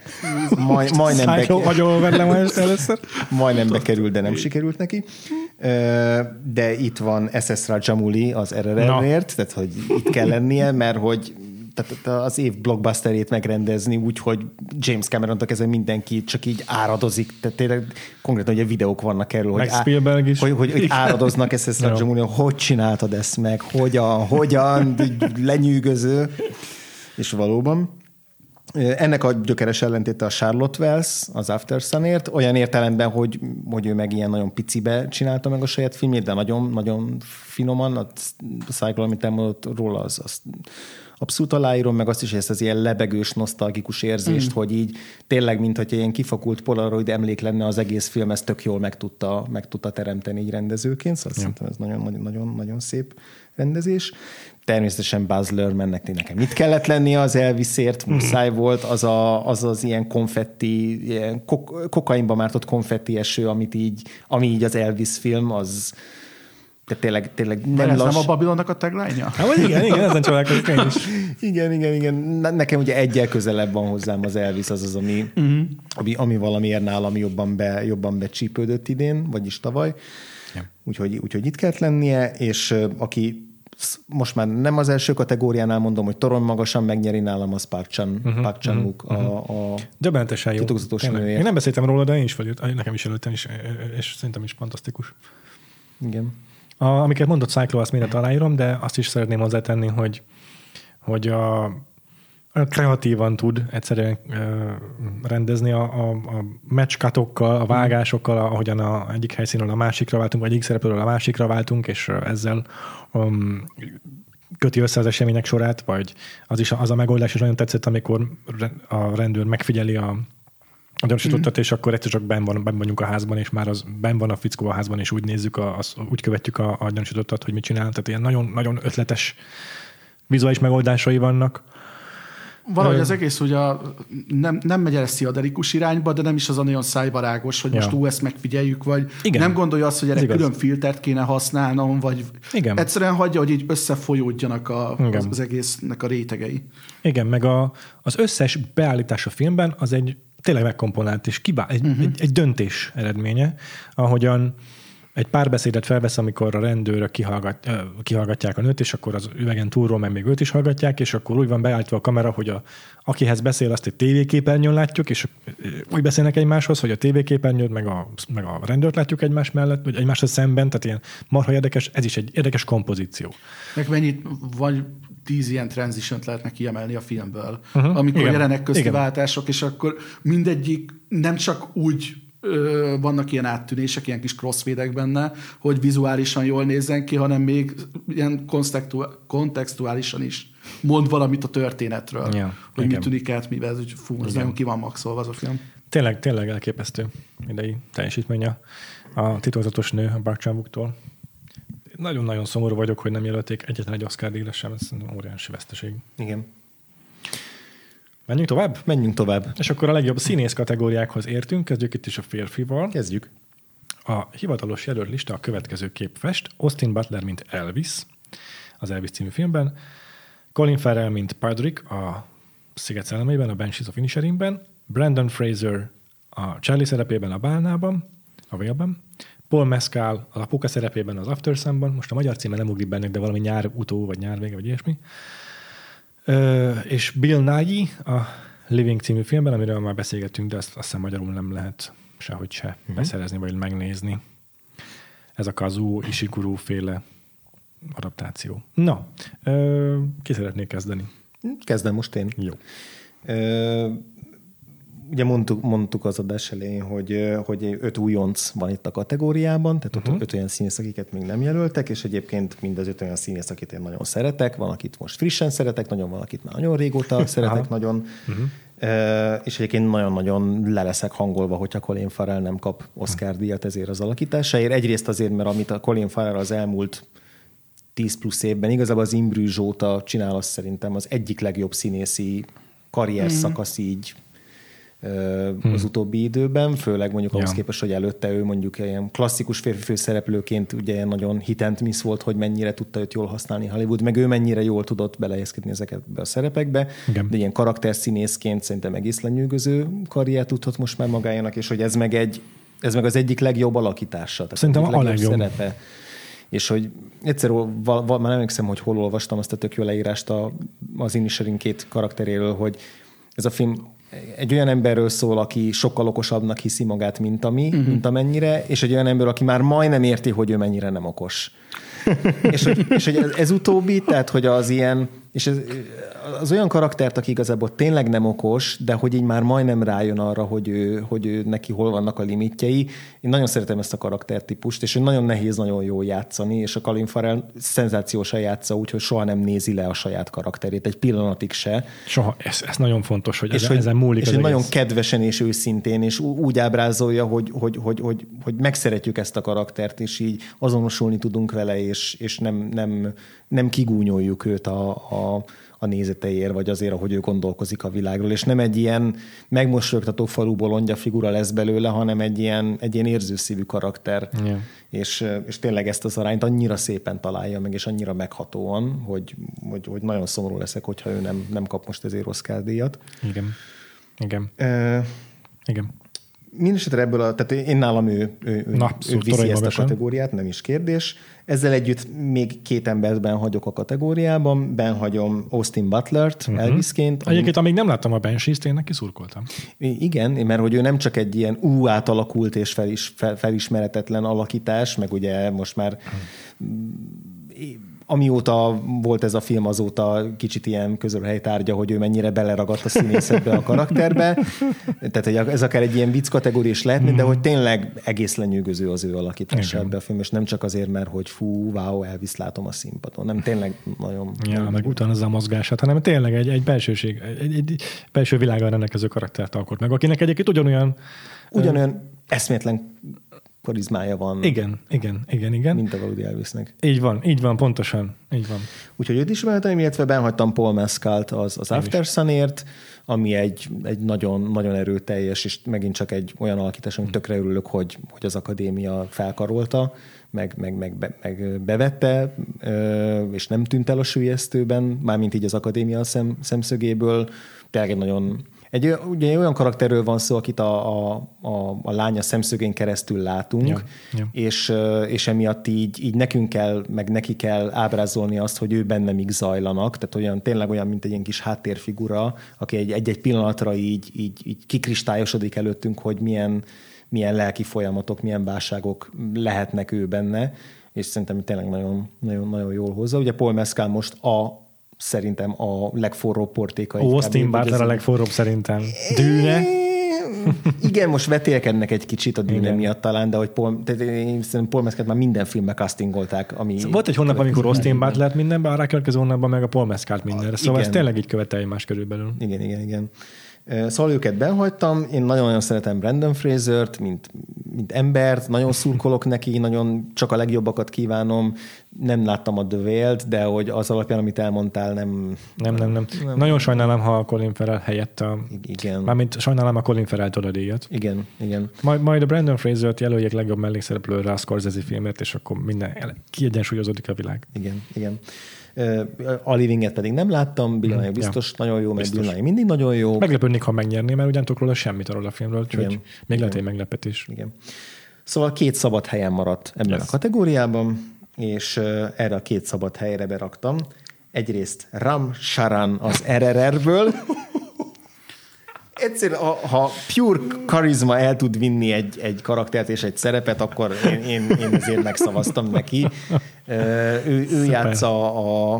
majdnem bekerült, de nem sikerült neki. De itt van SS Rajamouli az RRR-ért, tehát hogy itt kell lennie, mert hogy tehát az év blockbusterét megrendezni úgy, hogy James Cameron-tól kezdve mindenki csak így áradozik. Tehát tényleg konkrétan ugye videók vannak erről, hogy áradoznak SS Rajamouli, hogy csináltad ezt meg, hogyan, lenyűgöző. És valóban. Ennek a gyökeres ellentéte a Charlotte Wells, az After Sunért, olyan értelemben, hogy ő meg ilyen nagyon picibe csinálta meg a saját filmjét, de nagyon, nagyon finoman. A Cycle, amit elmondott róla, az abszolút aláírom, meg azt is, hogy ezt az ilyen lebegős, nosztalgikus érzést, hogy így tényleg, mint hogy ilyen kifakult polaroid emlék lenne az egész film, ezt tök jól meg tudta teremteni így rendezőként, szóval szerintem ez nagyon szép rendezés. Természetesen Baz Luhrmannnek nekem itt kellett lennie az Elvisért, muszáj volt az ilyen konfetti, ilyen kokainba mártott konfetti eső, ami így az Elvis film, az tényleg nem ez nem a Babylonnak a tagline-ja? Igen, ezen csodálkozik én is. Igen. Nekem ugye egyel közelebb van hozzám az Elvis, az ami valamiért nálam jobban becsípődött idén, vagyis tavaly. Ja. Úgyhogy itt kellett lennie, és aki most már nem az első kategóriánál mondom, hogy torony magasan megnyeri nálam, az Park Chan-wook, a titokzatos nője. Én nem beszéltem róla, de én is nekem is előttem, és szerintem is fantasztikus. Igen. Amiket mondott Cyclo, azt mindent aláírom, de azt is szeretném hozzátenni, hogy kreatívan tud egyszerűen rendezni a matchcutokkal, a vágásokkal, ahogyan egyik helyszínről a másikra váltunk, vagy egyik szereplőről a másikra váltunk, és ezzel köti össze az események sorát, vagy az a megoldás is nagyon tetszett, amikor a rendőr megfigyeli a gyanúsítottat, és akkor egyszer csak benn vagyunk a házban, és már benn van a fickó a házban, és úgy nézzük, úgy követjük a gyanúsítottat, hogy mit csinál. Tehát ilyen nagyon, nagyon ötletes vizuális megoldásai vannak. Valahogy az egész ugye nem megy el pszichedelikus irányba, de nem is az a nagyon szájbarágos, hogy most ezt megfigyeljük, vagy nem gondolja azt, hogy erre külön filtert kéne használnom, vagy egyszerűen hagyja, hogy így összefolyódjanak az egésznek a rétegei. Igen, meg az összes beállítás a filmben az egy tényleg megkomponált és egy döntés eredménye, ahogyan egy párbeszédet felvesz, amikor a rendőrök kihallgatják a nőt, és akkor az üvegen túlról meg még őt is hallgatják, és akkor úgy van beállítva a kamera, hogy akihez beszél, azt egy tévéképernyőn látjuk, és úgy beszélnek egymáshoz, hogy a tévéképernyőt meg a rendőrt látjuk egymás mellett, vagy egymáshoz szemben, tehát ilyen marha érdekes, ez is egy érdekes kompozíció. Meg mennyit vagy 10 ilyen transition-t lehetne kiemelni a filmből, amikor jelenek közti váltások, és akkor mindegyik nem csak úgy vannak ilyen áttűnések, ilyen kis crossfade-ek benne, hogy vizuálisan jól nézzen ki, hanem még ilyen kontextuálisan is mond valamit a történetről, hogy mi tűnik át, mivel ez nagyon ki van maxolva az a film. Tényleg elképesztő idei teljesítménye a titokzatos nő a Park Chan-wooktól. Nagyon-nagyon szomorú vagyok, hogy nem jelölték egyetlen egy Oscar-díjra sem, ez óriási veszteség. Igen. Menjünk tovább? Menjünk tovább. És akkor a legjobb színész kategóriákhoz értünk, kezdjük itt is a férfival. Kezdjük. A hivatalos jelölt lista a következő kép fest. Austin Butler, mint Elvis, az Elvis című filmben. Colin Farrell, mint Patrick, a Sziget szellemében, a Banshees of Inisherinben. Brendan Fraser a Charlie szerepében, a Bálnában, a Whale-ben. Paul Mescal a Apuka szerepében, az After Sun-ban. Most a magyar címe nem ugrik bennük, de valami nyár utó, vagy nyár vége, vagy ilyesmi. És Bill Nighy a Living című filmben, amiről már beszélgettünk, de azt hiszem magyarul nem lehet sehogy se beszerezni, vagy megnézni. Ez a Kazuo Ishiguro féle adaptáció. Na, ki szeretnék kezdeni? Kezdem most én. Jó. Ugye mondtuk az adás elején, hogy 5 újonc van itt a kategóriában, tehát 5 olyan színész, akiket még nem jelöltek, és egyébként mind az 5 olyan színész, akit én nagyon szeretek, van, akit most frissen szeretek, nagyon van, akit már nagyon régóta szeretek, nagyon. És egyébként nagyon-nagyon le leszek hangolva, hogyha Colin Farrell nem kap Oscar-díjat ezért az alakításáért. Egyrészt azért, mert amit a Colin Farrell az elmúlt 10 plusz évben, igazából az In Bruges óta csinál, azt szerintem az egyik legjobb színészi karrier szakasz így az utóbbi időben, főleg mondjuk ahhoz képest, hogy előtte ő mondjuk ilyen klasszikus férfi főszereplőként ugye nagyon hit and miss volt, hogy mennyire tudta őt jól használni Hollywood, meg ő mennyire jól tudott belehelyezkedni ezekbe a szerepekbe, de ilyen karakterszínészként szerintem egész lenyűgöző karriert tudhat most már magájának, és hogy ez meg az egyik legjobb alakítása. Szerintem a legjobb szerepe. És hogy egyszer, már nem emlékszem, hogy hol olvastam azt a tök jó leírást az Inisherin 2 karakteréről, hogy ez a film egy olyan emberről szól, aki sokkal okosabbnak hiszi magát, mint amennyire, és egy olyan ember, aki már majdnem érti, hogy ő mennyire nem okos. és hogy ez utóbbi, tehát hogy az ilyen, és az olyan karaktert, aki igazából tényleg nem okos, de hogy így már majdnem rájön arra, hogy ő neki hol vannak a limitjei. Én nagyon szeretem ezt a karaktertípust, és nagyon nehéz nagyon jól játszani, és a Colin Farrell szenzációsan játsza úgy, hogy soha nem nézi le a saját karakterét, egy pillanatig se. Soha, ez nagyon fontos, hogy ezen múlik és az egész. Nagyon kedvesen és őszintén, és úgy ábrázolja, hogy megszeretjük ezt a karaktert, és így azonosulni tudunk vele, és nem kigúnyoljuk őt a nézeteiért, vagy azért, ahogy ő gondolkozik a világról, és nem egy ilyen megmosolyogtató falu bolondja figura lesz belőle, hanem egy ilyen érzőszívű karakter. Yeah. És tényleg ezt az arányt annyira szépen találja meg, és annyira meghatóan, hogy nagyon szomorú leszek, hogyha ő nem kap most ezért Oscar-díjat. Igen. Igen. Mindenesetre ebből tehát én nálam ő viszi ezt a kategóriát, nem is kérdés. Ezzel együtt még 2 embert benhagyok a kategóriában. Benhagyom Austin Butlert Elvisként. Egyébként, amíg nem láttam a Banshees-t, én neki szurkoltam. Igen, mert hogy ő nem csak egy ilyen átalakult és felismeretetlen alakítás, meg ugye most már amióta volt ez a film, azóta kicsit ilyen közölhelytárgya, hogy ő mennyire beleragadt a színészetbe, a karakterbe. Tehát hogy ez akár egy ilyen vicc kategória is lehetne, de hogy tényleg egész lenyűgöző az ő alakítása ebbe a film, és nem csak azért, mert hogy wow, Elvis látom a színpadon. Nem tényleg nagyon... Ja, meg utána a mozgását, hanem tényleg egy belsőség, egy belső világgal rendelkező karaktert alkot meg, akinek egyébként ugyanolyan eszméletlen karizmája van. Igen. Mint a valódi Elvisnek. Így van, pontosan. Így van. Úgyhogy őt ismertem, illetve benhagytam Paul Mescalt az After Sunért, ami egy nagyon, nagyon erőteljes, és megint csak egy olyan alakítás, amit tökre örülök, hogy az akadémia felkarolta, meg bevette, és nem tűnt el a süllyesztőben, mármint így az akadémia szemszögéből. Tényleg egy nagyon... Ugye olyan karakterről van szó, akit a lánya szemszögén keresztül látunk, ja. És emiatt így nekünk kell, meg neki kell ábrázolni azt, hogy ő benne még zajlanak, tehát tényleg olyan, mint egy ilyen kis háttérfigura, aki egy pillanatra így kikristályosodik előttünk, hogy milyen lelki folyamatok, milyen válságok lehetnek ő benne, és szerintem tényleg nagyon, nagyon, nagyon jól hozza. Ugye Paul Mescal most szerintem a legforróbb portéka. Austin Butler a legforróbb szerintem. Dűne? Igen, most vetélkednek egy kicsit a Dűne miatt talán, de hogy Paul Mescalt már minden filmbe castingolták. Volt egy hónap, amikor Austin Butlert mindenben, a rákövetkező hónapban meg a Paul Mescalt mindenre. Szóval ez tényleg így követel egymás körülbelül. Igen. Szóval őket benhagytam. Én nagyon-nagyon szeretem Brendan Frasert, mint embert, nagyon szurkolok neki, nagyon csak a legjobbakat kívánom. Nem láttam a The Whale-t, de hogy az alapján, amit elmondtál, nem. Nagyon sajnálom, ha a Colin Farrell helyett Igen. Mármint sajnálom a Colin Farrell-től a díjat. Igen. Majd a Brendan Frasert jelöljék legjobb mellékszereplőre a Scorsese filmért, és akkor minden kiegyensúlyozódik a világ. Igen. A Livinget pedig nem láttam, Bill Nye biztos nagyon jó, mert Bill Nye mindig nagyon jó. Meglepődnék, ha megnyerné, mert ugyan tudok róla semmit arról a filmről, úgyhogy még lehet egy meglepetés. Igen. Szóval 2 szabad helyen maradt ebben a kategóriában, és erre a 2 szabad helyre beraktam. Egyrészt Ram Charan az RRR-ből. Egyszerűen, ha pure karizma el tud vinni egy karaktert és egy szerepet, akkor én ezért megszavaztam neki. Ő játsza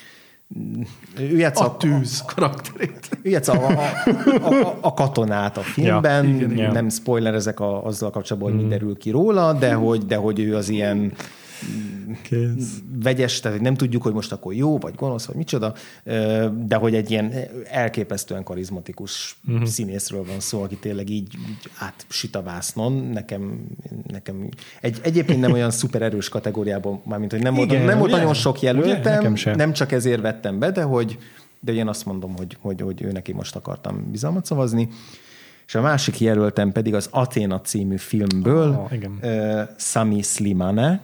a tűz karakterét. Ő játsza a katonát a filmben. Ja. Nem spoilerezek azzal kapcsolatban, hogy mi derül ki róla, de hogy ő az ilyen vegyes, tehát nem tudjuk, hogy most akkor jó, vagy gonosz, vagy micsoda, de hogy egy ilyen elképesztően karizmatikus színészről van szó, aki tényleg így átsüt a vásznon. Nekem egyébként nem olyan szuper erős kategóriában, mármint, hogy nem volt nagyon sok jelöltem, nem csak ezért vettem be, de én azt mondom, hogy ő neki most akartam bizalmat szavazni. És a másik jelöltem pedig az Athena című filmből, Sami Slimane.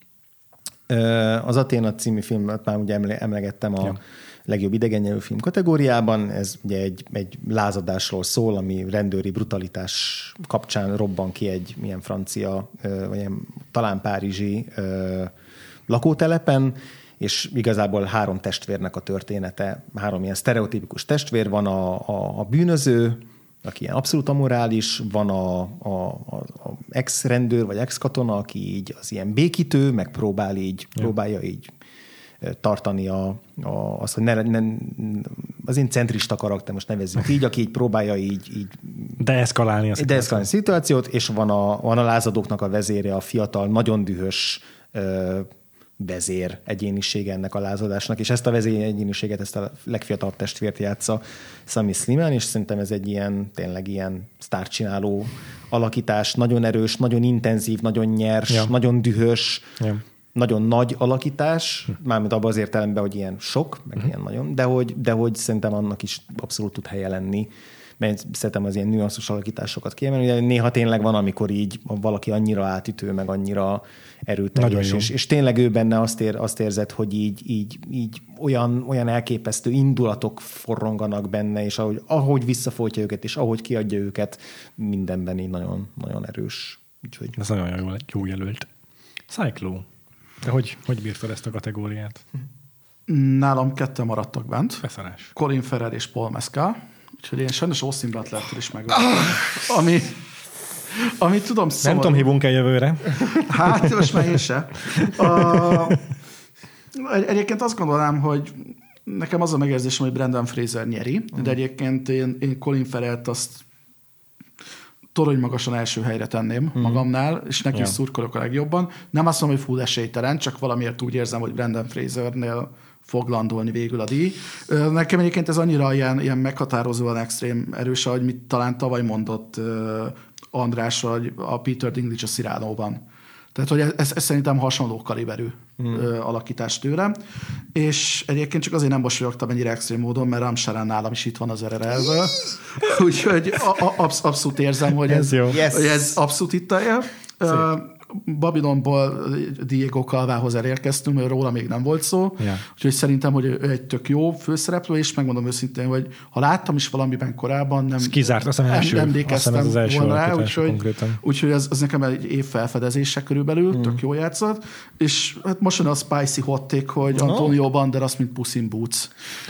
Az Athena című filmet már ugye emlegettem a legjobb idegennyelvű film kategóriában. Ez ugye egy lázadásról szól, ami rendőri brutalitás kapcsán robban ki egy milyen francia, vagy ilyen, talán párizsi lakótelepen, és igazából 3 testvérnek a története, 3 ilyen sztereotipikus testvér van, a bűnöző, aki ilyen abszolút amorális, van a ex-rendőr vagy ex-katona, aki így az ilyen békítő, meg próbálja így tartani azt, hogy az én centrista karakter, most nevezzük így, aki így próbálja így deeszkalálni a szituációt, és van a lázadóknak a vezére, a fiatal, nagyon dühös vezér egyénisége ennek a lázadásnak, és ezt a vezér egyéniséget, ezt a legfiatalabb testvért játsza Sami Slimani, és szerintem ez egy tényleg ilyen sztárcsináló alakítás, nagyon erős, nagyon intenzív, nagyon nyers, nagyon dühös, nagyon nagy alakítás, mármint abban az értelemben, hogy ilyen sok, meg ilyen nagyon, de hogy szerintem annak is abszolút tud helye lenni, mert szeretem az ilyen nüanszos alakításokat kiemelni, de néha tényleg van, amikor így valaki annyira átütő, meg annyira erőteljes, és tényleg ő benne azt érzed, hogy így olyan elképesztő indulatok forronganak benne, és ahogy visszafolytja őket, és ahogy kiadja őket, mindenben így nagyon, nagyon erős. Úgyhogy... Ez nagyon jó jelölt. Cyclo. De hogy bírt fel ezt a kategóriát? Nálam 2 maradtak bent. Beszarás. Colin Farrell és Paul Mescal. Úgyhogy én sajnos Austin Butler-től is megvettem. Ami tudom szomorú. Nem tudom, hívunk el jövőre. Hát, most már én se. Egyébként azt gondolnám, hogy nekem az a megérzésem, hogy Brendan Fraser nyeri, de egyébként én Colin Farrellt azt torony magasan első helyre tenném magamnál, és neki is szurkolok a legjobban. Nem azt mondom, hogy full esélytelen, csak valamiért úgy érzem, hogy Brendan Frasernél fog landolni végül a díj. Nekem egyébként ez annyira ilyen meghatározóan extrém erős, ahogy mit talán tavaly mondott András, hogy a Peter Dinklage a Cyrano-ban. Tehát, hogy ez szerintem hasonló kaliberű alakítás tőle. És egyébként csak azért nem mosolyogtam ennyire extrém módon, mert Ramsharan nálam is itt van az RRL-ből. Úgyhogy abszolút érzem, hogy ez abszolút itt a Babylonból Diego Calvához elérkeztünk, mert róla még nem volt szó. Yeah. Úgyhogy szerintem, hogy ő egy tök jó főszereplő, és megmondom őszintén, hogy ha láttam is valamiben korábban, nem emlékeztem volna rá, úgyhogy ez nekem egy év felfedezése körülbelül, tök jó játszott. És hát most jön a spicy hot take, hogy Antonio Banderas, mint Puss in Boots.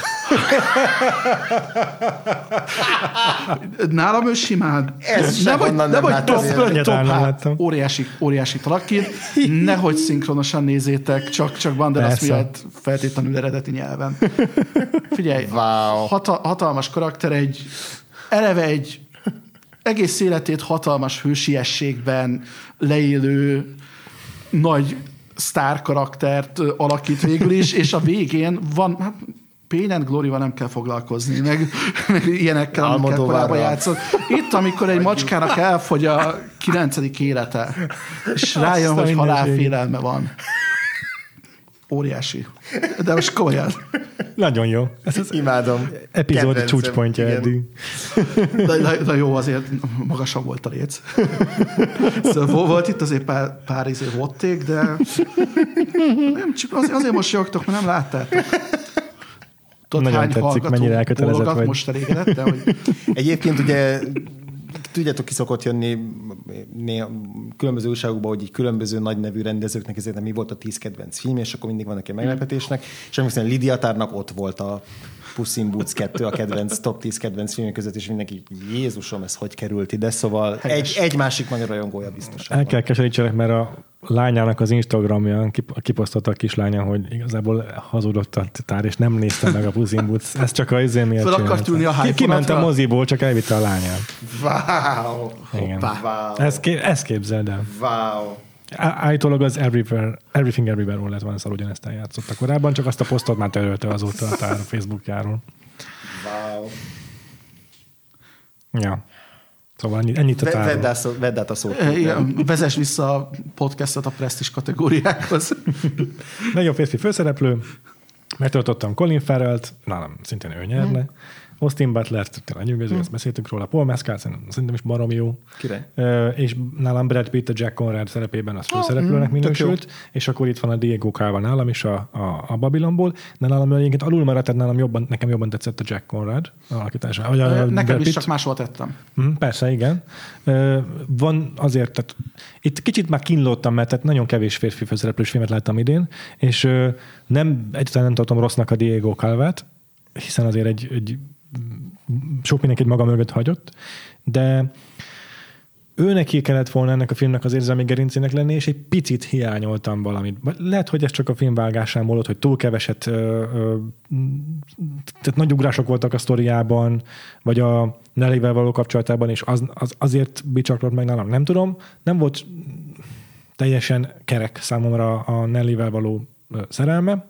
Nálam ő simán. Nem vagy top óriási alakít. Nehogy szinkronosan nézzétek, csak Banderas miatt feltétlenül eredeti nyelven. Figyelj, hatalmas karakter, eleve egy egész életét hatalmas hősiességben leélő nagy sztár karaktert alakít végül is, és a végén van... Pain and Glory-val nem kell foglalkozni, meg ilyenekkel, amiket korábban játszott. Itt, amikor egy macskának elfogy a 9. élete, és rájön, hogy halálfélelme van. Óriási. De most komolyan. Nagyon jó. Imádom. Epizód csúcspontja eddig. De jó, azért magasabb volt a léc. Szóval volt itt azért pár hotték, de nem, csak azért most jöttek, mert nem láttátok. Nagyon tetszik, mennyire elkötelezett vagy. Most elégedett, de hogy... Egyébként ugye tudjátok, ki szokott jönni néha különböző újságokban, hogy így különböző nagy nevű rendezőknek ezért mi volt a 10 kedvenc film, és akkor mindig vannak ilyen meglepetésnek. És emlékszem, Lidia Tárnak ott volt a Puss in Boots 2 a top 10 kedvenc filmek között, és mindenki, Jézusom, ez hogy került ide, szóval egy másik magyar rajongója biztosan. El kell keserítsenek, mert a lányának az Instagramján kiposztolta a kislánya, hogy igazából hazudott a tár, és nem nézte meg a Puss in Boots. Ez csak az izé miatt fel akart ülni a hype-onatra. Kiment a moziból, csak elvitte a lányát. Wow! Igen. Wow. Ezt képzeld el. Wow! Állítólag az Everything Everywhere All At Once-al ugyanezt eljátszotta korábban, csak azt a posztot már törölte azóta a tár a Facebookjáról. Wow! Ja. Szóval ennyit a tárról. Vedd át a szót. Vezess vissza a podcastot a Prestige kategóriákhoz. Legjobb férfi főszereplő. Megtartottam Colin Farrellt, nálam szintén ő nyerne. Austin Butler-t, tényleg nyugodjon, ezt beszéltünk róla. Paul Mescal, szerintem is barom jó. És nálam Brad Pitt a Jack Conrad szerepében az főszereplőnek minősült, és akkor itt van a Diego Calva nálam is a Babylonból, de nálam egyébként alul maradt, tehát nálam nekem jobban tetszett a Jack Conrad alakítása. Nekem is csak máshol tettem. Persze, igen. Van azért, tehát itt kicsit már kínlódtam, mert tehát nagyon kevés férfi főszereplős filmet láttam idén, és egyáltalán nem tartom rossznak a Diego Calvát, hiszen azért egy sok mindenkit maga mögött hagyott, de neki kellett volna ennek a filmnek az érzelmi gerincének lenni, és egy picit hiányoltam valamit. Lehet, hogy ez csak a filmvágásán volt, hogy túl keveset, tehát nagy ugrások voltak a sztoriában, vagy a Nellyvel való kapcsolatában, és azért bicsaklott meg nálam. Nem tudom, nem volt teljesen kerek számomra a Nellyvel való szerelme,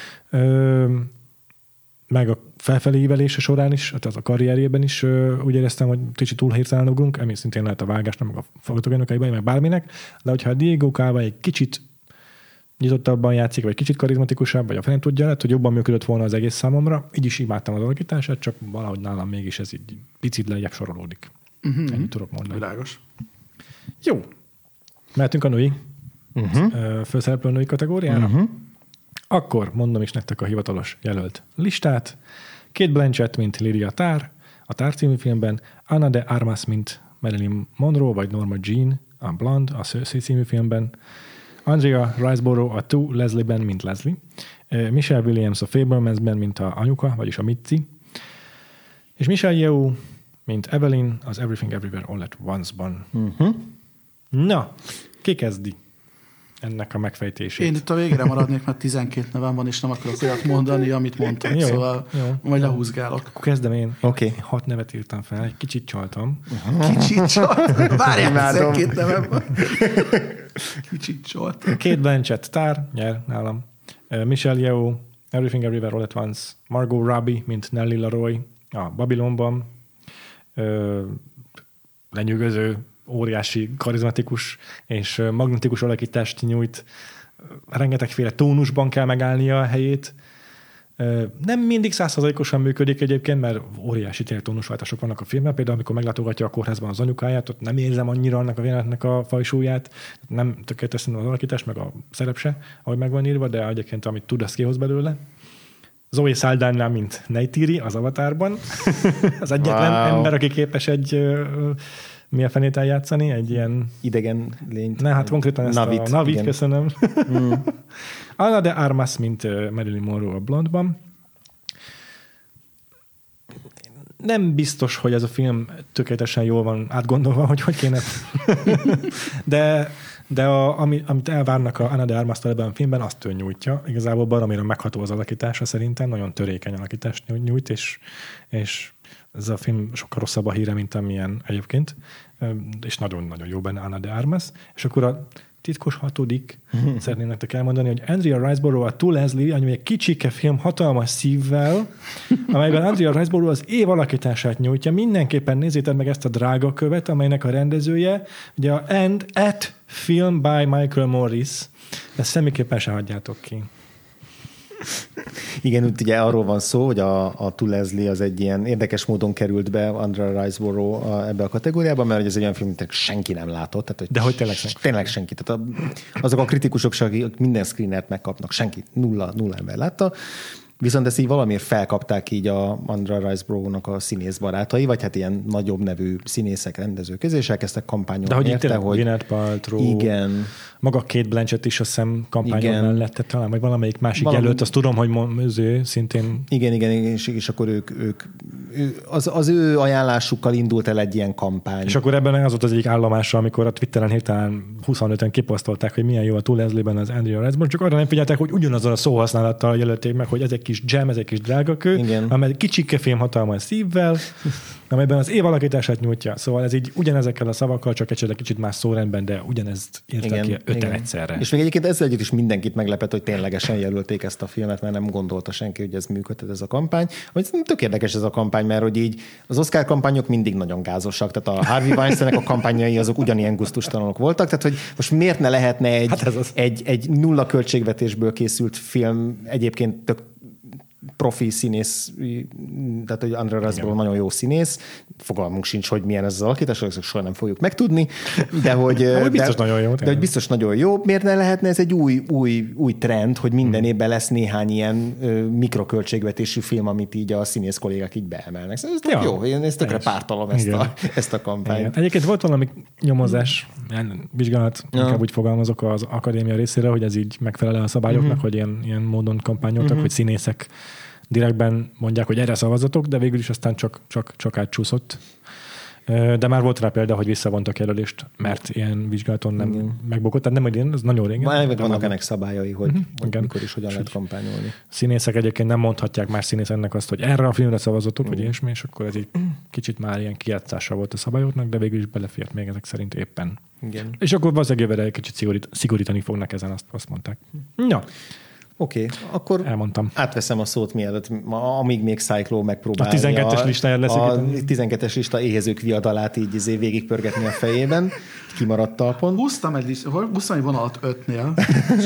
meg a felfelé ívelése során is, tehát a karrierjében is úgy éreztem, hogy kicsit túl hirtelen ugrunk, ami szintén lehet a vágásnak, meg a forgatókönyvekeiben, meg bárminek, de hogyha a Diego Calva egy kicsit nyitottabban játszik, vagy kicsit karizmatikusabb, vagy a fene tudja, lehet, hogy jobban működött volna az egész számomra. Így is imádtam az alakítását, csak valahogy nálam mégis ez így picit lejjebb sorolódik. Ennyit tudok mondani. Világos. Jó. Mehetünk a női főszereplő női kategóriára. Akkor mondom is nektek a hivatalos jelölt listát. Kate Blanchett, mint Lydia Tarr, a Tarr című filmben, Ana de Armas, mint Marilyn Monroe, vagy Norma Jean, a Blonde, a Cersei című filmben, Andrea Riseborough a Two Leslie-ben, mint Leslie, Michelle Williams a Fabelmansben, mint a anyuka, vagyis a Mitzi, és Michelle Yeoh, mint Evelyn, az Everything Everywhere All at Once-ban. Na, ki kezdi ennek a megfejtését? Én itt a végére maradnék, mert 12 nevem van, és nem akarok olyat mondani, amit mondtam, Jó, szóval jó. majd lehúzgálok. Akkor kezdem én. Oké. 6 nevet írtam fel, egy kicsit csaltam. Kicsit csalt. Várjál, 12 nevem van. Kicsit csalt. Kate Blanchett, Tarr, nyer nálam. Michelle Yeoh, Everything Everywhere All at Once. Margot Robbie, mint Nellie Leroy, a Babylonban. Lenyűgöző, óriási, karizmatikus és magnetikus alakítást nyújt. Rengetegféle tónusban kell megállnia a helyét. Nem mindig 100%-osan működik egyébként, mert óriási tényleg tónusváltások vannak a filmben. Például, amikor meglátogatja a kórházban az anyukáját, ott nem érzem annyira annak a jelenetnek a fajsúlyát. Nem tökéletes az alakítás, meg a szerep se, ahogy meg van írva, de egyébként amit tud, azt kihoz belőle. Zoe Saldana, mint Neytiri az Avatarban. Az egyetlen ember, aki képes egy mi a fenét eljátszani? Egy ilyen... idegen lényt. Ne, hát konkrétan ezt Navit, a Navit, igen. köszönöm. Ana de Armas, mint Marilyn Monroe a Blondban. Nem biztos, hogy ez a film tökéletesen jól van átgondolva, hogy kéne. De amit elvárnak a Ana de Armas-tól ebben a filmben, azt ő nyújtja. Igazából baromira megható az alakítása szerintem, nagyon törékeny alakítást nyújt, és ez a film sokkal rosszabb a híre, mint amilyen egyébként, és nagyon-nagyon jó benne Ana de Armas. És akkor a titkos hatodik, szeretném nektek elmondani, hogy Andrea Riseborough a Two Leslie, ami egy kicsike film hatalmas szívvel, amelyben Andrea Riseborough az év alakítását nyújtja. Mindenképpen nézzétek meg ezt a drága követ, amelynek a rendezője, ugye a And at Film by Michael Morris. Ezt semmiképpen se hagyjátok ki. Igen, itt ugye arról van szó, hogy a Two Leslie az egy ilyen érdekes módon került be Andrea Riseborough ebbe a kategóriába, mert ez egy olyan film, amit senki nem látott. Tehát, hogy de hogy tényleg senki. Tényleg senki. Tehát azok a kritikusok, akik minden screenert megkapnak, senki, nulla ember látta. Viszont ezt így valamiért felkapták így a Andrea Riseborough-nak a színész barátai, vagy hát ilyen nagyobb nevű színészek, rendezők közé, és elkezdtek kampányolni. De hogy érte, itt Gwyneth Paltrow, igen. Maga Kate Blanchett is azt hiszem kampányol mellett, tehát talán vagy valamelyik másik jelölt, azt tudom, hogy szintén... Igen, és akkor ők az ő ajánlásukkal indult el egy ilyen kampány. És akkor ebben az volt az egyik állomása, amikor a Twitteren hirtelen 25-en kiposztolták, hogy milyen jó a Two Leslie-ben az Andrea Riseborough, csak arra nem figyeltek, hogy ugyanazzal a szóhasználattal jelölték meg, hogy ez egy kis jam, ez egy kis drágakő, amely kicsike film hatalmas szívvel, amelyben az év alakítását nyújtja. Szóval ez így ugyanezekkel a szavakkal, csak egy kicsit más szórendben, de ugyanezt írtak ki 5-en egyszerre. És még egyébként ezzel együtt is mindenkit meglepett, hogy ténylegesen jelölték ezt a filmet, mert nem gondolta senki, hogy ez működhet ez a kampány. Tök érdekes ez a kampány, mert hogy így az Oscar kampányok mindig nagyon gázosak, tehát a Harvey Weinsteinnek a kampányai azok ugyanilyen gusztustalanok voltak, tehát hogy most miért ne lehetne egy nulla költségvetésből készült film egyébként tök profi színész, tehát hogy Andrea Riseborough nagyon jó színész, fogalmunk sincs, hogy milyen ez az alakítás, ezt soha nem fogjuk megtudni, de hogy biztos nagyon jó. De hogy biztos nagyon jó. Miért ne lehetne ez egy új trend, hogy minden évben lesz néhány ilyen mikroköltségvetésű film, amit így a színész kollégák így beemelnek. Ez jó, én ezt tökre pártolom ezt a kampányt. Igen. Egyébként volt valami nyomozás, vizsgálat, inkább úgy fogalmazok az akadémia részére, hogy ez így megfelel a szabályoknak, hogy ilyen módon kampányoltak, hogy színészek direktben mondják, hogy erre szavazatok, de végül is aztán csak átcsúszott. De már volt rá példa, hogy visszavontak jelölést, mert ilyen vizsgálaton nem megbukott. Tehát nem, hogy ez nagyon régen. Vannak ennek szabályai, hogy mikor is hogyan lehet kampányolni. Színészek egyébként nem mondhatják más színészeknek azt, hogy erre a filmre szavazatok, vagy ilyesmi, és akkor ez így kicsit már ilyen kijátszása volt a szabályoknak, de végül is belefért még ezek szerint éppen. Igen. És akkor valószínűleg jövőre egy kicsit szigorítani fognak ezen, azt mondták. Ja. Oké, akkor elmondtam. Átveszem a szót mielőtt, amíg még Cyclo megpróbálja. A 12-es listáját leszekíteni. A 12-es lista éhezők viadalát így végigpörgetni a fejében. Kimaradt talpon. Húztam egy vonalat 5-nél.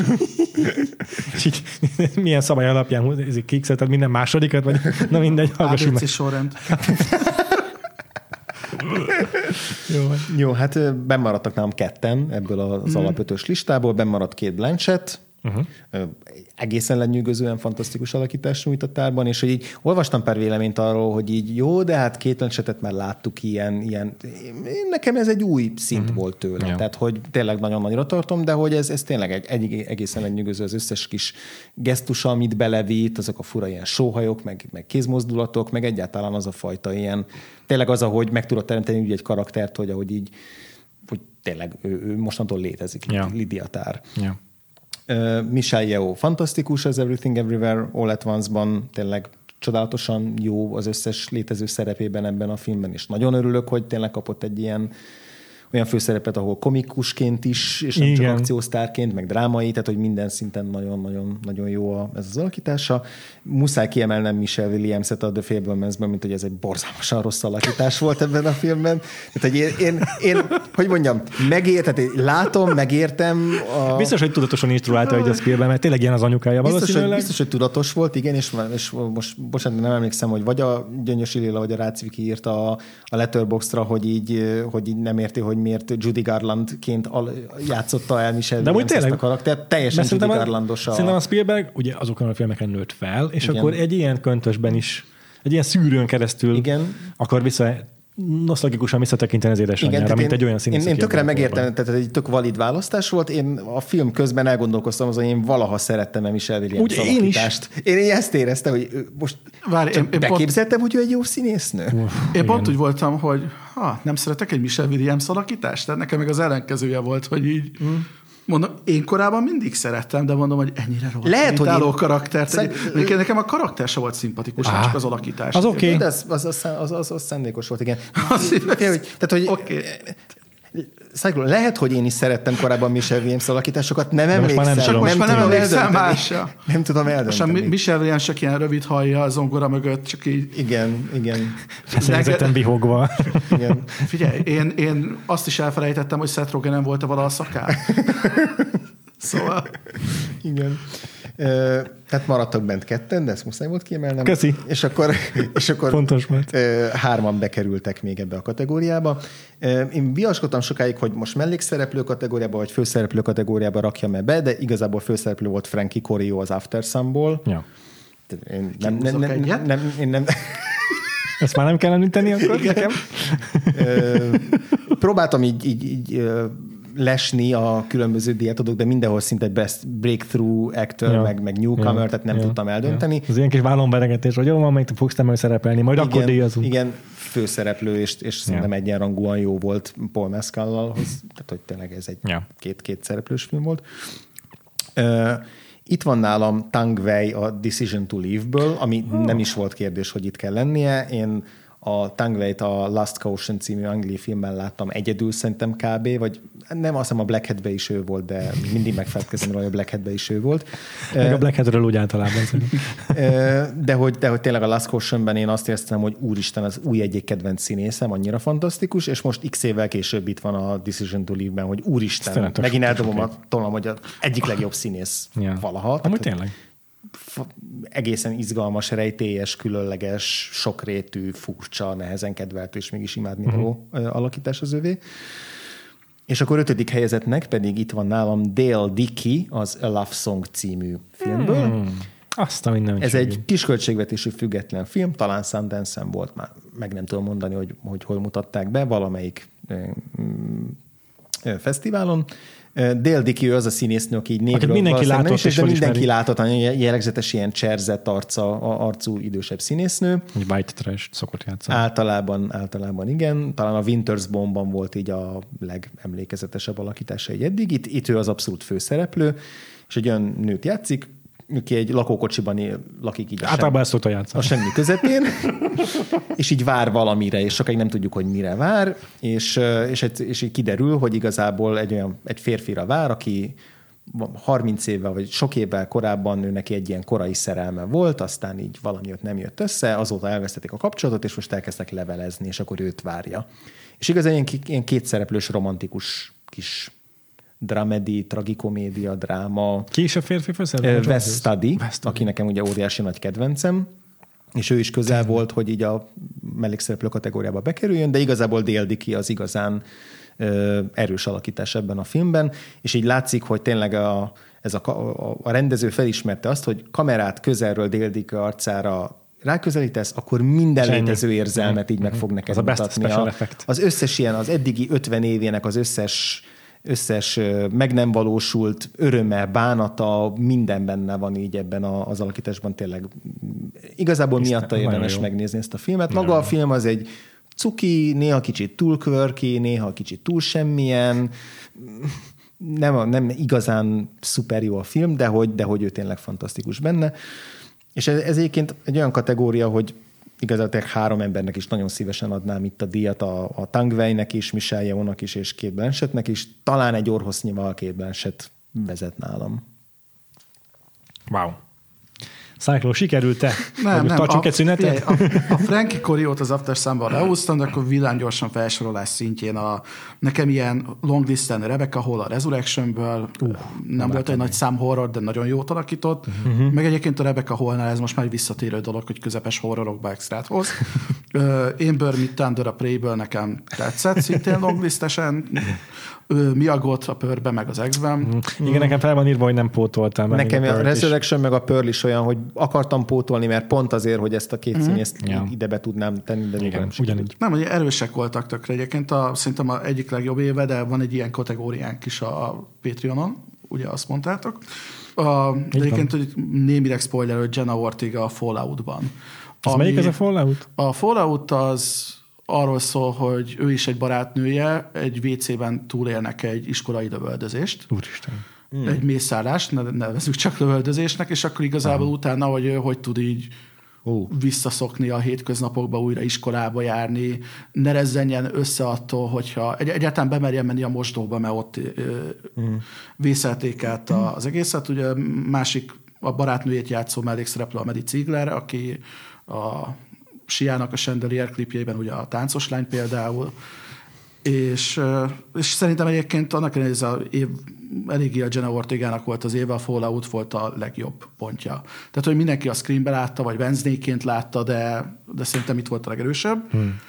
Milyen szabály alapján kikszelted minden másodikat? Vagy? Na mindegy, hallgassuk meg. ABC sorrend. Jó, hát bennmaradtak nálam ketten ebből az alapötös listából. Bennmaradt Cate Blanchett, egészen lenyűgözően fantasztikus alakítás nyújt a tárban, és hogy így olvastam pár véleményt arról, hogy így jó, de hát Cate Blanchettet már láttuk ilyen. Nekem ez egy új szint volt tőle. Ja. Tehát, hogy tényleg nagyon nagyra tartom, de hogy ez tényleg egy egészen lenyűgöző az összes kis gesztusa, amit belevít, azok a fura ilyen sóhajok, meg kézmozdulatok, meg egyáltalán az a fajta ilyen, tényleg az, ahogy meg tudod teremteni úgy egy karaktert, hogy ahogy így, hogy tényleg ő mostantól létezik, Lydia Tarr. Ja. Michelle Yeoh fantasztikus az Everything Everywhere All at Once-ban, tényleg csodálatosan jó az összes létező szerepében ebben a filmben, és nagyon örülök, hogy tényleg kapott egy olyan főszerepet, ahol komikusként is, és nem csak akciósztárként, meg drámai, tehát hogy minden szinten nagyon jó ez az alakítása. Muszáj kiemelnem Michelle Williams-et a The Fabelmans-ben, mint hogy ez egy borzalmasan rossz alakítás volt ebben a filmben. Tehát, hogy én hogy mondjam, megértem. Biztos, hogy tudatosan instruálta egy a Spielberg, mert tényleg ilyen az anyukája valószínűleg. Biztos, hogy tudatos volt, igen, és most bocsánat, nem emlékszem, hogy vagy a Gyöngyösi Lilla, vagy a Rácviki írta a Letterboxdra, hogy így nem érti, hogy miért Judy Garlandként játszotta el Michelle Williams ezt a karaktert. Teljesen Judy Garlandos. Szerintem a Spielberg ugye azokon a filmeken nőtt fel, és akkor egy ilyen köntösben is, egy ilyen szűrőn keresztül akar nosztalgikusan visszatekinteni az édesanyjára, mint egy olyan színész. Én tökre megértem, tehát egy tök valid választás volt. Én a film közben elgondolkoztam azon, hogy én valaha szerettem Michelle Williams alakítást. Én ezt éreztem, hogy most beképzeltem, hogy ő egy jó színésznő. Én pont úgy voltam, hogy nem szeretek egy Michelle Williams alakítást, tehát nekem meg az ellenkezője volt, hogy így mondom, én korábban mindig szerettem, de mondom, hogy ennyire rossz. Lehet, hogy álló karaktert. Nekem a karakter sem volt szimpatikus, csak az alakítás. Az oké. De az szándékos volt, igen. Lehet, hogy én is szerettem korábban Michelle Williams alakításokat, nem emlékszem. Most már nem emlékszem másra. Nem tudom eldönteni. Most Michelle Williams csak ilyen rövid hajja a zongora mögött, csak így... Igen. Feszegezetten bihogva. Igen. Figyelj, én azt is elfelejtettem, hogy Seth Rogen nem volt-e vala a szakár. Szóval... Igen. Tehát maradtak bent ketten, de ezt muszáj volt kiemelnem. Köszi. És akkor fontos volt. 3-an bekerültek még ebbe a kategóriába. Én viaskodtam sokáig, hogy most mellékszereplő kategóriába, vagy főszereplő kategóriába rakjam-e be, de igazából főszereplő volt Frankie Corio az After Sun-ból. Ja. Én nem ezt már nem kell említeni akkor nekem? Próbáltam így lesni a különböző díjátadók, de mindenhol szinte best breakthrough actor, meg newcomer, tehát nem tudtam eldönteni. Az ilyen kis vállonberegetés, hogy jó, van, még fogsz te majd szerepelni, majd akkor díjazunk. Igen, főszereplő, és szerintem egyenrangúan jó volt Paul Mescal-hoz, tehát hogy tényleg ez egy két szereplős film volt. Itt van nálam Tang Wei a Decision to Leave-ből, ami nem is volt kérdés, hogy itt kell lennie. Én a Tang Wei-t a Last Caution című angli filmben láttam egyedül, szerintem kb. Vagy nem, azt hiszem a Black Hat-be is ő volt, de mindig megfelelkezem, hogy a Black Hat-be is ő volt. Meg a Black Hat-ről úgy általában szerintem. De hogy tényleg a Last Caution-ben én azt éreztem, hogy úristen, az új egyik kedvenc színészem, annyira fantasztikus, és most x évvel később itt van a Decision to Leave-ben, hogy úristen, megint eldobom a tollam, hogy az egyik legjobb színész valaha. Amúgy tényleg. Egészen izgalmas, rejtélyes, különleges, sokrétű, furcsa, nehezen kedvelt és mégis imádnivaló alakítás az övé. És akkor 5. helyezettnek pedig itt van nálam Dale Dickey az A Love Song című filmből. Azt a minden. Ez egy kisköltségvetésű független film, talán Sundance-en volt, már meg nem tudom mondani, hogy hol mutatták be, valamelyik fesztiválon. Dale Dickey az a színésznő, aki így névről mindenki látott, de mindenki látott, a jellegzetes ilyen cserzett arcú idősebb színésznő. Egy white trash szokott játszani. Általában igen. Talán a Winter's Bone-ban volt így a legemlékezetesebb alakítása egy eddig. Itt ő az abszolút főszereplő, és egy olyan nőt játszik, aki egy lakókocsiban lakik így általában ezt szokta játszani. A semmi közepén, és így vár valamire, és sokáig nem tudjuk, hogy mire vár, és így kiderül, hogy igazából egy férfira vár, aki 30 évvel, vagy sok évvel korábban ő neki egy ilyen korai szerelme volt, aztán így valami ott nem jött össze, azóta elvesztették a kapcsolatot, és most elkezdtek levelezni, és akkor őt várja. És igazán ilyen kétszereplős, romantikus kis dramedi, tragikomédia, dráma. Ki is a férfi főszereplő? Wes Studi, aki nekem ugye óriási nagy kedvencem, és ő is közel volt, hogy így a mellékszereplő kategóriába bekerüljön, de igazából Dale Dickey az igazán erős alakítás ebben a filmben, és így látszik, hogy tényleg a rendező felismerte azt, hogy kamerát közelről Dale Dickey arcára ráközelítesz, akkor minden létező érzelmet így meg fog neked mutatni. Az összes ilyen, az eddigi 50 évének az összes meg nem valósult öröme, bánata, minden benne van így ebben az alakításban, tényleg igazából miatta érdemes megnézni ezt a filmet. Maga a film az egy cuki, néha kicsit túl quirky, néha kicsit túl semmilyen, nem igazán szuper jó a film, de hogy ő tényleg fantasztikus benne. És ez egyébként egy olyan kategória, hogy igazából 3 embernek is nagyon szívesen adnám itt a díjat, a Tang Wei-nek is, Michelle Yeoh-nak is, és Cate Blanchettnek is. Talán egy orrhossznyival Cate Blanchett vezet nálam. Wow. Cyclo, sikerült-e? Nem. Tartsunk egy szünetet? A Frankie Coriót az After Sun-ban leúztam, de akkor villámgyorsan felsorolás szintjén nekem ilyen longlisten Rebecca Hall a Resurrectionből, nem volt egy nagy szám horror, de nagyon jót alakított. Meg egyébként a Rebecca Hallnál ez most már egy visszatérő dolog, hogy közepes horrorokba extrát hoz. Amber Midthunder a Prey-ből nekem tetszett, szintén longlistesen. Miagot a Pörbe, meg az X-ben. Igen, nekem fel van írva, hogy nem pótoltam. Nekem a Resurrection meg a Pearl is olyan, hogy akartam pótolni, mert pont azért, hogy ezt a két színészt ide be tudnám tenni, de igen, ugyanígy. Nem, hogy erősek voltak tökre egyébként. Szerintem az egyik legjobb éve, de van egy ilyen kategóriánk is a Patreonon, ugye azt mondtátok. De egyébként, hogy némileg spoiler, hogy Jenna Ortega a Falloutban. Melyik ez a Fallout? A Fallout az arról szól, hogy ő is egy barátnője, egy WC-ben túlélnek egy iskolai lövöldözést. Úristen. Egy mészállást, nevezzük csak lövöldözésnek, és akkor igazából utána, hogy tud így visszaszokni a hétköznapokba, újra iskolába járni, ne rezzenjen össze attól, hogyha egyáltalán bemerjen menni a mosdóba, mert ott vészelték át az egészet. Ugye másik, a barátnőjét játszó mellékszereplő a Maddie Ziegler, aki a Siának a Chandelier klipjében, ugye a táncos lány például, és szerintem egyébként annak ellenére, ez az év eléggé a Jenna Ortegának volt az éve, a Fallout volt a legjobb pontja. Tehát, hogy mindenki a Screambe látta, vagy Wednesday-ként látta, de szerintem itt volt a legerősebb.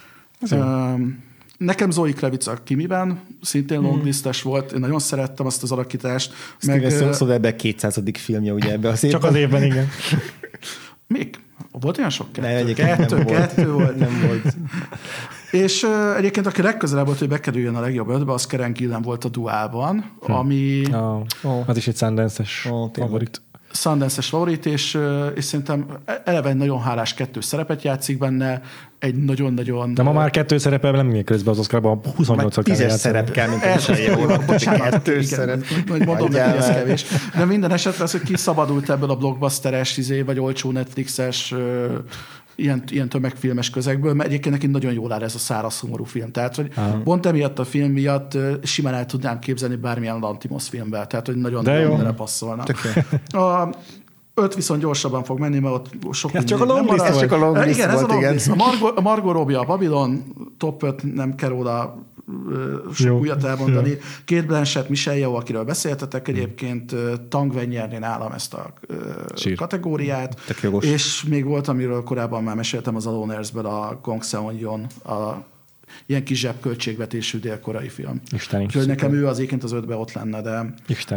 Nekem Zoe Kravitz a Kimiben, szintén longlistes volt, én nagyon szerettem azt az alakítást. Steven Soderbergh 200. filmje ugye ebbe az évben. Csak az évben, igen. Még? Volt olyan sok? Kettő volt. Nem volt. És egyébként aki legközelebb volt, hogy bekerüljön a legjobb 5-be, az Karen Gillan volt a Duálban, ami... Az is egy Sundance-es favorit. Sundance-es favorit, és szerintem eleve egy nagyon hálás 2 szerepet játszik benne, egy nagyon-nagyon... De ma már 2 szerepel nem még közben az Oscarban 28-szor kell 10-es szerep kell, mint egy 2 szerep. Mondom neki, ez kevés. De minden esetre az, hogy kiszabadult ebből a blockbusteres, vagy olcsó Netflixes ilyen tömegfilmes közegből, mert egyébként neki nagyon jól áll ez a száraz szomorú film. Tehát, hogy pont emiatt a film miatt simán el tudnám képzelni bármilyen Lantimos filmben. Tehát, hogy nagyon passzolna. A 5 viszont gyorsabban fog menni, mert ott sok ez csak a longlist volt. Igen, ez a longlist. A Margot Robbie a Babylon, top 5, nem kell róla sok újat elmondani. Cate Blanchett, Michelle Yeoh, akiről beszéltetek, egyébként Tang Wei nyerné nálam ezt a kategóriát. És még volt, amiről korábban már meséltem, az Alone Earth-ből a Gong Seon-yon, ilyen kis zsebköltségvetésű dél-koreai film. Isteni. Úgyhogy nekem ő az egyébként az 5-be ott lenne, de... Isteni.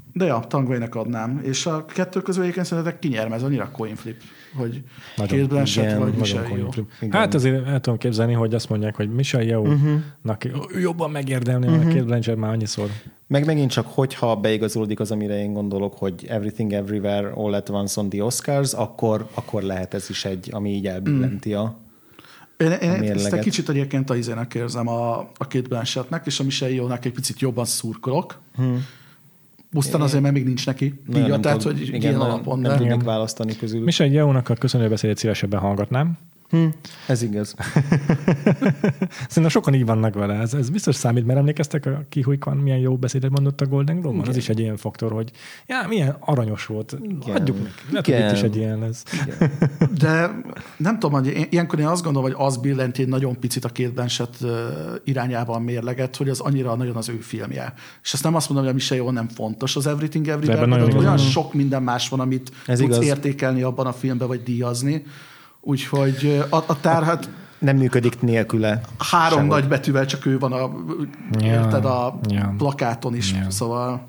De ja, Tangway-nek adnám. És a kettő közül egyébként szerintetek kinyer, mert ez annyira coin flip, hogy Kate Blanchett vagy Michelle Yeoh. Hát azért el tudom képzelni, hogy azt mondják, hogy Michelle Yeoh-nak jobban megérdemli, mert Kate Blanchett már annyiszor. Meg megint csak, hogyha beigazolódik az, amire én gondolok, hogy Everything Everywhere All at Once on the Oscars, akkor lehet ez is egy, ami így elbillenti a Én ezt egy kicsit egyébként a izének érzem a Kate Blanchettnek, és a Michelle Yeoh-nak egy picit jobban szurkolok. Pusztán azért, mert még nincs neki díja, tehát hogy ilyen alapon. Nem tudnék választani közül. Michelle Yeoh-nak a köszönőbeszédét szívesebben hallgatnám. Ez igaz. Szerintem sokan így vannak vele. Ez biztos számít, mert emlékeztek, ki Huy-Kwan milyen jó beszédet mondott a Golden Globe-on? Az is egy ilyen faktor, hogy milyen aranyos volt. Igen. Hagyjuk neki. Lehet, hogy itt is egy ilyen lesz. De nem tudom, hogy ilyenkor én azt gondolom, hogy az billenti nagyon picit a Kate Blanchett irányában mérleget, hogy az annyira nagyon az ő filmje. És azt nem azt mondom, hogy a Michelle Yeoh nem fontos az Everything Everywhere, de olyan sok minden más van, amit tudsz értékelni abban a filmben, vagy díjazni. Úgyhogy a tárhat nem működik nélküle. 3 nagy betűvel csak ő van érted a plakáton is, szóval.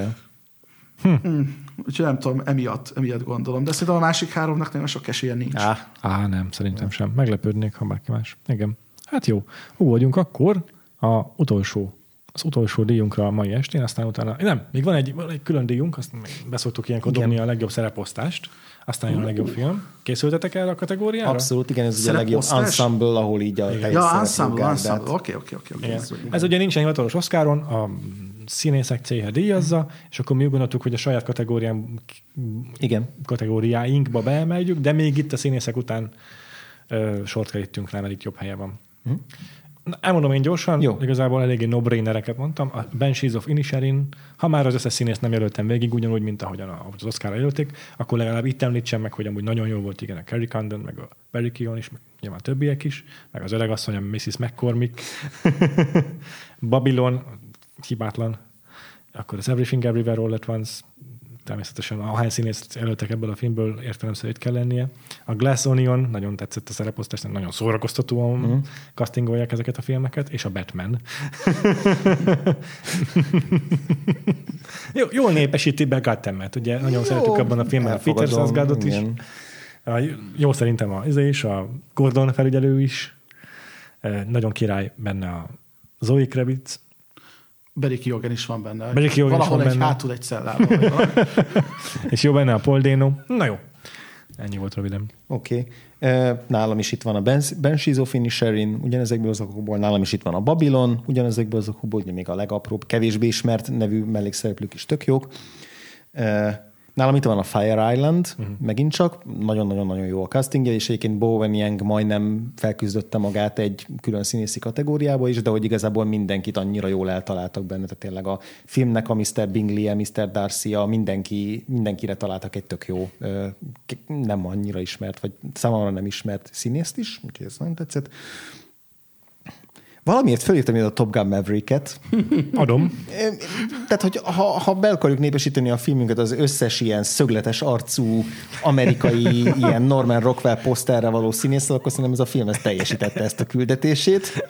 Úgyhogy nem tudom, emiatt gondolom. De szerintem a másik 3-nak nagyon sok esélye nincs. Nem, szerintem sem. Meglepődnék, ha bárki más. Igen. Hát jó. Ugorjunk akkor az utolsó díjunkra a mai estén, aztán utána... Nem, még van egy külön díjunk, azt beszoktuk ilyenkor dobni a legjobb szereposztást, aztán jön a legjobb film. Készültetek erre a kategóriára? Abszolút, igen, ez ugye a legjobb ensemble, ahol így a ensemble. Oké. Ez ugye nincsen hivatalos Oscaron, a színészek céhe díjazza, és akkor mi úgy gondoltuk, hogy a saját kategóriáinkba beemeljük, de még itt a színészek után sort kerítsünk rá, mert itt jobb helye van. Elmondom én gyorsan, igazából eléggé no-brainereket mondtam. A Banshees of Inisherin, ha már az összes színészt nem jelöltem végig, ugyanúgy, mint ahogyan az Oscarra jelölték, akkor legalább itt említsem meg, hogy amúgy nagyon jó volt, igen, a Carrie Condon, meg a Barry Keoghan is, meg nyilván a többiek is, meg az öregasszony, a Mrs. McCormick, Babylon, hibátlan, akkor az Everything Everywhere All at Once, természetesen ahány színészt jelöltek ebből a filmből, értelemszerűen kell lennie. A Glass Onion, nagyon tetszett a szereposztás, nagyon szórakoztatóan castingolják ezeket a filmeket, és a Batman. Jól népesíti be Gothamet, ugye nagyon szeretjük abban a filmben a Peter Sarsgaardot is. Jó szerintem a Gordon felügyelő is. Nagyon király benne a Zoe Kravitz. Barry Keoghan is van benne. Valahol hátul egy cellában. És jó benne a Paul Dano. Na jó. Ennyi volt röviden. Oké. Nálam is itt van a Banshees of Inisherin, ugyanezekből az okokból, nálam is itt van a Babylon, ugyanezekből az okokból, ugye még a legapróbb, kevésbé ismert nevű mellékszereplők is tök jók. Nálam itt van a Fire Island, megint csak, nagyon-nagyon-nagyon jó a castingja, és egyébként Bowen Yang majdnem felküzdötte magát egy külön színészi kategóriába is, de hogy igazából mindenkit annyira jól eltaláltak benne, tehát tényleg a filmnek a Mr. Bingley-e, Mr. Darcy-a, mindenkire találtak egy tök jó, nem annyira ismert, vagy számomra nem ismert színészt is, úgyhogy ez nagyon tetszett. Valamiért fölírtam ide a Top Gun Maverick-et. Adom. Tehát, hogy ha be akarjuk népesíteni a filmünket az összes ilyen szögletes arcú amerikai ilyen Norman Rockwell poszterre való színésszel, akkor szerintem ez a film teljesítette ezt a küldetését.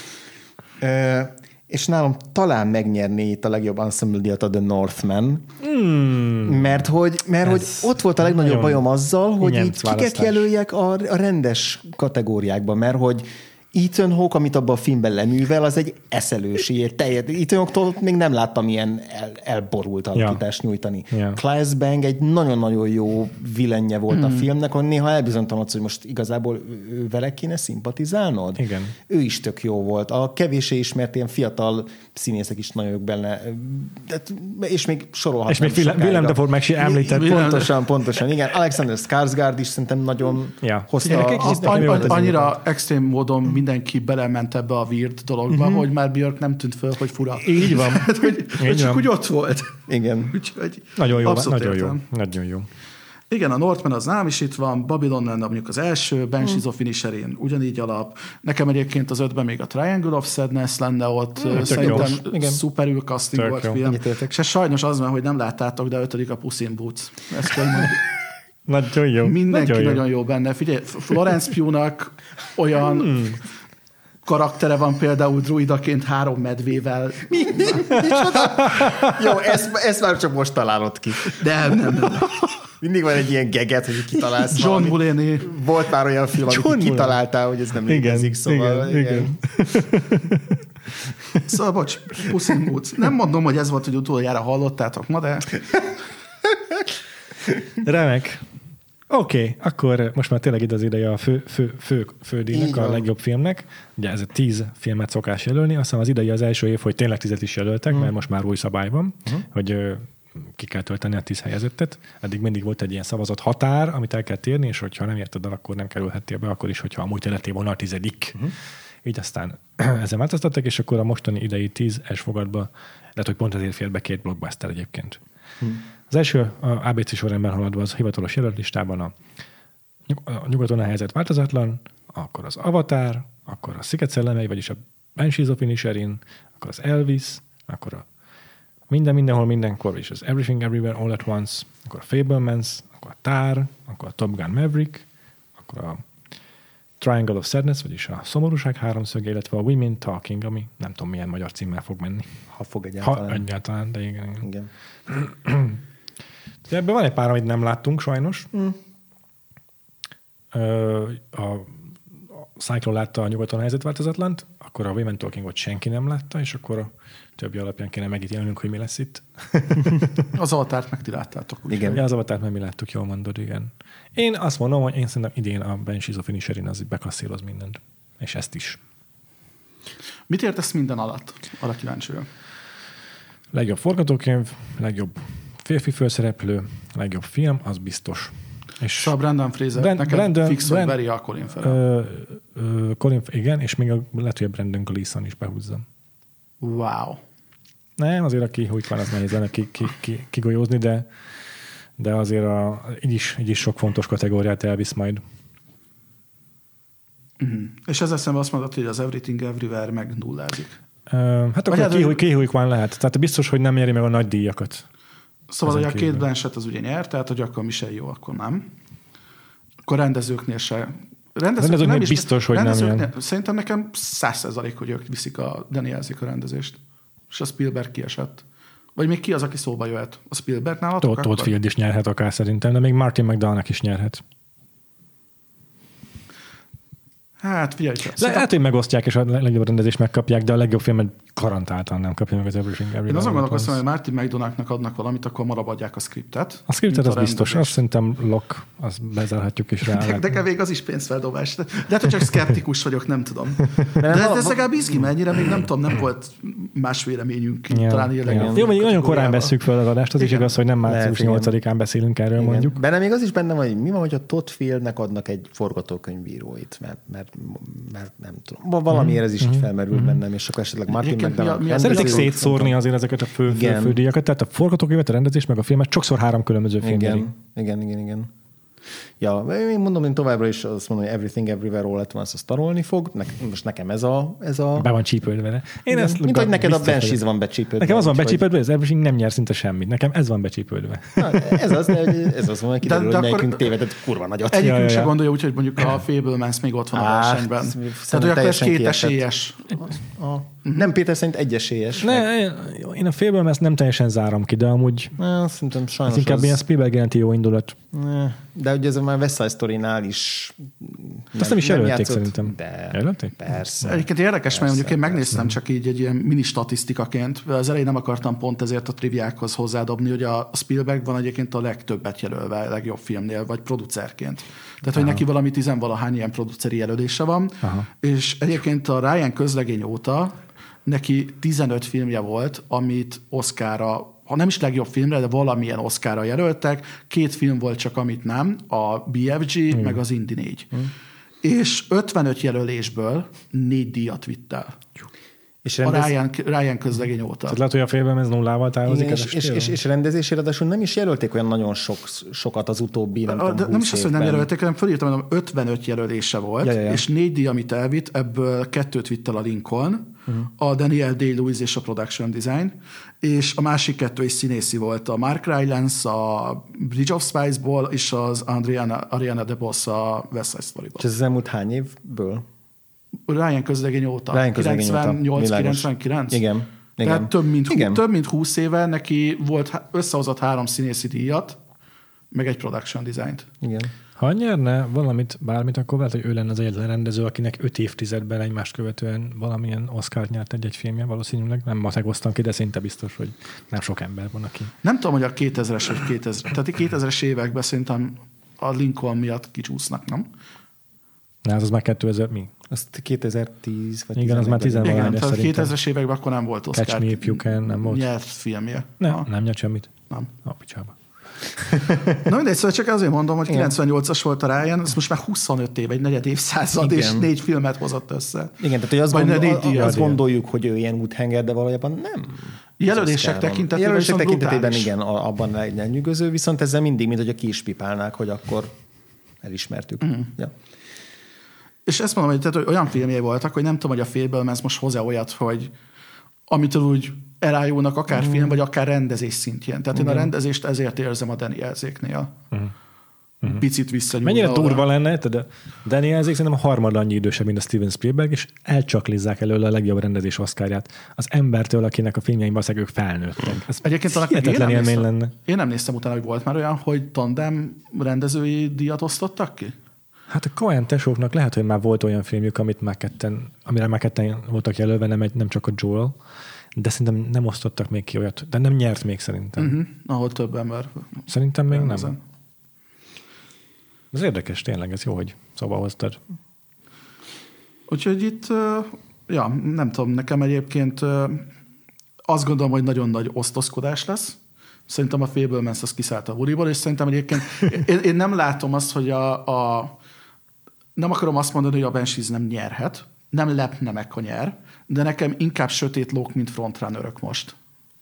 És nálam talán megnyerné itt a legjobb ensemble díjat a The Northman. Mert hogy ott volt a legnagyobb bajom azzal, hogy így kiket jelöljek a rendes kategóriákban, mert hogy Ethan Hawke, amit abban a filmben leművel, az egy eszelősi. Ethan Hawke-tól még nem láttam ilyen elborult alakítást nyújtani. Claes Bang egy nagyon-nagyon jó vilenje volt a filmnek, hogy néha elbizonytalanodsz, hogy most igazából vele kéne szimpatizálnod. Igen. Ő is tök jó volt. A kevéssé ismert ilyen fiatal színészek is nagyon jók benne. És még sorolhatnám. És még Willem Dafoe meg sem említett. Pontosan, igen. Alexander Skarsgård is szerintem nagyon hozta. Annyira extrém módon mindenki belement ebbe a weird dologba, hogy már Björk nem tűnt föl, hogy fura. Így van. hogy csak úgy ott volt. Igen. Úgyhogy nagyon jó. Igen, a Northman az nálam is itt van, Babylon lenne mondjuk az első, Banshees of Inisherin ugyanígy alap. Nekem egyébként az 5-ben még a Triangle of Sadness lenne ott, szerintem szuperül casting volt film. És sajnos az van, hogy nem láttátok, de 5. a Puss in Boots. Ezt kell mondani. Nagyon jó. Mindenki nagyon jó benne. Figyelj, Florence Pugh-nak olyan karaktere van például druidaként 3 medvével. Micsoda? Jó, ezt már csak most találod ki. Nem. Mindig van egy ilyen geget, hogy kitalálsz John valamit. Mulaney. Volt már olyan film, amit kitaláltál, hogy ez nem létezik, szóval... Igen. Szóval, bocs, Puss in Boots. Nem mondom, hogy ez volt, hogy utoljára hallottátok ma, de... Remek. Oké, akkor most már tényleg itt az ideje a fődíjnak, a legjobb filmnek. Ugye ez a 10 filmet szokás jelölni, aztán az idei az első év, hogy tényleg 10-et is jelöltek, mert most már új szabály van, hogy ki kell tölteni a 10 helyezettet. Eddig mindig volt egy ilyen szavazat határ, amit el kell térni, és hogyha nem érted el, akkor nem kerülhettél be, akkor is, hogyha amúgy lettél volna a 10. Így aztán ezzel változtattak, és akkor a mostani idei 10-es fogadba lehet, hogy pont ezért fér be 2 blockbuster egyébként. Az első, a ABC sorrendben haladva az hivatalos jelölt a Nyugaton a helyzet változatlan, akkor az Avatar, akkor a Sziget szellemei, vagyis a Banshees of Inisherin, akkor az Elvis, akkor a Mindenhol Mindenkor, vagyis az Everything Everywhere All at Once, akkor a Fabelmans, akkor a Tár, akkor a Top Gun Maverick, akkor a Triangle of Sadness, vagyis a Szomorúság háromszöge, illetve a Women Talking, ami nem tudom milyen magyar címmel fog menni. Ha fog egyáltalán. Ha egyáltalán, de igen. De ebben van egy pár, amit nem láttunk sajnos. A Cyclone látta a Nyugaton helyzet változatlant, akkor a Women Talkingot senki nem látta, és akkor a többi alapján kéne megítélnünk, hogy mi lesz itt. Az Avatárt meg ti láttátok. Igen. Ja, az Avatárt meg mi láttuk, jól mondod, igen. Én azt mondom, hogy én szerintem idén a Banshees of Inisherin az bekasszíroz mindent. És ezt is. Mit értesz minden alatt? Arra kíváncsi vagyok. Legjobb forgatókönyv, legjobb férfi főszereplő, legjobb film, az biztos. És szóval Brendan Fraser, nekem fix, hogy veri a Colin Farrell. Igen, és még lehet, hogy a Brendan Gleeson is behúzza. Wow. Nem, azért aki úgy van, az nehéz lenne kigolyózni, de azért így is sok fontos kategóriát elvisz majd. És ezzel szemben azt mondod, hogy az Everything Everywhere meg nullázik. Hát akkor Ki-Huy-Kwan lehet. Tehát biztos, hogy nem éri meg a nagy díjakat. Szóval, hogy a Kate Blanchett az ugye nyert, tehát hogy akkor Michelle jó, akkor nem. Akkor rendezőknél se. Rendezőknél nem biztos, hogy nem jön. Szerintem nekem 100%, hogy ők viszik Danielsék a rendezést. És a Spielberg kiesett. Vagy még ki az, aki szóba jöhet? A Spielberg nálatok? Todd Field is nyerhet akár szerintem, de még Martin McDonagh is nyerhet. Hát figyelj. Lehet, hogy megosztják, és a legjobb rendezést megkapják, de a legjobb filmet garantáltan nem kapja meg az Everything Everywhere. Én azon gondolkoztam, hogy Martin McDonaghnak adnak valamit, akkor marad adják a scriptet. A scriptet az biztos, azt szerintem lock, azt bezárhatjuk is rá. De még az is pénzfeldobás. De hát, hogy csak szkeptikus vagyok, nem tudom. De ez legalább izgi, mennyire még nem tudom, nem volt más véleményünk. Talán jó, mondjuk nagyon korán vesszük fel az adást, az is igaz, hogy nem március 8-án beszélünk erről, mondjuk. Benne még az is benne van, hogy mi van, hogy a Todd Fieldnek adnak egy forgatókönyvíróit, mert nem tudom. Valamiért ez is így felmerült bennem, és akkor esetleg Martin McDonagh. Szeretik szétszórni azért ezeket a fődíjakat, tehát a forgatókönyvet, a rendezés, meg a filmet sokszor 3 különböző film. Igen. Ja, én mondom, én továbbra is azt mondom, hogy Everything Everywhere All at Once azt tarolni fog. Most nekem ez a... Be van csípődve vele. Mint hogy neked a Banshees van becsípődve. Nekem az van becsípődve, az Everything nem nyer szinte semmit. Nekem ez van becsípődve. Ez az, hogy kiderül, hogy melyikünk tévedett kurva nagyot. Egyikünk se gondolja úgy, hogy mondjuk a Fabelmans még ott van a versenyben. Tehát, hogy akkor ez 2 esélyes. Nem, Péter szerint 1 esélyes. Én a Fabelmans nem teljesen zárom ki, de amúgy szerintem sajnos ez inkább ilyen Spielberg jelenti jó indulat. De ugye ez már West Side Story-nál is azt nem is jelölték szerintem. De jelölték? Persze. Egyébként érdekes, mert mondjuk én megnéztem csak így egy ilyen mini statisztikaként. Az elején nem akartam pont ezért a triviákhoz hozzádobni, hogy a Spielberg van egyébként a legtöbbet jelölve a legjobb filmnél, vagy producerként. Tehát, hogy neki valami 10-valahány ilyen produceri jelölése van. Aha. És egyébként a Ryan közlegény óta neki 15 filmje volt, amit Oscarra, ha nem is legjobb filmre, de valamilyen Oscarra jelöltek. 2 film volt csak, amit nem, a BFG, meg az Indy 4. És 55 jelölésből 4 díjat vitt el. És a Ryan közlegény óta. Tehát lehet, hogy a félben ez nullával távozik. És rendezésére, ráadásul nem is jelölték olyan nagyon sokat az utóbbi, nem is azt, hogy nem jelölték, hanem fölírtam, hogy 55 jelölése volt, és 4 díj, amit elvitt, ebből 2 vitt el a Lincoln, a Daniel Day-Lewis és a Production Design, és a másik 2 is színészi volt, a Mark Rylance a Bridge of Spies-ból, és az Ariana DeBose a West Side Story-ból. És ez az elmúlt hány évből? Ryan közlegény óta. Ryan közlegény óta. 98-99. Igen. Tehát több mint 20 éve neki összehozott 3 színészi díjat, meg egy production designt. Igen. Ha nyerne bármit, akkor lehet, hogy ő lenne az egyetlen rendező, akinek 5 évtizedben egymást követően valamilyen Oscart nyert egy filmje, valószínűleg. Nem matekoztam ki, de szinte biztos, hogy nem sok ember van, aki. Nem tudom, hogy a 2000-es vagy 2000. Tehát a 2000-es években szerintem a Lincoln miatt kicsúsznak, nem? Na, az már 2000 mi? Azt 2010 vagy igen, az már 10 igen, valány, tehát szerintem. 2000-es években akkor nem volt Oscar. Catch Me If You Can, nem volt. Nyert filmje. Nem nyert semmit. Nem. Picsába. Na mindegy, szóval csak azért mondom, hogy 98-as volt a Ryan, ez most már 25 év, egy negyed évszázad, és 4 filmet hozott össze. Igen, tehát hogy azt gondoljuk, hogy ő ilyen úthenger, de valójában nem. Jelölések tekintetében igen, abban lenyűgöző, viszont ezzel mindig, mint hogy a ki is pipálnák, hogy akkor elismertük. Ja. És ezt mondom, hogy olyan filmjei voltak, hogy nem tudom, hogy a Fabelmans most hozzá olyat, hogy amitől úgy elájulnak akár film, vagy akár rendezés szintjén. Tehát én a rendezést ezért érzem a Danny Elzéknél. Picit visszanyúlva. Mennyire durva lenne, de Danny Elzék szerintem a harmad annyi idősebb, mint a Steven Spielberg, és elcsaklizzák előle a legjobb rendezés Oscarját az embertől, akinek a filmjeim valószínűleg ők felnőttek. Ez egyébként hihetetlen élmény lenne. Én nem néztem utána, hogy volt már olyan, hogy tandem rendezői díjat osztottak ki? Hát a Coen tesóknak lehet, hogy már volt olyan filmjük, amire már ketten voltak jelölve, nem csak a Joel, de szerintem nem osztottak még ki olyat, de nem nyert még szerintem. Ahol több ember. Szerintem még nem. Ez érdekes, tényleg, ez jó, hogy szóba hoztad. Úgyhogy itt, nem tudom, nekem egyébként azt gondolom, hogy nagyon nagy osztozkodás lesz. Szerintem a Fabelmans az kiszállt a Woody-ból, és szerintem egyébként én nem látom azt, hogy nem akarom azt mondani, hogy a Banshees nem nyerhet, nem lepne meg, ha nyer, de nekem inkább sötét lók, mint frontrunnerök most.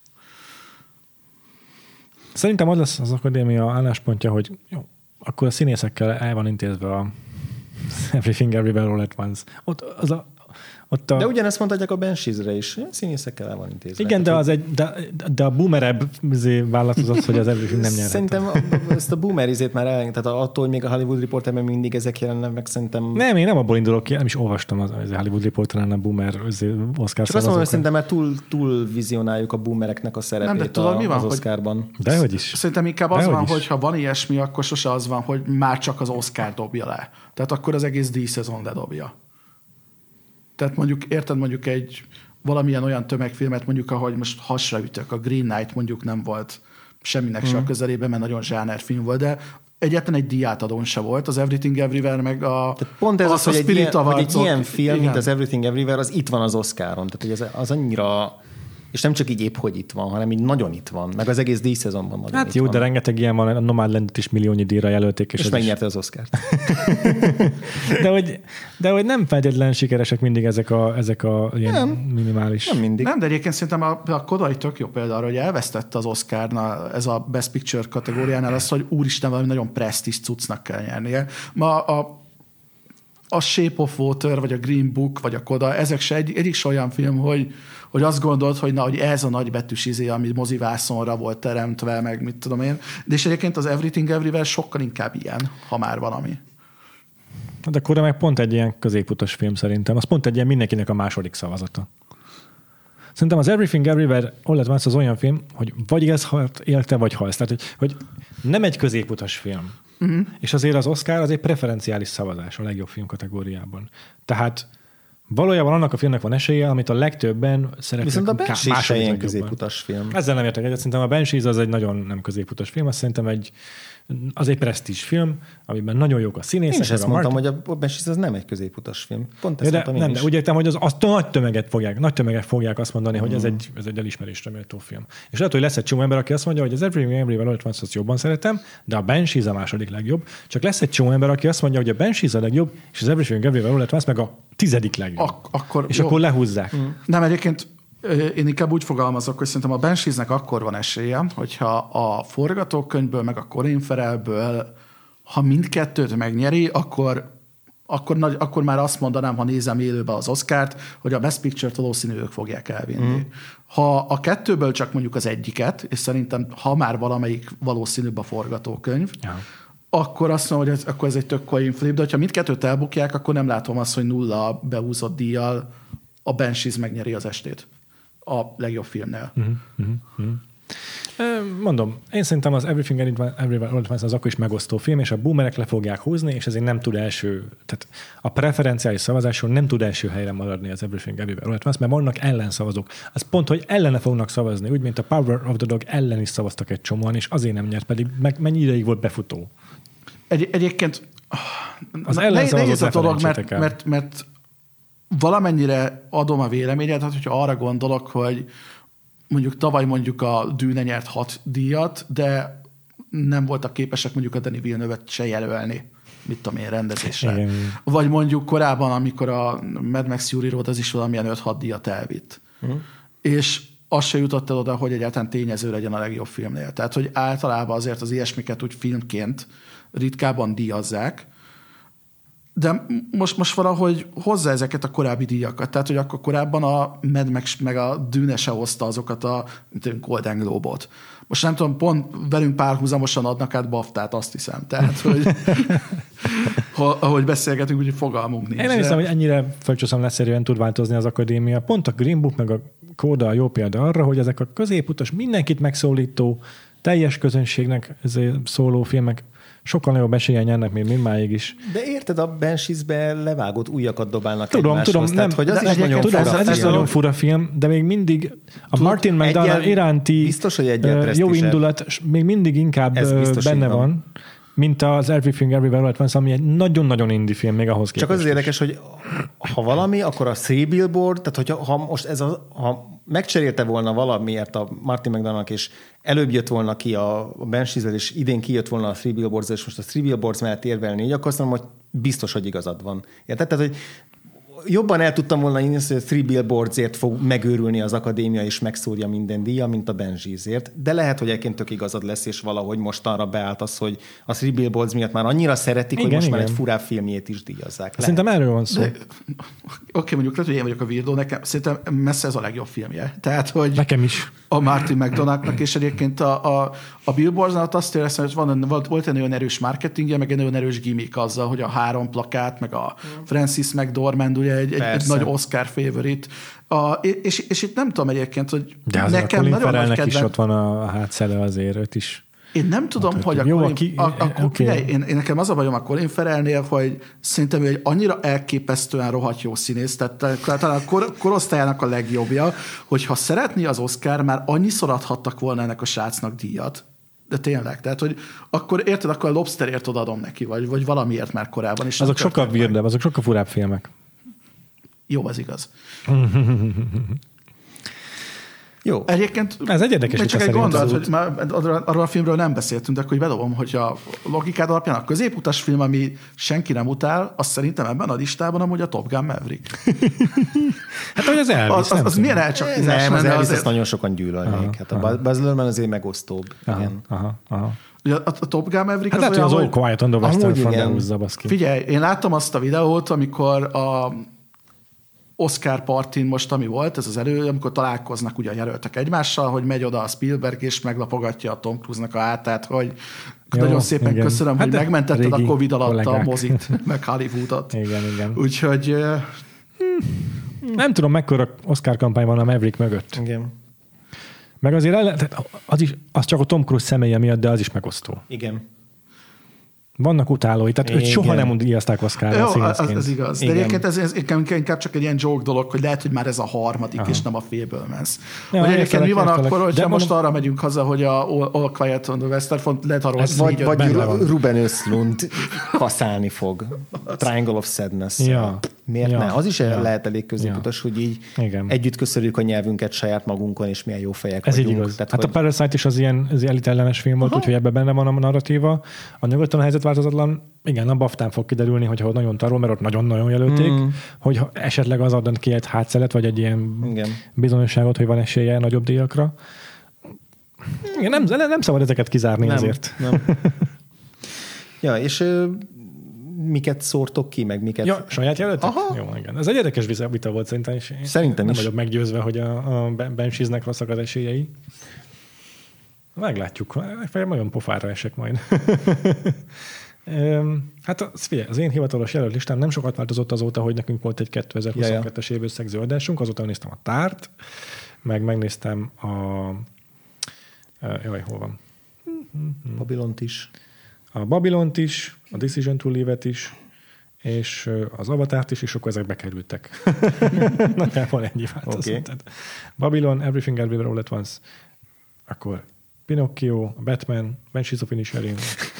Szerintem az lesz az akadémia álláspontja, hogy jó, akkor a színészekkel el van intézve a Everything Everywhere All at Once. De ugyanezt mondhatják a Banshees-re is. Színészekkel el van intézve. Igen, de a boomerebb választozott, hogy az Everything nem nyerhet. Szerintem ezt a boomer izét már tehát attól, hogy még a Hollywood Reporterben mindig ezek jelennek meg, szerintem... Nem, én nem abból indulok ki, nem is olvastam az Hollywood Reporteren a boomer Oscar csak azt mondom, hogy szerintem már túl vizionáljuk a boomereknek a szerepét az Oscarban. Dehogy is. Szerintem inkább az van, hogy ha van ilyesmi, akkor sose az van, hogy már csak az Oscar dobja le. Tehát akkor az egész díjszezon ledobja. Tehát mondjuk egy valamilyen olyan tömegfilmet, mondjuk ahogy most hasra ütök, a Green Knight mondjuk nem volt semminek se a közelében, mert nagyon zsánerfilm volt, de egyetlen egy díjátadón se volt, az Everything Everywhere, meg pont ez az, hogy egy ilyen film, igen. Mint az Everything Everywhere, az itt van az Oscaron. Tehát hogy az annyira... És nem csak így épp, hogy itt van, hanem így nagyon itt van. Meg az egész díjszezonban nagyon hát jó, van. De rengeteg ilyen van, a Nomadlandet is milliónyi díjra jelölték. És megnyerte az Oscart. de hogy nem feltétlenül sikeresek mindig ezek a ilyen nem, minimális. Nem mindig. Nem, de egyébként szerintem a Kodai tök jó például, hogy elvesztette az Oscarnál ez a Best Picture kategóriánál azt, hogy úristen, valami nagyon presztízs cuccnak kell nyernie. Ma a Shape of Water, vagy a Green Book, vagy a Coda, ezek se egyik se olyan film, hogy azt gondolt, hogy ez a nagybetűs izé, ami mozivászonra volt teremtve, meg mit tudom én. De és egyébként az Everything Everywhere sokkal inkább ilyen, ha már valami. De akkor meg pont egy ilyen középutas film szerintem. Az pont egy ilyen mindenkinek a második szavazata. Szerintem az Everything Everywhere All at Once az olyan film, hogy vagy élte, vagy halsz. Tehát, hogy nem egy középutas film. És azért az Oscar az egy preferenciális szavazás a legjobb film kategóriában. Tehát valójában annak a filmnek van esélye, amit a legtöbben szeretnek. Viszont a Banshees se ilyen középutas film. Ezzel nem értek egyet. Szerintem a Banshees az egy nagyon nem középutas film, azt szerintem az egy presztízs film, amiben nagyon jók a színészek. Én is ezt mondtam, hogy a Banshees az nem egy középutas film. Pont ezt mondtam én is. Úgy értem, hogy azt nagy tömegek fogják azt mondani, hogy ez egy elismerésre méltó film. És lehet, hogy lesz egy csomó ember, aki azt mondja, hogy az Everything Everywhere All at Once azt jobban szeretem, de a Banshees a második legjobb. Csak lesz egy csomó ember, aki azt mondja, hogy a Banshees a legjobb, és az Everything Everywhere All at Once meg a 10. legjobb. Akkor lehúzzák. Nem, egyébként én inkább úgy fogalmazok, hogy szerintem a Bansheesnek akkor van esélye, hogyha a forgatókönyvből, meg a Colin Farrellből, ha mindkettőt megnyeri, akkor már azt mondanám, ha nézem élőbe az Oscart, hogy a Best Picture-t valószínű ők fogják elvinni. Ha a kettőből csak mondjuk az egyiket, és szerintem ha már valamelyik valószínűbb a forgatókönyv, akkor azt mondom, hogy akkor ez egy tök coin flip, de ha mindkettőt elbukják, akkor nem látom azt, hogy 0 behúzott díjjal a Banshees megnyeri az estét a legjobb filmnél. Mondom, én szerintem az Everything Everywhere All at Once az akkor is megosztó film, és a boomerek le fogják húzni, és ezért nem tud tehát a preferenciális szavazáson nem tud első helyre maradni az Everything Everywhere All at Once, mert vannak ellenszavazók. Az pont, hogy ellene fognak szavazni, úgy, mint a Power of the Dog ellen is szavaztak egy csomóan, és azért nem nyert, pedig mennyi ideig volt befutó. Egyébként az ellenszavazót a dolog, mert valamennyire adom a véleményet, hát hogyha arra gondolok, hogy mondjuk tavaly a Dune nyert 6 díjat, de nem voltak képesek mondjuk a Denis Villeneuve-t se jelölni, mit tudom én, rendezésre. Igen. Vagy mondjuk korábban, amikor a Mad Max Fury Road az is valamilyen 5-6 díjat elvitt. És az se jutott el oda, hogy egyáltalán tényező legyen a legjobb filmnél. Tehát, hogy általában azért az ilyesmiket úgy filmként ritkában díjazzák, de most valahogy hozza ezeket a korábbi díjakat. Tehát, hogy akkor korábban a Mad Max meg a Dune se hozta azokat a Golden Globe-ot. Most nem tudom, pont velünk párhuzamosan adnak át BAFTA-t, azt hiszem. Tehát, hogy ahogy beszélgetünk, úgy fogalmunk nincs. Én nem hiszem, hogy ennyire felcsúszom leszerűen tud változni az akadémia. Pont a Green Book meg a Kóda a jó példa arra, hogy ezek a középutas, mindenkit megszólító, teljes közönségnek szóló filmek sokkal nagyobb esélyen nyernek még mindmáig is. De érted, a Banshees-be levágott újakat dobálnak tudom, egymáshoz. Tehát, hogy az is nagyon fura ez is nagyon fura film, de még mindig a Martin McDonagh iránti biztos, hogy jó indulat még mindig inkább benne van, mint az Everything Everywhere All at Once, ami egy nagyon-nagyon indie film, még ahhoz képest. Csak az érdekes, hogy ha valami, akkor a Three Billboard, tehát ha most ha megcserélte volna valamiért a Martin McDonagh, és előbb jött volna ki a Banshees-vel, és idén kijött volna a Three Billboards, és most a Three Billboards mellett érvelni, így akkor azt mondom, hogy biztos, hogy igazad van. Érted? Tehát, hogy jobban el tudtam volna írni, hogy a Three Billboardsért fog megőrülni az akadémia, és megszórja minden díja, mint a Bansheesért. De lehet, hogy egyébként tök igazad lesz, és valahogy mostanra beállt az, hogy a Three Billboards miatt már annyira szeretik, igen, hogy most már egy furább filmjét is díjazzák. Szerintem erről van szó. Oké, mondjuk lehet, hogy én vagyok a weirdo, nekem szerintem messze ez a legjobb filmje. Tehát, hogy nekem is. A Martin McDonaghnak, és egyébként a Billboardsnál azt éreztem, hogy volt egy nagyon erős marketingje, meg egy nagyon erős gimmick azzal, hogy a 3 plakát, meg a Francis McDormand, ugye egy nagy Oscar favorite. És itt nem tudom egyébként, hogy de nekem nagyon nagy kedvenc... is ott van a hátszele azért, őt is. Én nem tudom, hogy jó, én nekem az a bajom a Colin Farrellnél, hogy szerintem ő egy annyira elképesztően rohadt jó színész, tehát talán a korosztályának a legjobbja, hogy ha szeretné az Oscar, már annyiszor adhattak volna ennek a srácnak díjat. De tényleg, tehát, hogy akkor érted, akkor a Lobsterért odaadom neki, vagy valamiért már korábban is. Azok sokkal weirdebb, azok sokkal furább filmek. Jó, az igaz. Jó. Egyébként ez egy érdekes csak egy gondolat, hogy már arról a filmről nem beszéltünk, de akkor bedobom, hogy a logikád alapján a középutas film, ami senki nem utál, az szerintem ebben a listában amúgy a Top Gun Maverick. Hát, hogy az Elvis. Az milyen elcsapizás? Nem, az Elvis ezt nagyon sokan gyűlölnék. Hát a Baz Luhrmann azért megosztóbb. Aha. A Top Gun Maverick hát az olyan, hogy... az All Quiet on the Western Front elhúzza, baszki. Figyelj, én láttam azt a videót, amikor a Oscar partin most, ami volt, ez az amikor találkoznak ugye a jelöltek egymással, hogy megy oda a Spielberg, és meglapogatja a Tom Cruise-nak a hátát, hogy jó, nagyon szépen igen. Köszönöm, hát hogy megmentetted a Covid alatt kollégák. A mozit, meg Hollywoodot. Igen. Úgyhogy... Nem tudom, mekkora Oscar kampány van a Maverick mögött. Igen. Meg azért az csak a Tom Cruise személye miatt, de az is megosztó. Igen. Vannak utálói, tehát őt soha nem díjazták Oscarra színészként. Ez igaz. De egyébként ez inkább csak egy ilyen joke dolog, hogy lehet, hogy már ez a harmadik, és nem a Fablemans. Ja, hogy egyébként mi van akkor, hogyha most arra megyünk haza, hogy a All Quiet on the Western Front lehet arról, vagy Ruben Östlund kaszálni fog. Triangle of Sadness. Ja. Miért ne? Az is lehet elég középutas, hogy így együtt köszörjük a nyelvünket saját magunkon, és milyen jó fejek ez vagyunk. Így igaz. Tehát, a Parasite is az ilyen elitellenes film volt, úgyhogy ebben benne van a narratíva. A Nyugaton a helyzet változatlan, igen, a BAFTA-n fog kiderülni, hogyha ott nagyon tarol, mert ott nagyon-nagyon jelölték, hogy esetleg az adnak ki egy hátszelet, vagy egy ilyen bizonyosságot, hogy van esélye nagyobb díjakra. Igen, nem szabad ezeket kizárni azért. Nem. Ja, és miket szórtok ki, meg miket... Ja, saját jelöltek? Jó, igen. Ez egy érdekes vita volt szerintem, és szerintem nem vagyok meggyőzve, hogy a Bansheesnek rosszak az esélyei. Meglátjuk. Nagyon pofára esek majd. Hát az én hivatalos jelölt listám nem sokat változott azóta, hogy nekünk volt egy 2022-es évőszegző adásunk, azóta néztem a Tárt, meg megnéztem hol van? Babylont is. A Babylont is, a Decision to Leave-et is, és az Avatárt is, és akkor ezek bekerültek. Nagyjából ennyi változott. Okay. Babylon, Everything Everywhere All at Once, akkor Pinocchio, Batman, Banshees of Inisherin.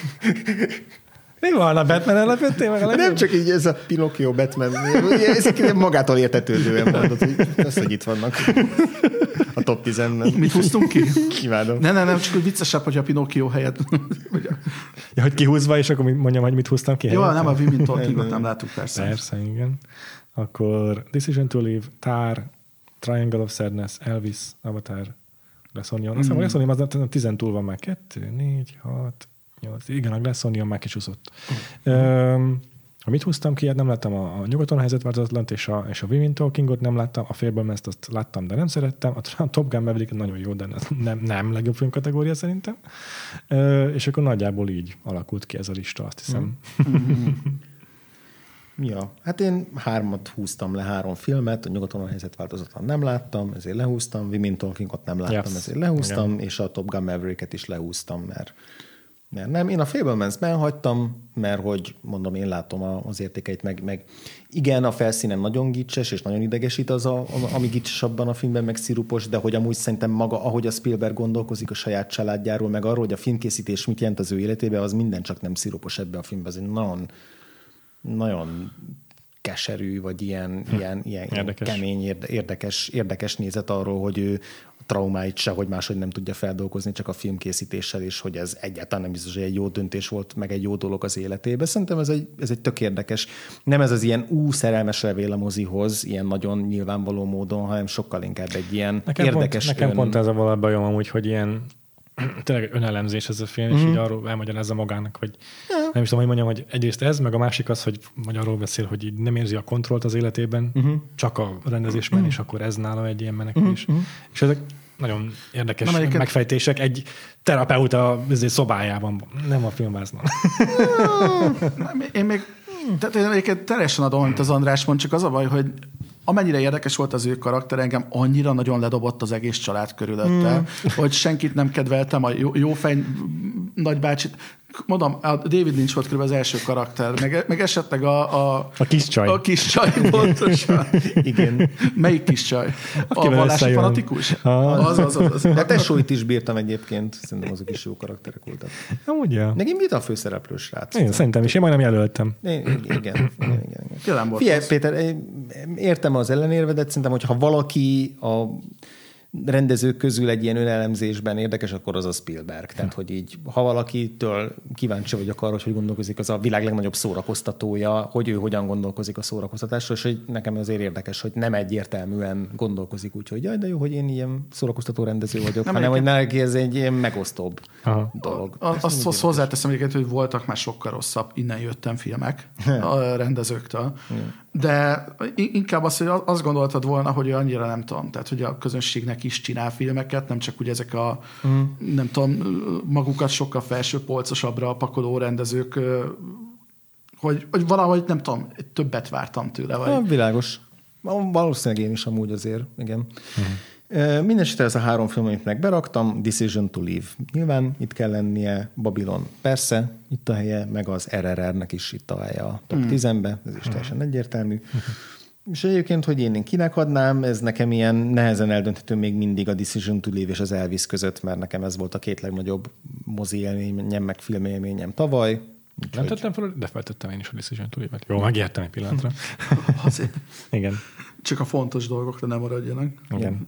Mi van a Batman ellepődtél meg? Nem csak így ez a Pinocchio, Batman. Ezek magától értetődően mondod, hogy itt vannak a top 10-ben. Mit húztunk ki? Kívánom. Nem, csak hogy viccesebb, hogy a Pinocchio helyett. Ja, hogy kihúzva, és akkor mondjam, hogy mit húztam ki. Jó, nem a Women Talkingot nem láttuk persze. Persze, igen. Akkor Decision to Leave, Tár, Triangle of Sadness, Elvis, Avatar, Glass Onion. Aztán Glass Onion az 10 túl van már. 2, 4, 6, 8. Igen, a Glass Onion már kicsúszott. Amit húztam ki, hát nem láttam a Nyugaton helyzetváltozatlant, és a Women Talkingot nem láttam, a Fablemans-t azt láttam, de nem szerettem, a Top Gun Maverick nagyon jó, de nem legjobb film kategória szerintem. És akkor nagyjából így alakult ki ez a lista, azt hiszem. Ja, hát én 3 húztam le, 3 filmet, a Nyugaton a helyzetváltozatlan nem láttam, ezért lehúztam, Women Talkingot nem láttam, ezért lehúztam, és a Top Gun Mavericket is lehúztam, mert nem. Én a Fablemans benhagytam, mert hogy mondom, én látom az értékeit, meg igen, a felszínen nagyon gicses, és nagyon idegesít ami gicses abban a filmben, meg szirupos, de hogy amúgy szerintem maga, ahogy a Spielberg gondolkozik a saját családjáról, meg arról, hogy a filmkészítés mit jelent az ő életében, az minden csak nem szirupos ebbe a filmben. Az egy nagyon, nagyon keserű, vagy ilyen kemény, érdekes nézet arról, hogy ő traumáit sehogy máshogy nem tudja feldolgozni, csak a filmkészítéssel, és hogy ez egyáltalán nem biztos, hogy egy jó döntés volt, meg egy jó dolog az életében. Szerintem ez egy tök érdekes. Nem ez az ilyen szerelmes levél a mozihoz, ilyen nagyon nyilvánvaló módon, hanem sokkal inkább egy ilyen érdekes... Nekem pont ez a valami bajom amúgy, hogy ilyen tényleg önelemzés ez a film, és így arról elmagyarázza magának, hogy nem is tudom, hogy mondjam, hogy egyrészt ez, meg a másik az, hogy arról beszél, hogy így nem érzi a kontrollt az életében, csak a rendezésben, és akkor ez nála egy ilyen menekülés. És ezek nagyon érdekes megfejtések egy terapeuta szobájában, nem a filmvázban. Én még egyébként teljesen adom, amit az András mond, csak az a baj, hogy amennyire érdekes volt az ő karakter, engem annyira nagyon ledobott az egész család körülötte, hogy senkit nem kedveltem, a jó fej nagybácsit. Mondom, a David Lynch volt körülbelül az első karakter, meg esetleg a kis csaj. A kis csaj, pontosan. Igen. Melyik kis csaj? A vallási fanatikus? Az. De tesóit is bírtam egyébként. Szerintem azok is jó karakterek voltak. Amúgy, ja. Meg én bírtam a főszereplős srác. Én szerintem is. Én majdnem jelöltem. Igen. Figyelj, Péter, értem az ellenérvedet. Szerintem, hogyha valaki a rendezők közül egy ilyen önelemzésben érdekes, akkor az a Spielberg. Tehát, hogy így, ha valakitől kíváncsi vagyok arra, hogy gondolkozik, az a világ legnagyobb szórakoztatója, hogy ő hogyan gondolkozik a szórakoztatásról, és hogy nekem azért érdekes, hogy nem egyértelműen gondolkozik úgy, hogy jaj, de jó, hogy én ilyen szórakoztató rendező vagyok, hanem hogy neki ez egy ilyen megosztóbb dolog. Azt hozzáteszem egyébként, hogy voltak már sokkal rosszabb innen jöttem filmek a rendezőktől. De inkább azt gondoltad volna, hogy annyira nem tudom, tehát hogy a közönségnek is csinál filmeket, nem csak ugye ezek a nem tudom, magukat sokkal felső polcosabbra pakoló rendezők, hogy valahogy nem tudom, többet vártam tőle. Vagy... Világos. Valószínűleg én is amúgy azért, igen. Mindenesetre ez a 3 film, amit meg beraktam, Decision to Leave. Nyilván itt kell lennie, Babylon persze, itt a helye, meg az RRR-nek is itt a helye a top 10-be, ez is teljesen egyértelmű. És egyébként, hogy én kinek adnám, ez nekem ilyen nehezen eldönthető még mindig a Decision to Leave és az Elvis között, mert nekem ez volt a 2 legnagyobb mozi élményem, meg filmélményem tavaly. Nem tettem fel, de feltettem én is a Decision to Leave-et. Jó, megértem egy pillanatra. Igen. Csak a fontos dolgokra nem maradjanak. Igen.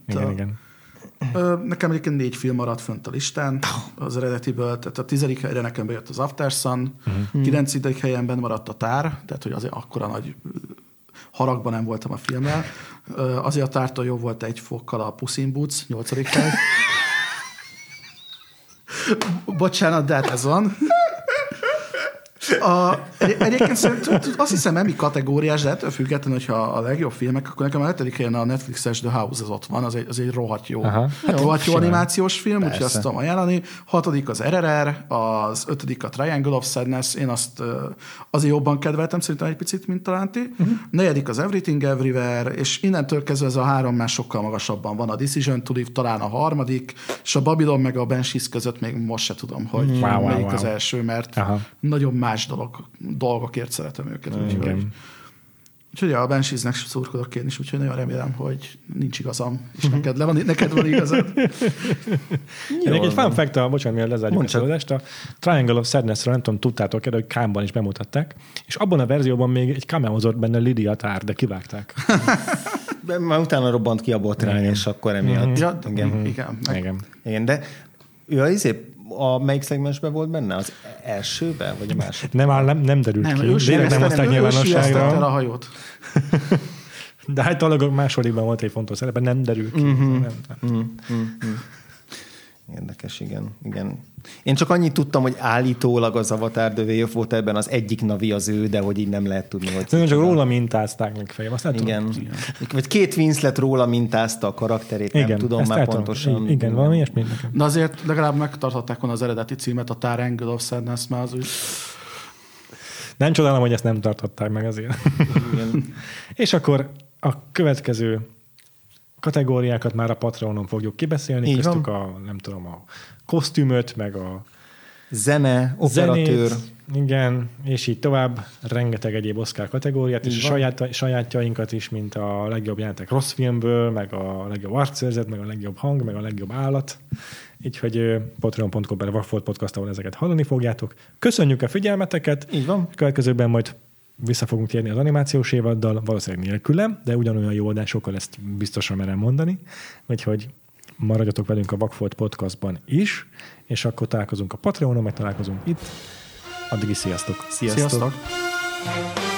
Nekem egyébként 4 film maradt fönt a listán az eredetiből, tehát a 10. helyre nekem bejött az After Sun, 9. helyenben maradt a Tár, tehát hogy azért akkora nagy haragban nem voltam a filmmel. Azért a Tártól jobb volt 1 fokkal a Puss in Boots, 8. hely. Bocsánat, de hát ez van. Egyébként szerintem azt hiszem Emmy kategóriás, de ettől függetlenül, hogyha a legjobb filmek, akkor nekem a 7. helyen a Netflixes The House az ott van, az egy rohadt jó, rohadt jó animációs film, úgyhogy azt tudom ajánlani. 6. az RRR, az 5. a Triangle of Sadness, én azt azért jobban kedveltem szerintem egy picit, mint talán ti. 4. az Everything Everywhere, és innentől kezdve ez a 3 már sokkal magasabban van. A Decision to Live talán a 3. és a Babylon meg a Banshees között még most se tudom, hogy melyik az első, mert nagyon más dolgokért szeretem őket. Úgyhogy a Bansheesnek szurkolok én is, úgyhogy nagyon remélem, hogy nincs igazam, és neked van igazad. Egy fun fact, bocsánat, miért lezárjuk a szólódást, a Triangle of Sadness-ről nem tudom, tudtátok hogy Cannes-ban is bemutatták, és abban a verzióban még egy cameózott benne Lydia Tarr, de kivágták. Már utána robbant ki a botrány, és akkor emiatt. Igen, de ő melyik szegmensben volt benne? Az elsőben, vagy a másodban? Nem derült ki. Nem hozták nyilvánosságra. A hajót. De hát talán a másodikban volt egy fontos szerepe, nem derült ki. Érdekes, igen. Én csak annyit tudtam, hogy állítólag az Avatar The Way of Waterben az egyik navi az ő, de hogy így nem lehet tudni, hogy... Csak róla mintázták meg fejem. Igen. Vagy Kate Winslet róla mintázta a karakterét, nem tudom már pontosan. Igen, valami ilyesmi. De azért legalább megtartották volna az eredeti címet, a Triangle of Sadness, már az úgy... Nem csodálom, hogy ezt nem tartották meg azért. Igen. És akkor a következő kategóriákat már a Patreonon fogjuk kibeszélni, köztük a kosztümöt, meg a zene, operatőr. Igen, és így tovább, rengeteg egyéb Oscar kategóriát, és a sajátjainkat is, mint a legjobb jelenetek rossz filmből, meg a legjobb arcőrzet, meg a legjobb hang, meg a legjobb állat. Úgyhogy patreon.com/Vagfolt Podcast, ahol ezeket hallani fogjátok. Köszönjük a figyelmeteket. Így van. A következőben majd vissza fogunk térni az animációs évaddal, valószínűleg nélkülem, de ugyanolyan jó adásokkal, ezt biztosan merem mondani. Úgyhogy maradjatok velünk a Vagfolt Podcastban is, és akkor találkozunk a Patreonon, meg találkozunk itt. Addig is sziasztok! Sziasztok!